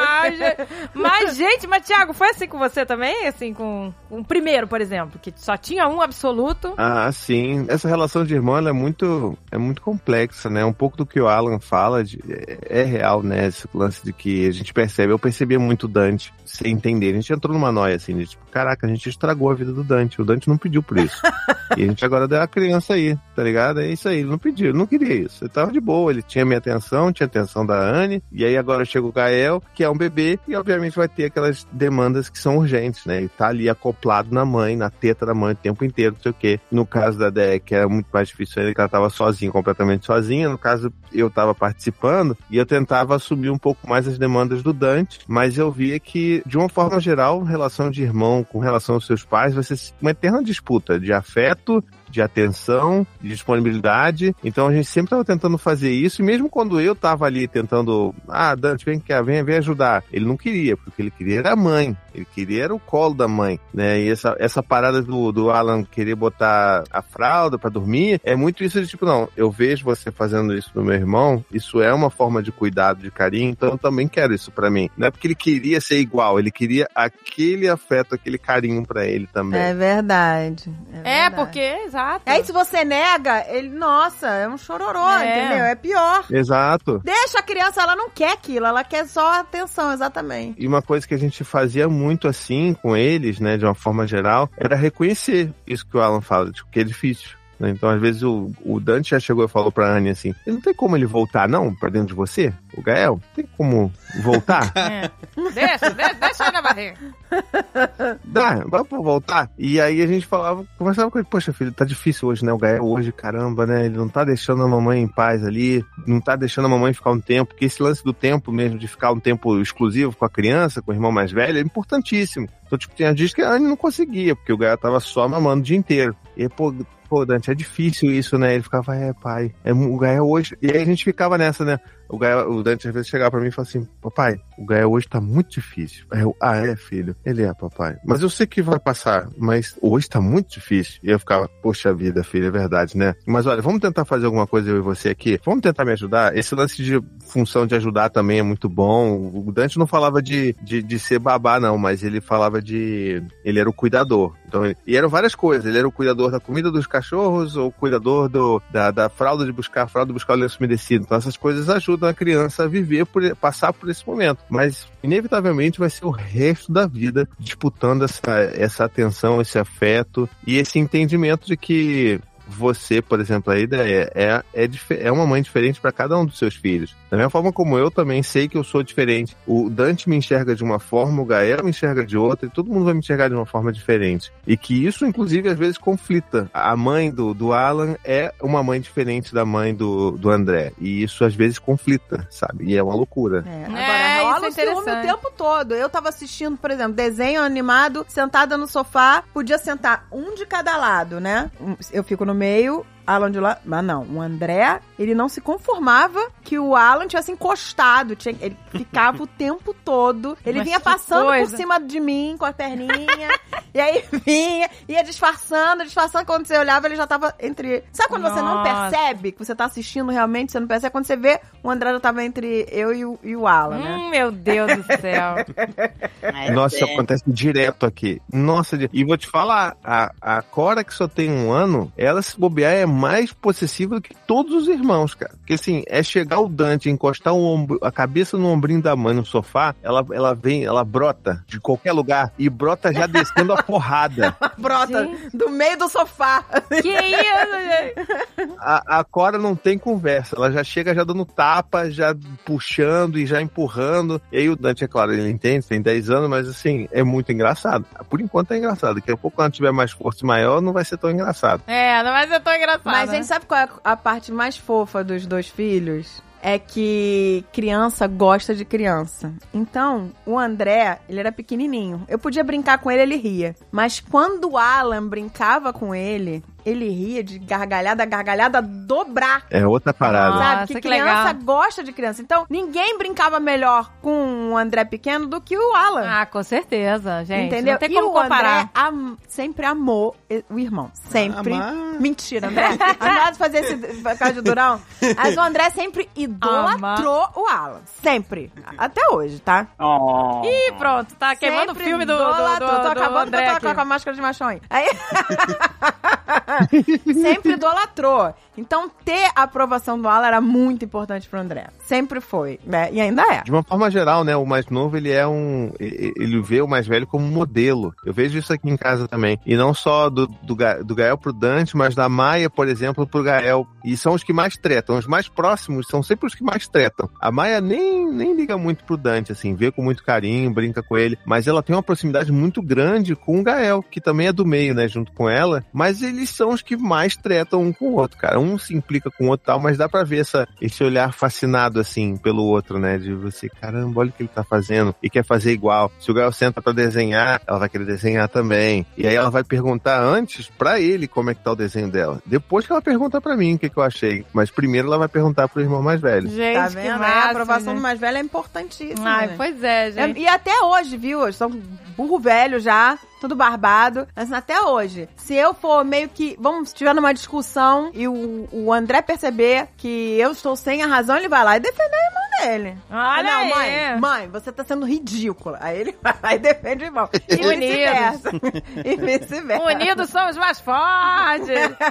Mas, Thiago, foi assim com você também? Assim, com o primeiro, por exemplo, que só tinha um absoluto? Sim. Essa relação de irmão, ela é muito complexa, né? Um pouco do que o Alan fala é real, né? Esse lance de que a gente percebe. Eu percebia muito o Dante, sem entender. A gente entrou numa noia, assim, de tipo, caraca, a gente estragou a vida do Dante. O Dante não pediu por isso. E a gente agora deu a criança aí, tá ligado? É isso aí, ele não pediu, ele não queria isso. Ele tava de boa, ele tinha minha atenção, tinha a atenção da Anne, e aí agora chega o Gael, que é um bebê, e obviamente vai ter aquelas demandas que são urgentes, né? Ele tá ali acoplado na mãe, na teta da mãe o tempo inteiro, não sei o quê. No caso da Dé, que era muito mais difícil ainda, que ela tava sozinha, completamente sozinha. No caso, eu tava participando, e eu tentava assumir um pouco mais as demandas do Dante, mas eu via que, de uma forma geral, relação de irmão com relação aos seus pais vai ser uma eterna disputa de afeto, de atenção, de disponibilidade. Então a gente sempre estava tentando fazer isso, e mesmo quando eu estava ali tentando, Dante, vem cá, vem ajudar, ele não queria, porque ele queria era a mãe, ele queria era o colo da mãe, né? E essa parada do Alan querer botar a fralda pra dormir, é muito isso de tipo, não, eu vejo você fazendo isso no meu irmão, isso é uma forma de cuidado, de carinho, então eu também quero isso pra mim. Não é porque ele queria ser igual, ele queria aquele afeto, aquele carinho pra ele também. É verdade. Porque, exato. Aí se você nega, ele, nossa, é um chororô, entendeu? É pior. Exato. Deixa a criança, ela não quer aquilo, ela quer só atenção, exatamente. E uma coisa que a gente fazia muito assim com eles, né, de uma forma geral, era reconhecer isso que o Alan fala, tipo, que é difícil. Então, às vezes, o Dante já chegou e falou pra Anne assim, não tem como ele voltar, não, pra dentro de você? O Gael, tem como voltar? Deixa na barriga. Dá pra voltar? E aí a gente conversava com ele, poxa, filho, tá difícil hoje, né? O Gael hoje, caramba, né? Ele não tá deixando a mamãe em paz ali, não tá deixando a mamãe ficar um tempo, porque esse lance do tempo mesmo, de ficar um tempo exclusivo com a criança, com o irmão mais velho, é importantíssimo. Então, tipo, tinha dias que a Anne não conseguia, porque o Gael tava só mamando o dia inteiro. E, pô, Dante, é difícil isso, né? Ele ficava, pai, o Gael hoje... E aí a gente ficava nessa, né? O Dante às vezes chegava pra mim e falava assim, papai, o Gael hoje tá muito difícil. Aí eu, filho? Ele é, papai. Mas eu sei que vai passar, mas hoje tá muito difícil. E eu ficava, poxa vida, filho, é verdade, né? Mas olha, vamos tentar fazer alguma coisa eu e você aqui? Vamos tentar me ajudar? Esse lance de função de ajudar também é muito bom. O Dante não falava de ser babá, não, mas ele falava ele era o cuidador. Então, e eram várias coisas. Ele era o cuidador da comida dos cachorros, ou o cuidador da fralda, de buscar o lenço umedecido. Então essas coisas ajudam a criança a viver, passar por esse momento. Mas, inevitavelmente, vai ser o resto da vida disputando essa atenção, esse afeto e esse entendimento de que você, por exemplo, a Ida é uma mãe diferente para cada um dos seus filhos. Da mesma forma como eu também sei que eu sou diferente. O Dante me enxerga de uma forma, o Gael me enxerga de outra, e todo mundo vai me enxergar de uma forma diferente. E que isso, inclusive, às vezes conflita. A mãe do Alan é uma mãe diferente da mãe do André. E isso, às vezes, conflita, sabe? E é uma loucura. Agora, rola o ciúme o tempo todo. Eu tava assistindo, por exemplo, desenho animado, sentada no sofá, podia sentar um de cada lado, né? Eu fico no meio, Alan de lá. Mas não, o André, ele não se conformava que o Alan tivesse encostado. Ele ficava o tempo todo. Ele vinha passando por cima de mim com a perninha. E aí ia disfarçando. Quando você olhava, ele já tava entre... Sabe quando você não percebe que você tá assistindo realmente, você não percebe? Quando você vê, o André já tava entre eu e o Alan, né? Meu Deus do céu. Nossa, isso acontece direto aqui. Nossa, e vou te falar, a Cora, que só tem 1 ano, ela, se bobear, é mais possessiva do que todos os irmãos, cara. Porque assim, é chegar o Dante, encostar a cabeça no ombrinho da mãe no sofá, ela brota de qualquer lugar e brota já descendo a porrada. Brota do meio do sofá. Que isso, gente? A Cora não tem conversa, ela já chega já dando tapa, já puxando e já empurrando. E aí o Dante, é claro, ele entende, tem 10 anos, mas assim, é muito engraçado. Por enquanto é engraçado. Daqui a pouco, quando tiver mais força e maior, não vai ser tão engraçado. Não vai ser tão engraçado. Mas a gente sabe qual é a parte mais fofa dos 2 filhos? É que criança gosta de criança. Então, o André, ele era pequenininho. Eu podia brincar com ele, ele ria. Mas quando o Alan brincava com ele ria de gargalhada dobrar. É outra parada. Sabe? Que criança gosta de criança. Então, ninguém brincava melhor com o André pequeno do que o Alan. Ah, com certeza, gente. Entendeu? Não tem como comparar. O André sempre amou o irmão. Sempre. Mentira, André. André de fazer esse caso de durão. Mas o André sempre idolatrou o Alan. Sempre. Até hoje, tá? Ih, pronto. Tá queimando o filme do Tô acabando André de colocar com a máscara de machão aí. Sempre idolatrou. Então, ter a aprovação do Alan era muito importante pro André. Sempre foi, né? E ainda é. De uma forma geral, né? O mais novo, ele vê o mais velho como modelo. Eu vejo isso aqui em casa também. E não só do Gael pro Dante, mas da Maia, por exemplo, pro Gael. E são os que mais tretam. Os mais próximos são sempre os que mais tretam. A Maia nem liga muito pro Dante, assim. Vê com muito carinho, brinca com ele. Mas ela tem uma proximidade muito grande com o Gael, que também é do meio, né? Junto com ela. Mas eles são os que mais tretam um com o outro, cara. Um se implica com o outro e tal, mas dá pra ver esse olhar fascinado, assim, pelo outro, né? De você, caramba, olha o que ele tá fazendo e quer fazer igual. Se o Gael senta pra desenhar, ela vai querer desenhar também. E aí ela vai perguntar antes pra ele como é que tá o desenho dela. Depois que ela pergunta pra mim o que eu achei. Mas primeiro ela vai perguntar pro irmão mais velho. Gente, Tá que vendo? massa, A aprovação gente. do mais velho é importantíssima. Ai, né? pois é, gente. E até hoje, viu? Eles são burro velho já, tudo barbado. Mas até hoje, se eu for meio que... Vamos, estiver numa discussão e o André perceber que eu estou sem a razão, ele vai lá e defender o irmão dele. Olha não, aí. mãe, você tá sendo ridícula. Aí ele vai lá e defende o irmão. E Unidos. vice-versa. E vice-versa. Unidos somos mais fortes.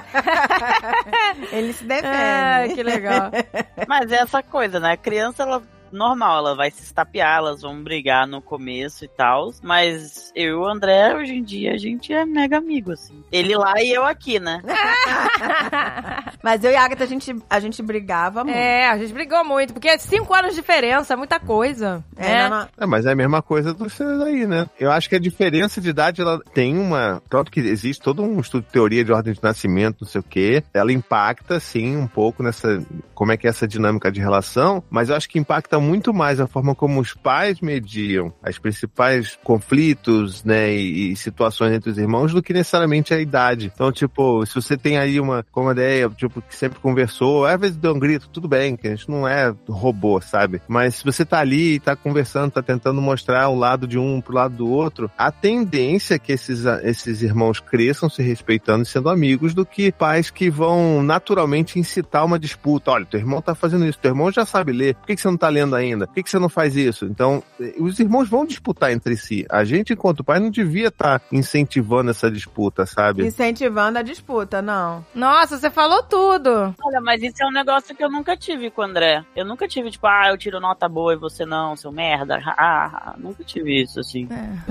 Ele se defende. Ai, que legal. Mas é essa coisa, né? A criança, ela normal, ela vai se estapear, elas vão brigar no começo e tal, mas eu e o André, hoje em dia, a gente é mega amigo, assim. Ele lá e eu aqui, né? Mas eu e a Agatha, a gente brigava muito. É, a gente brigou muito, porque 5 anos de diferença, muita coisa. Não. Mas é a mesma coisa dos seus aí, né? Eu acho que a diferença de idade, ela tem uma... Tanto que existe todo um estudo de teoria de ordem de nascimento, não sei o quê. Ela impacta, sim, um pouco nessa... Como é que é essa dinâmica de relação, mas eu acho que impacta muito mais a forma como os pais mediam as principais conflitos, né, e situações entre os irmãos do que necessariamente a idade. Então, tipo, se você tem aí como ideia, tipo, que sempre conversou, às vezes deu um grito, tudo bem, que a gente não é robô, sabe? Mas se você tá ali, tá conversando, tá tentando mostrar o lado de um pro lado do outro, a tendência é que esses irmãos cresçam se respeitando e sendo amigos do que pais que vão naturalmente incitar uma disputa. Olha, teu irmão tá fazendo isso, teu irmão já sabe ler, por que você não tá lendo ainda? Por que você não faz isso? Então, os irmãos vão disputar entre si. A gente, enquanto pai, não devia estar incentivando essa disputa, sabe? Incentivando a disputa, não. Nossa, você falou tudo. Olha, mas isso é um negócio que eu nunca tive com o André. Eu nunca tive, tipo, eu tiro nota boa e você não, seu merda. Nunca tive isso, assim.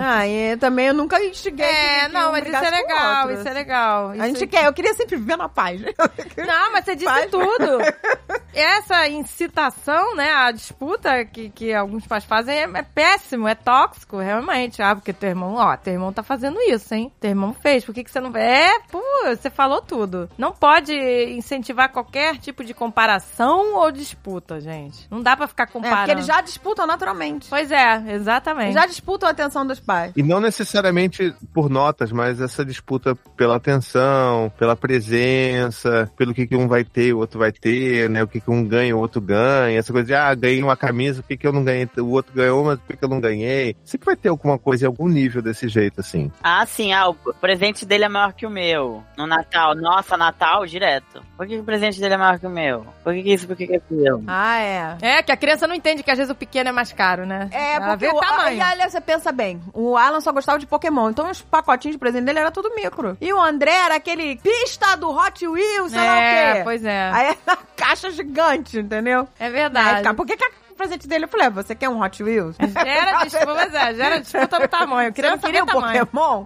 E também eu nunca instiguei. Não, mas isso é legal, isso é legal. Eu queria sempre viver na paz. Não, mas você disse tudo. Essa incitação, né, a disputa que alguns pais fazem é péssimo, é tóxico, realmente. Porque teu irmão tá fazendo isso, hein? Teu irmão fez, por que você não... você falou tudo. Não pode incentivar qualquer tipo de comparação ou disputa, gente. Não dá pra ficar comparando. Porque eles já disputam naturalmente. Pois é, exatamente. Já disputam a atenção dos pais. E não necessariamente por notas, mas essa disputa pela atenção, pela presença, pelo que um vai ter, o outro vai ter, né? O que um ganha, o outro ganha. Essa coisa de, ganhei uma camisa, por que eu não ganhei? O outro ganhou, mas por que eu não ganhei? Sempre vai ter alguma coisa em algum nível desse jeito, assim. Sim, o presente dele é maior que o meu. No Natal. Nossa, Natal, direto. Por que o presente dele é maior que o meu? Por que isso? Por que aquilo? É, que a criança não entende que às vezes o pequeno é mais caro, né? Ela porque vê tamanho. E aí você pensa bem, o Alan só gostava de Pokémon, então os pacotinhos de presente dele era tudo micro. E o André era aquele pista do Hot Wheels, sei lá o quê. Pois é. Aí é uma caixa gigante, entendeu? É verdade. Por que o presente dele? Eu falei, você quer um Hot Wheels? Gera disputa do tamanho. Criança você não queria tamanho. Pokémon?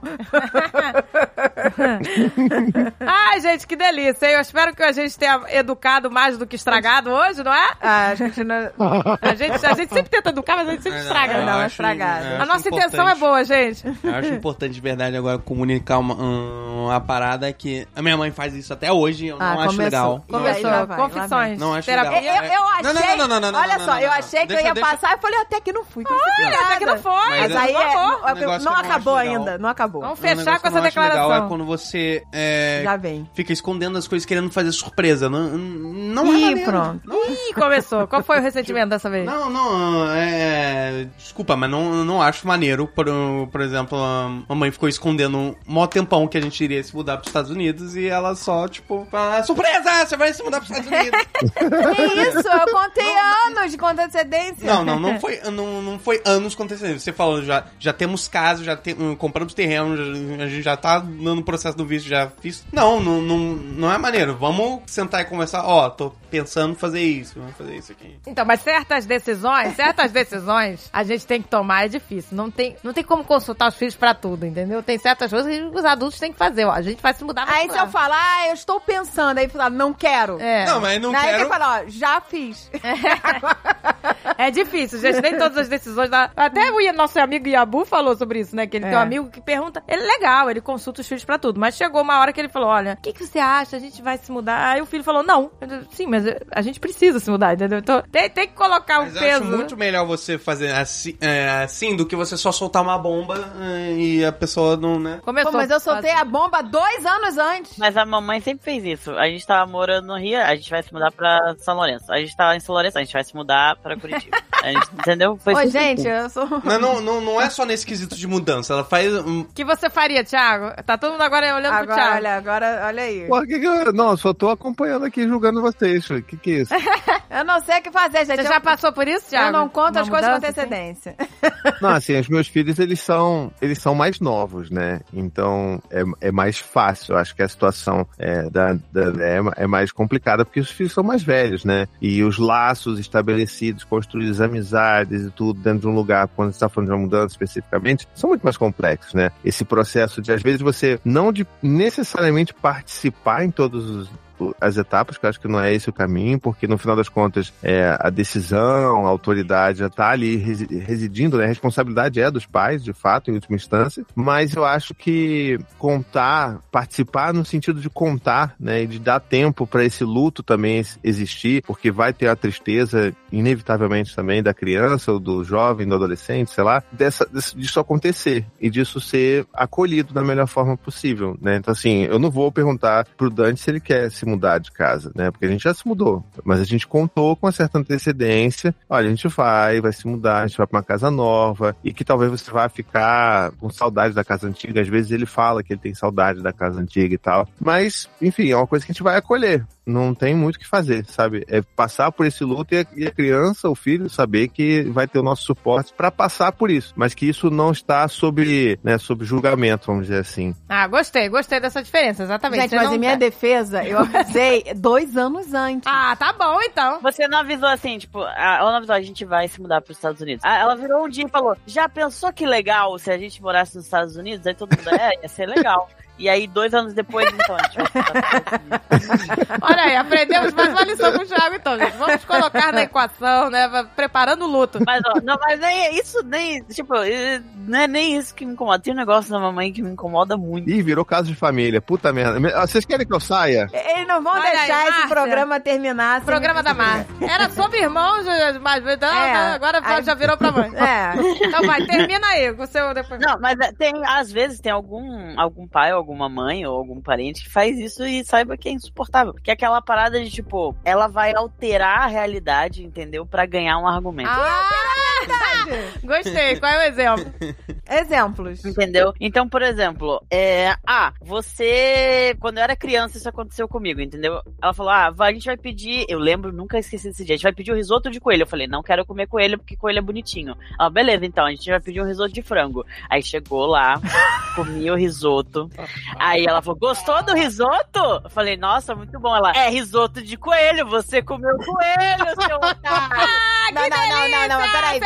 Ai, gente, que delícia, hein? Eu espero que a gente tenha educado mais do que estragado hoje, não é? A gente não... A gente sempre tenta educar, mas a gente sempre estraga. Não, é estragado. A nossa intenção é boa, gente. Eu acho importante, de verdade, agora comunicar uma parada que a minha mãe faz isso até hoje, eu não acho legal. Começou, Lá vai, confissões. Não acho terapia. legal. Eu achei... Não, olha só, eu achei que eu ia passar e falei, até que não fui. Até que não foi. Mas aí não acabou legal. ainda, não acabou. Vamos fechar com essa declaração. Legal é quando você já vem. fica escondendo as coisas, querendo fazer surpresa. Não é Ih, maneiro. pronto. Ih, começou. Qual foi o ressentimento dessa vez? Desculpa, mas não acho maneiro. Por exemplo, a mãe ficou escondendo um maior tempão que a gente iria se mudar pros Estados Unidos e ela só, tipo, fala, surpresa, você vai se mudar pros Estados Unidos. Que isso? Eu contei anos de antecedência. Não foi anos com antecedência. Você falou, já temos casa, compramos terreno, a gente já tá dando processo do visto, já fiz. Não é maneiro. Vamos sentar e conversar. Tô pensando em fazer isso, vamos fazer isso aqui. Então, mas certas decisões a gente tem que tomar, é difícil. Não tem como consultar os filhos pra tudo, entendeu? Tem certas coisas que os adultos têm que fazer. A gente vai se mudar. Aí se eu falar, eu estou pensando, aí falar, não quero. Não, mas não aí quero. Aí falar, já fiz. É difícil, gente. Nem todas as decisões da... Até o nosso amigo Yabu falou sobre isso, né? Que ele tem um amigo que pergunta... Ele é legal, ele consulta os filhos pra tudo. Mas chegou uma hora que ele falou, olha, o que você acha? A gente vai se mudar? Aí o filho falou, não. Sim, mas a gente precisa se mudar, entendeu? Então tem que colocar um peso. Eu acho muito melhor você fazer assim do que você só soltar uma bomba e a pessoa não, né? Pô, mas eu soltei a bomba 2 anos antes. Mas a mamãe sempre fez isso. A gente tava morando no Rio, a gente vai se mudar pra São Lourenço. A gente tava em São Lourenço, a gente vai se mudar pra Curitiba. A gente, entendeu? Foi Ô, gente, eu sou... Não é só nesse quesito de mudança. Ela faz... O que você faria, Thiago? Tá todo mundo agora olhando pro Thiago. Olha aí. Pô, não, eu só tô acompanhando aqui, julgando vocês. Que é isso? Eu não sei o que fazer, gente. Você já passou por isso, Thiago? Eu não conto as coisas com Assim? antecedência. Não, assim, os meus filhos, eles são mais novos, né? Então, é mais fácil. Eu acho que a situação é mais complicada, porque os filhos são mais velhos, né? E os laços estabelecidos, construídos, amizades e tudo dentro de um lugar, quando você tá falando de uma mudança especificamente, são muito mais complexos, né? Esse processo de, às vezes, você não de necessariamente participar em todos as etapas, que eu acho que não é esse o caminho, porque no final das contas a decisão, a autoridade já tá ali residindo, né? A responsabilidade é dos pais, de fato, em última instância, mas eu acho que participar no sentido de contar, né? E de dar tempo para esse luto também existir, porque vai ter a tristeza, inevitavelmente também, da criança, ou do jovem, do adolescente, sei lá, disso acontecer, e disso ser acolhido da melhor forma possível, né? Então, assim, eu não vou perguntar pro Dante se ele quer se mudar de casa, né? Porque a gente já se mudou, mas a gente contou com uma certa antecedência. Olha, a gente vai se mudar, a gente vai pra uma casa nova, e que talvez você vá ficar com saudade da casa antiga. Às vezes ele fala que ele tem saudade da casa antiga e tal. Mas, enfim, é uma coisa que a gente vai acolher. Não tem muito o que fazer, sabe? É passar por esse luto e a criança, o filho, saber que vai ter o nosso suporte pra passar por isso. Mas que isso não está sob julgamento, vamos dizer assim. Ah, gostei dessa diferença, exatamente. Gente, mas em minha defesa, eu avisei 2 anos antes. Ah, tá bom, então. Você não avisou assim, tipo, ela não avisou, a gente vai se mudar pros Estados Unidos. Ela virou um dia e falou, já pensou que legal se a gente morasse nos Estados Unidos? Aí todo mundo, ia ser legal. E aí, 2 anos depois, então, a gente vai se mudar. Olha aí, aprendemos mais uma lição com o Thiago, então, gente. Vamos colocar na equação, né? Preparando o luto. Mas, mas nem isso, tipo, não é nem isso que me incomoda. Tem um negócio da mamãe que me incomoda muito. Ih, virou caso de família. Puta merda. Vocês querem que eu saia? Eles não vão deixar esse programa terminar. Programa da Márcia. Era sobre irmãos, mas agora já virou pra mãe. Então vai, termina aí com o seu depois. Não, mas às vezes tem algum pai ou alguma mãe ou algum parente que faz isso e saiba que é insuportável. Que é aquela parada de, tipo, ela vai alterar a realidade, entendeu? Pra ganhar um argumento. Gostei. Qual é o exemplo? Exemplos. Entendeu? Então, por exemplo, você... Quando eu era criança, isso aconteceu comigo, entendeu? Ela falou, a gente vai pedir... Eu lembro, nunca esqueci desse dia. A gente vai pedir o risoto de coelho. Eu falei, não quero comer coelho porque coelho é bonitinho. Ela, beleza, então, a gente vai pedir um risoto de frango. Aí chegou lá, comi o risoto. Aí ela falou, gostou do risoto? Eu falei, nossa, muito bom. Ela, risoto de coelho, você comeu coelho, seu otário. Não, peraí.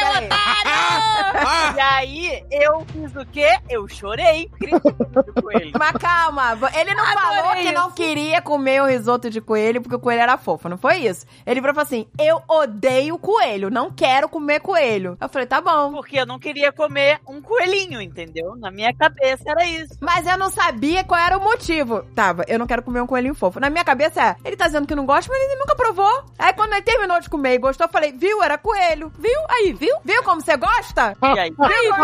E aí, eu fiz o quê? Eu chorei, gritando coelho. Mas calma, ele não falou que não queria comer o risoto de coelho porque o coelho era fofo, não foi isso? Ele falou assim, eu odeio coelho, não quero comer coelho. Eu falei, tá bom. Porque eu não queria comer um coelhinho, entendeu? Na minha cabeça era isso. Mas eu não sabia qual era o motivo. Eu não quero comer um coelhinho fofo. Na minha cabeça ele tá dizendo que não gosta, mas ele nunca provou. Aí quando ele terminou de comer e gostou, eu falei, viu, era coelho. Viu? Aí, viu? Viu como você gosta? E aí?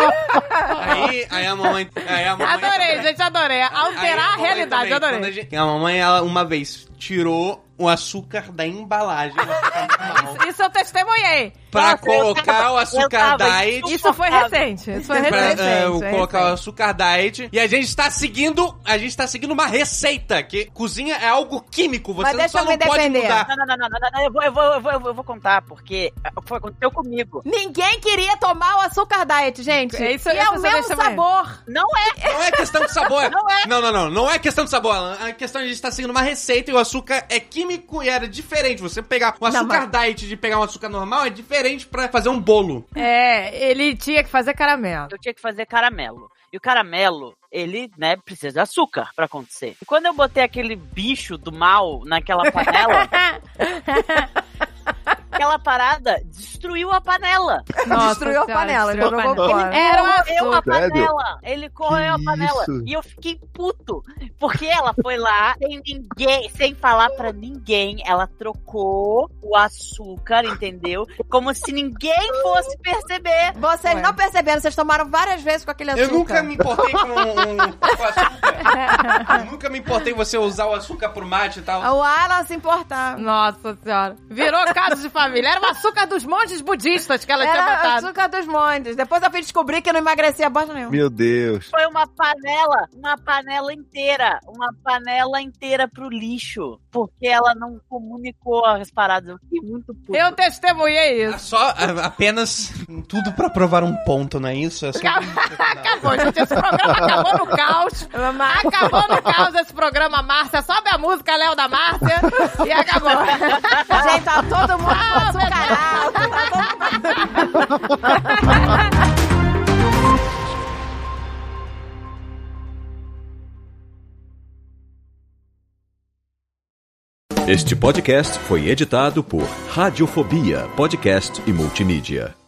Aí a mamãe... Adorei, gente, adorei. Alterar a realidade, também, adorei. A mamãe, ela uma vez tirou o açúcar da embalagem. Isso eu testemunhei. Pra colocar o açúcar diet. Isso foi recente. Colocar o açúcar diet. E a gente está seguindo uma receita. Que cozinha é algo químico. Você só não pode mudar. Não. Eu vou contar, porque aconteceu comigo. Ninguém queria tomar o açúcar diet, gente. Isso, e é o mesmo sabor. Não é. Não é questão de sabor. Não é. Não é questão de sabor. A questão é que a gente está seguindo uma receita e o açúcar é químico e era diferente. Você pegar um açúcar diet de pegar um açúcar normal é diferente pra fazer um bolo. Ele tinha que fazer caramelo. Eu tinha que fazer caramelo. E o caramelo, ele, né, precisa de açúcar pra acontecer. E quando eu botei aquele bicho do mal naquela panela... aquela parada destruiu a panela. Nossa Destruiu a Senhora, panela, destruiu ele jogou a panela. fora. Era uma Corroeu a Sério? panela. Ele corroeu a Que panela. isso? E eu fiquei puto. Porque ela foi lá, sem ninguém, sem falar pra ninguém. Ela trocou o açúcar, entendeu? Como se ninguém fosse perceber. Vocês Ué. não perceberam, vocês tomaram várias vezes com aquele açúcar. Eu nunca me importei com açúcar. Eu nunca me importei você usar o açúcar pro mate e tal. O Alan se importava. Nossa Senhora. Virou caso de família. Era o açúcar dos monges budistas que ela tinha Era botado. açúcar dos montes. Depois eu fui descobrir que não emagrecia bosta nenhuma. Meu Deus. Foi uma panela inteira pro lixo. Porque ela não comunicou as paradas. Eu fiquei muito puto. Eu testemunhei isso. Só apenas tudo pra provar um ponto, não é isso? É só... Acabou, gente. Esse programa acabou no caos. Acabou no caos esse programa, Márcia. Sobe a música, Léo da Márcia. E acabou. Gente, tá todo mundo açucarado. Este podcast foi editado por Radiofobia, podcast e multimídia.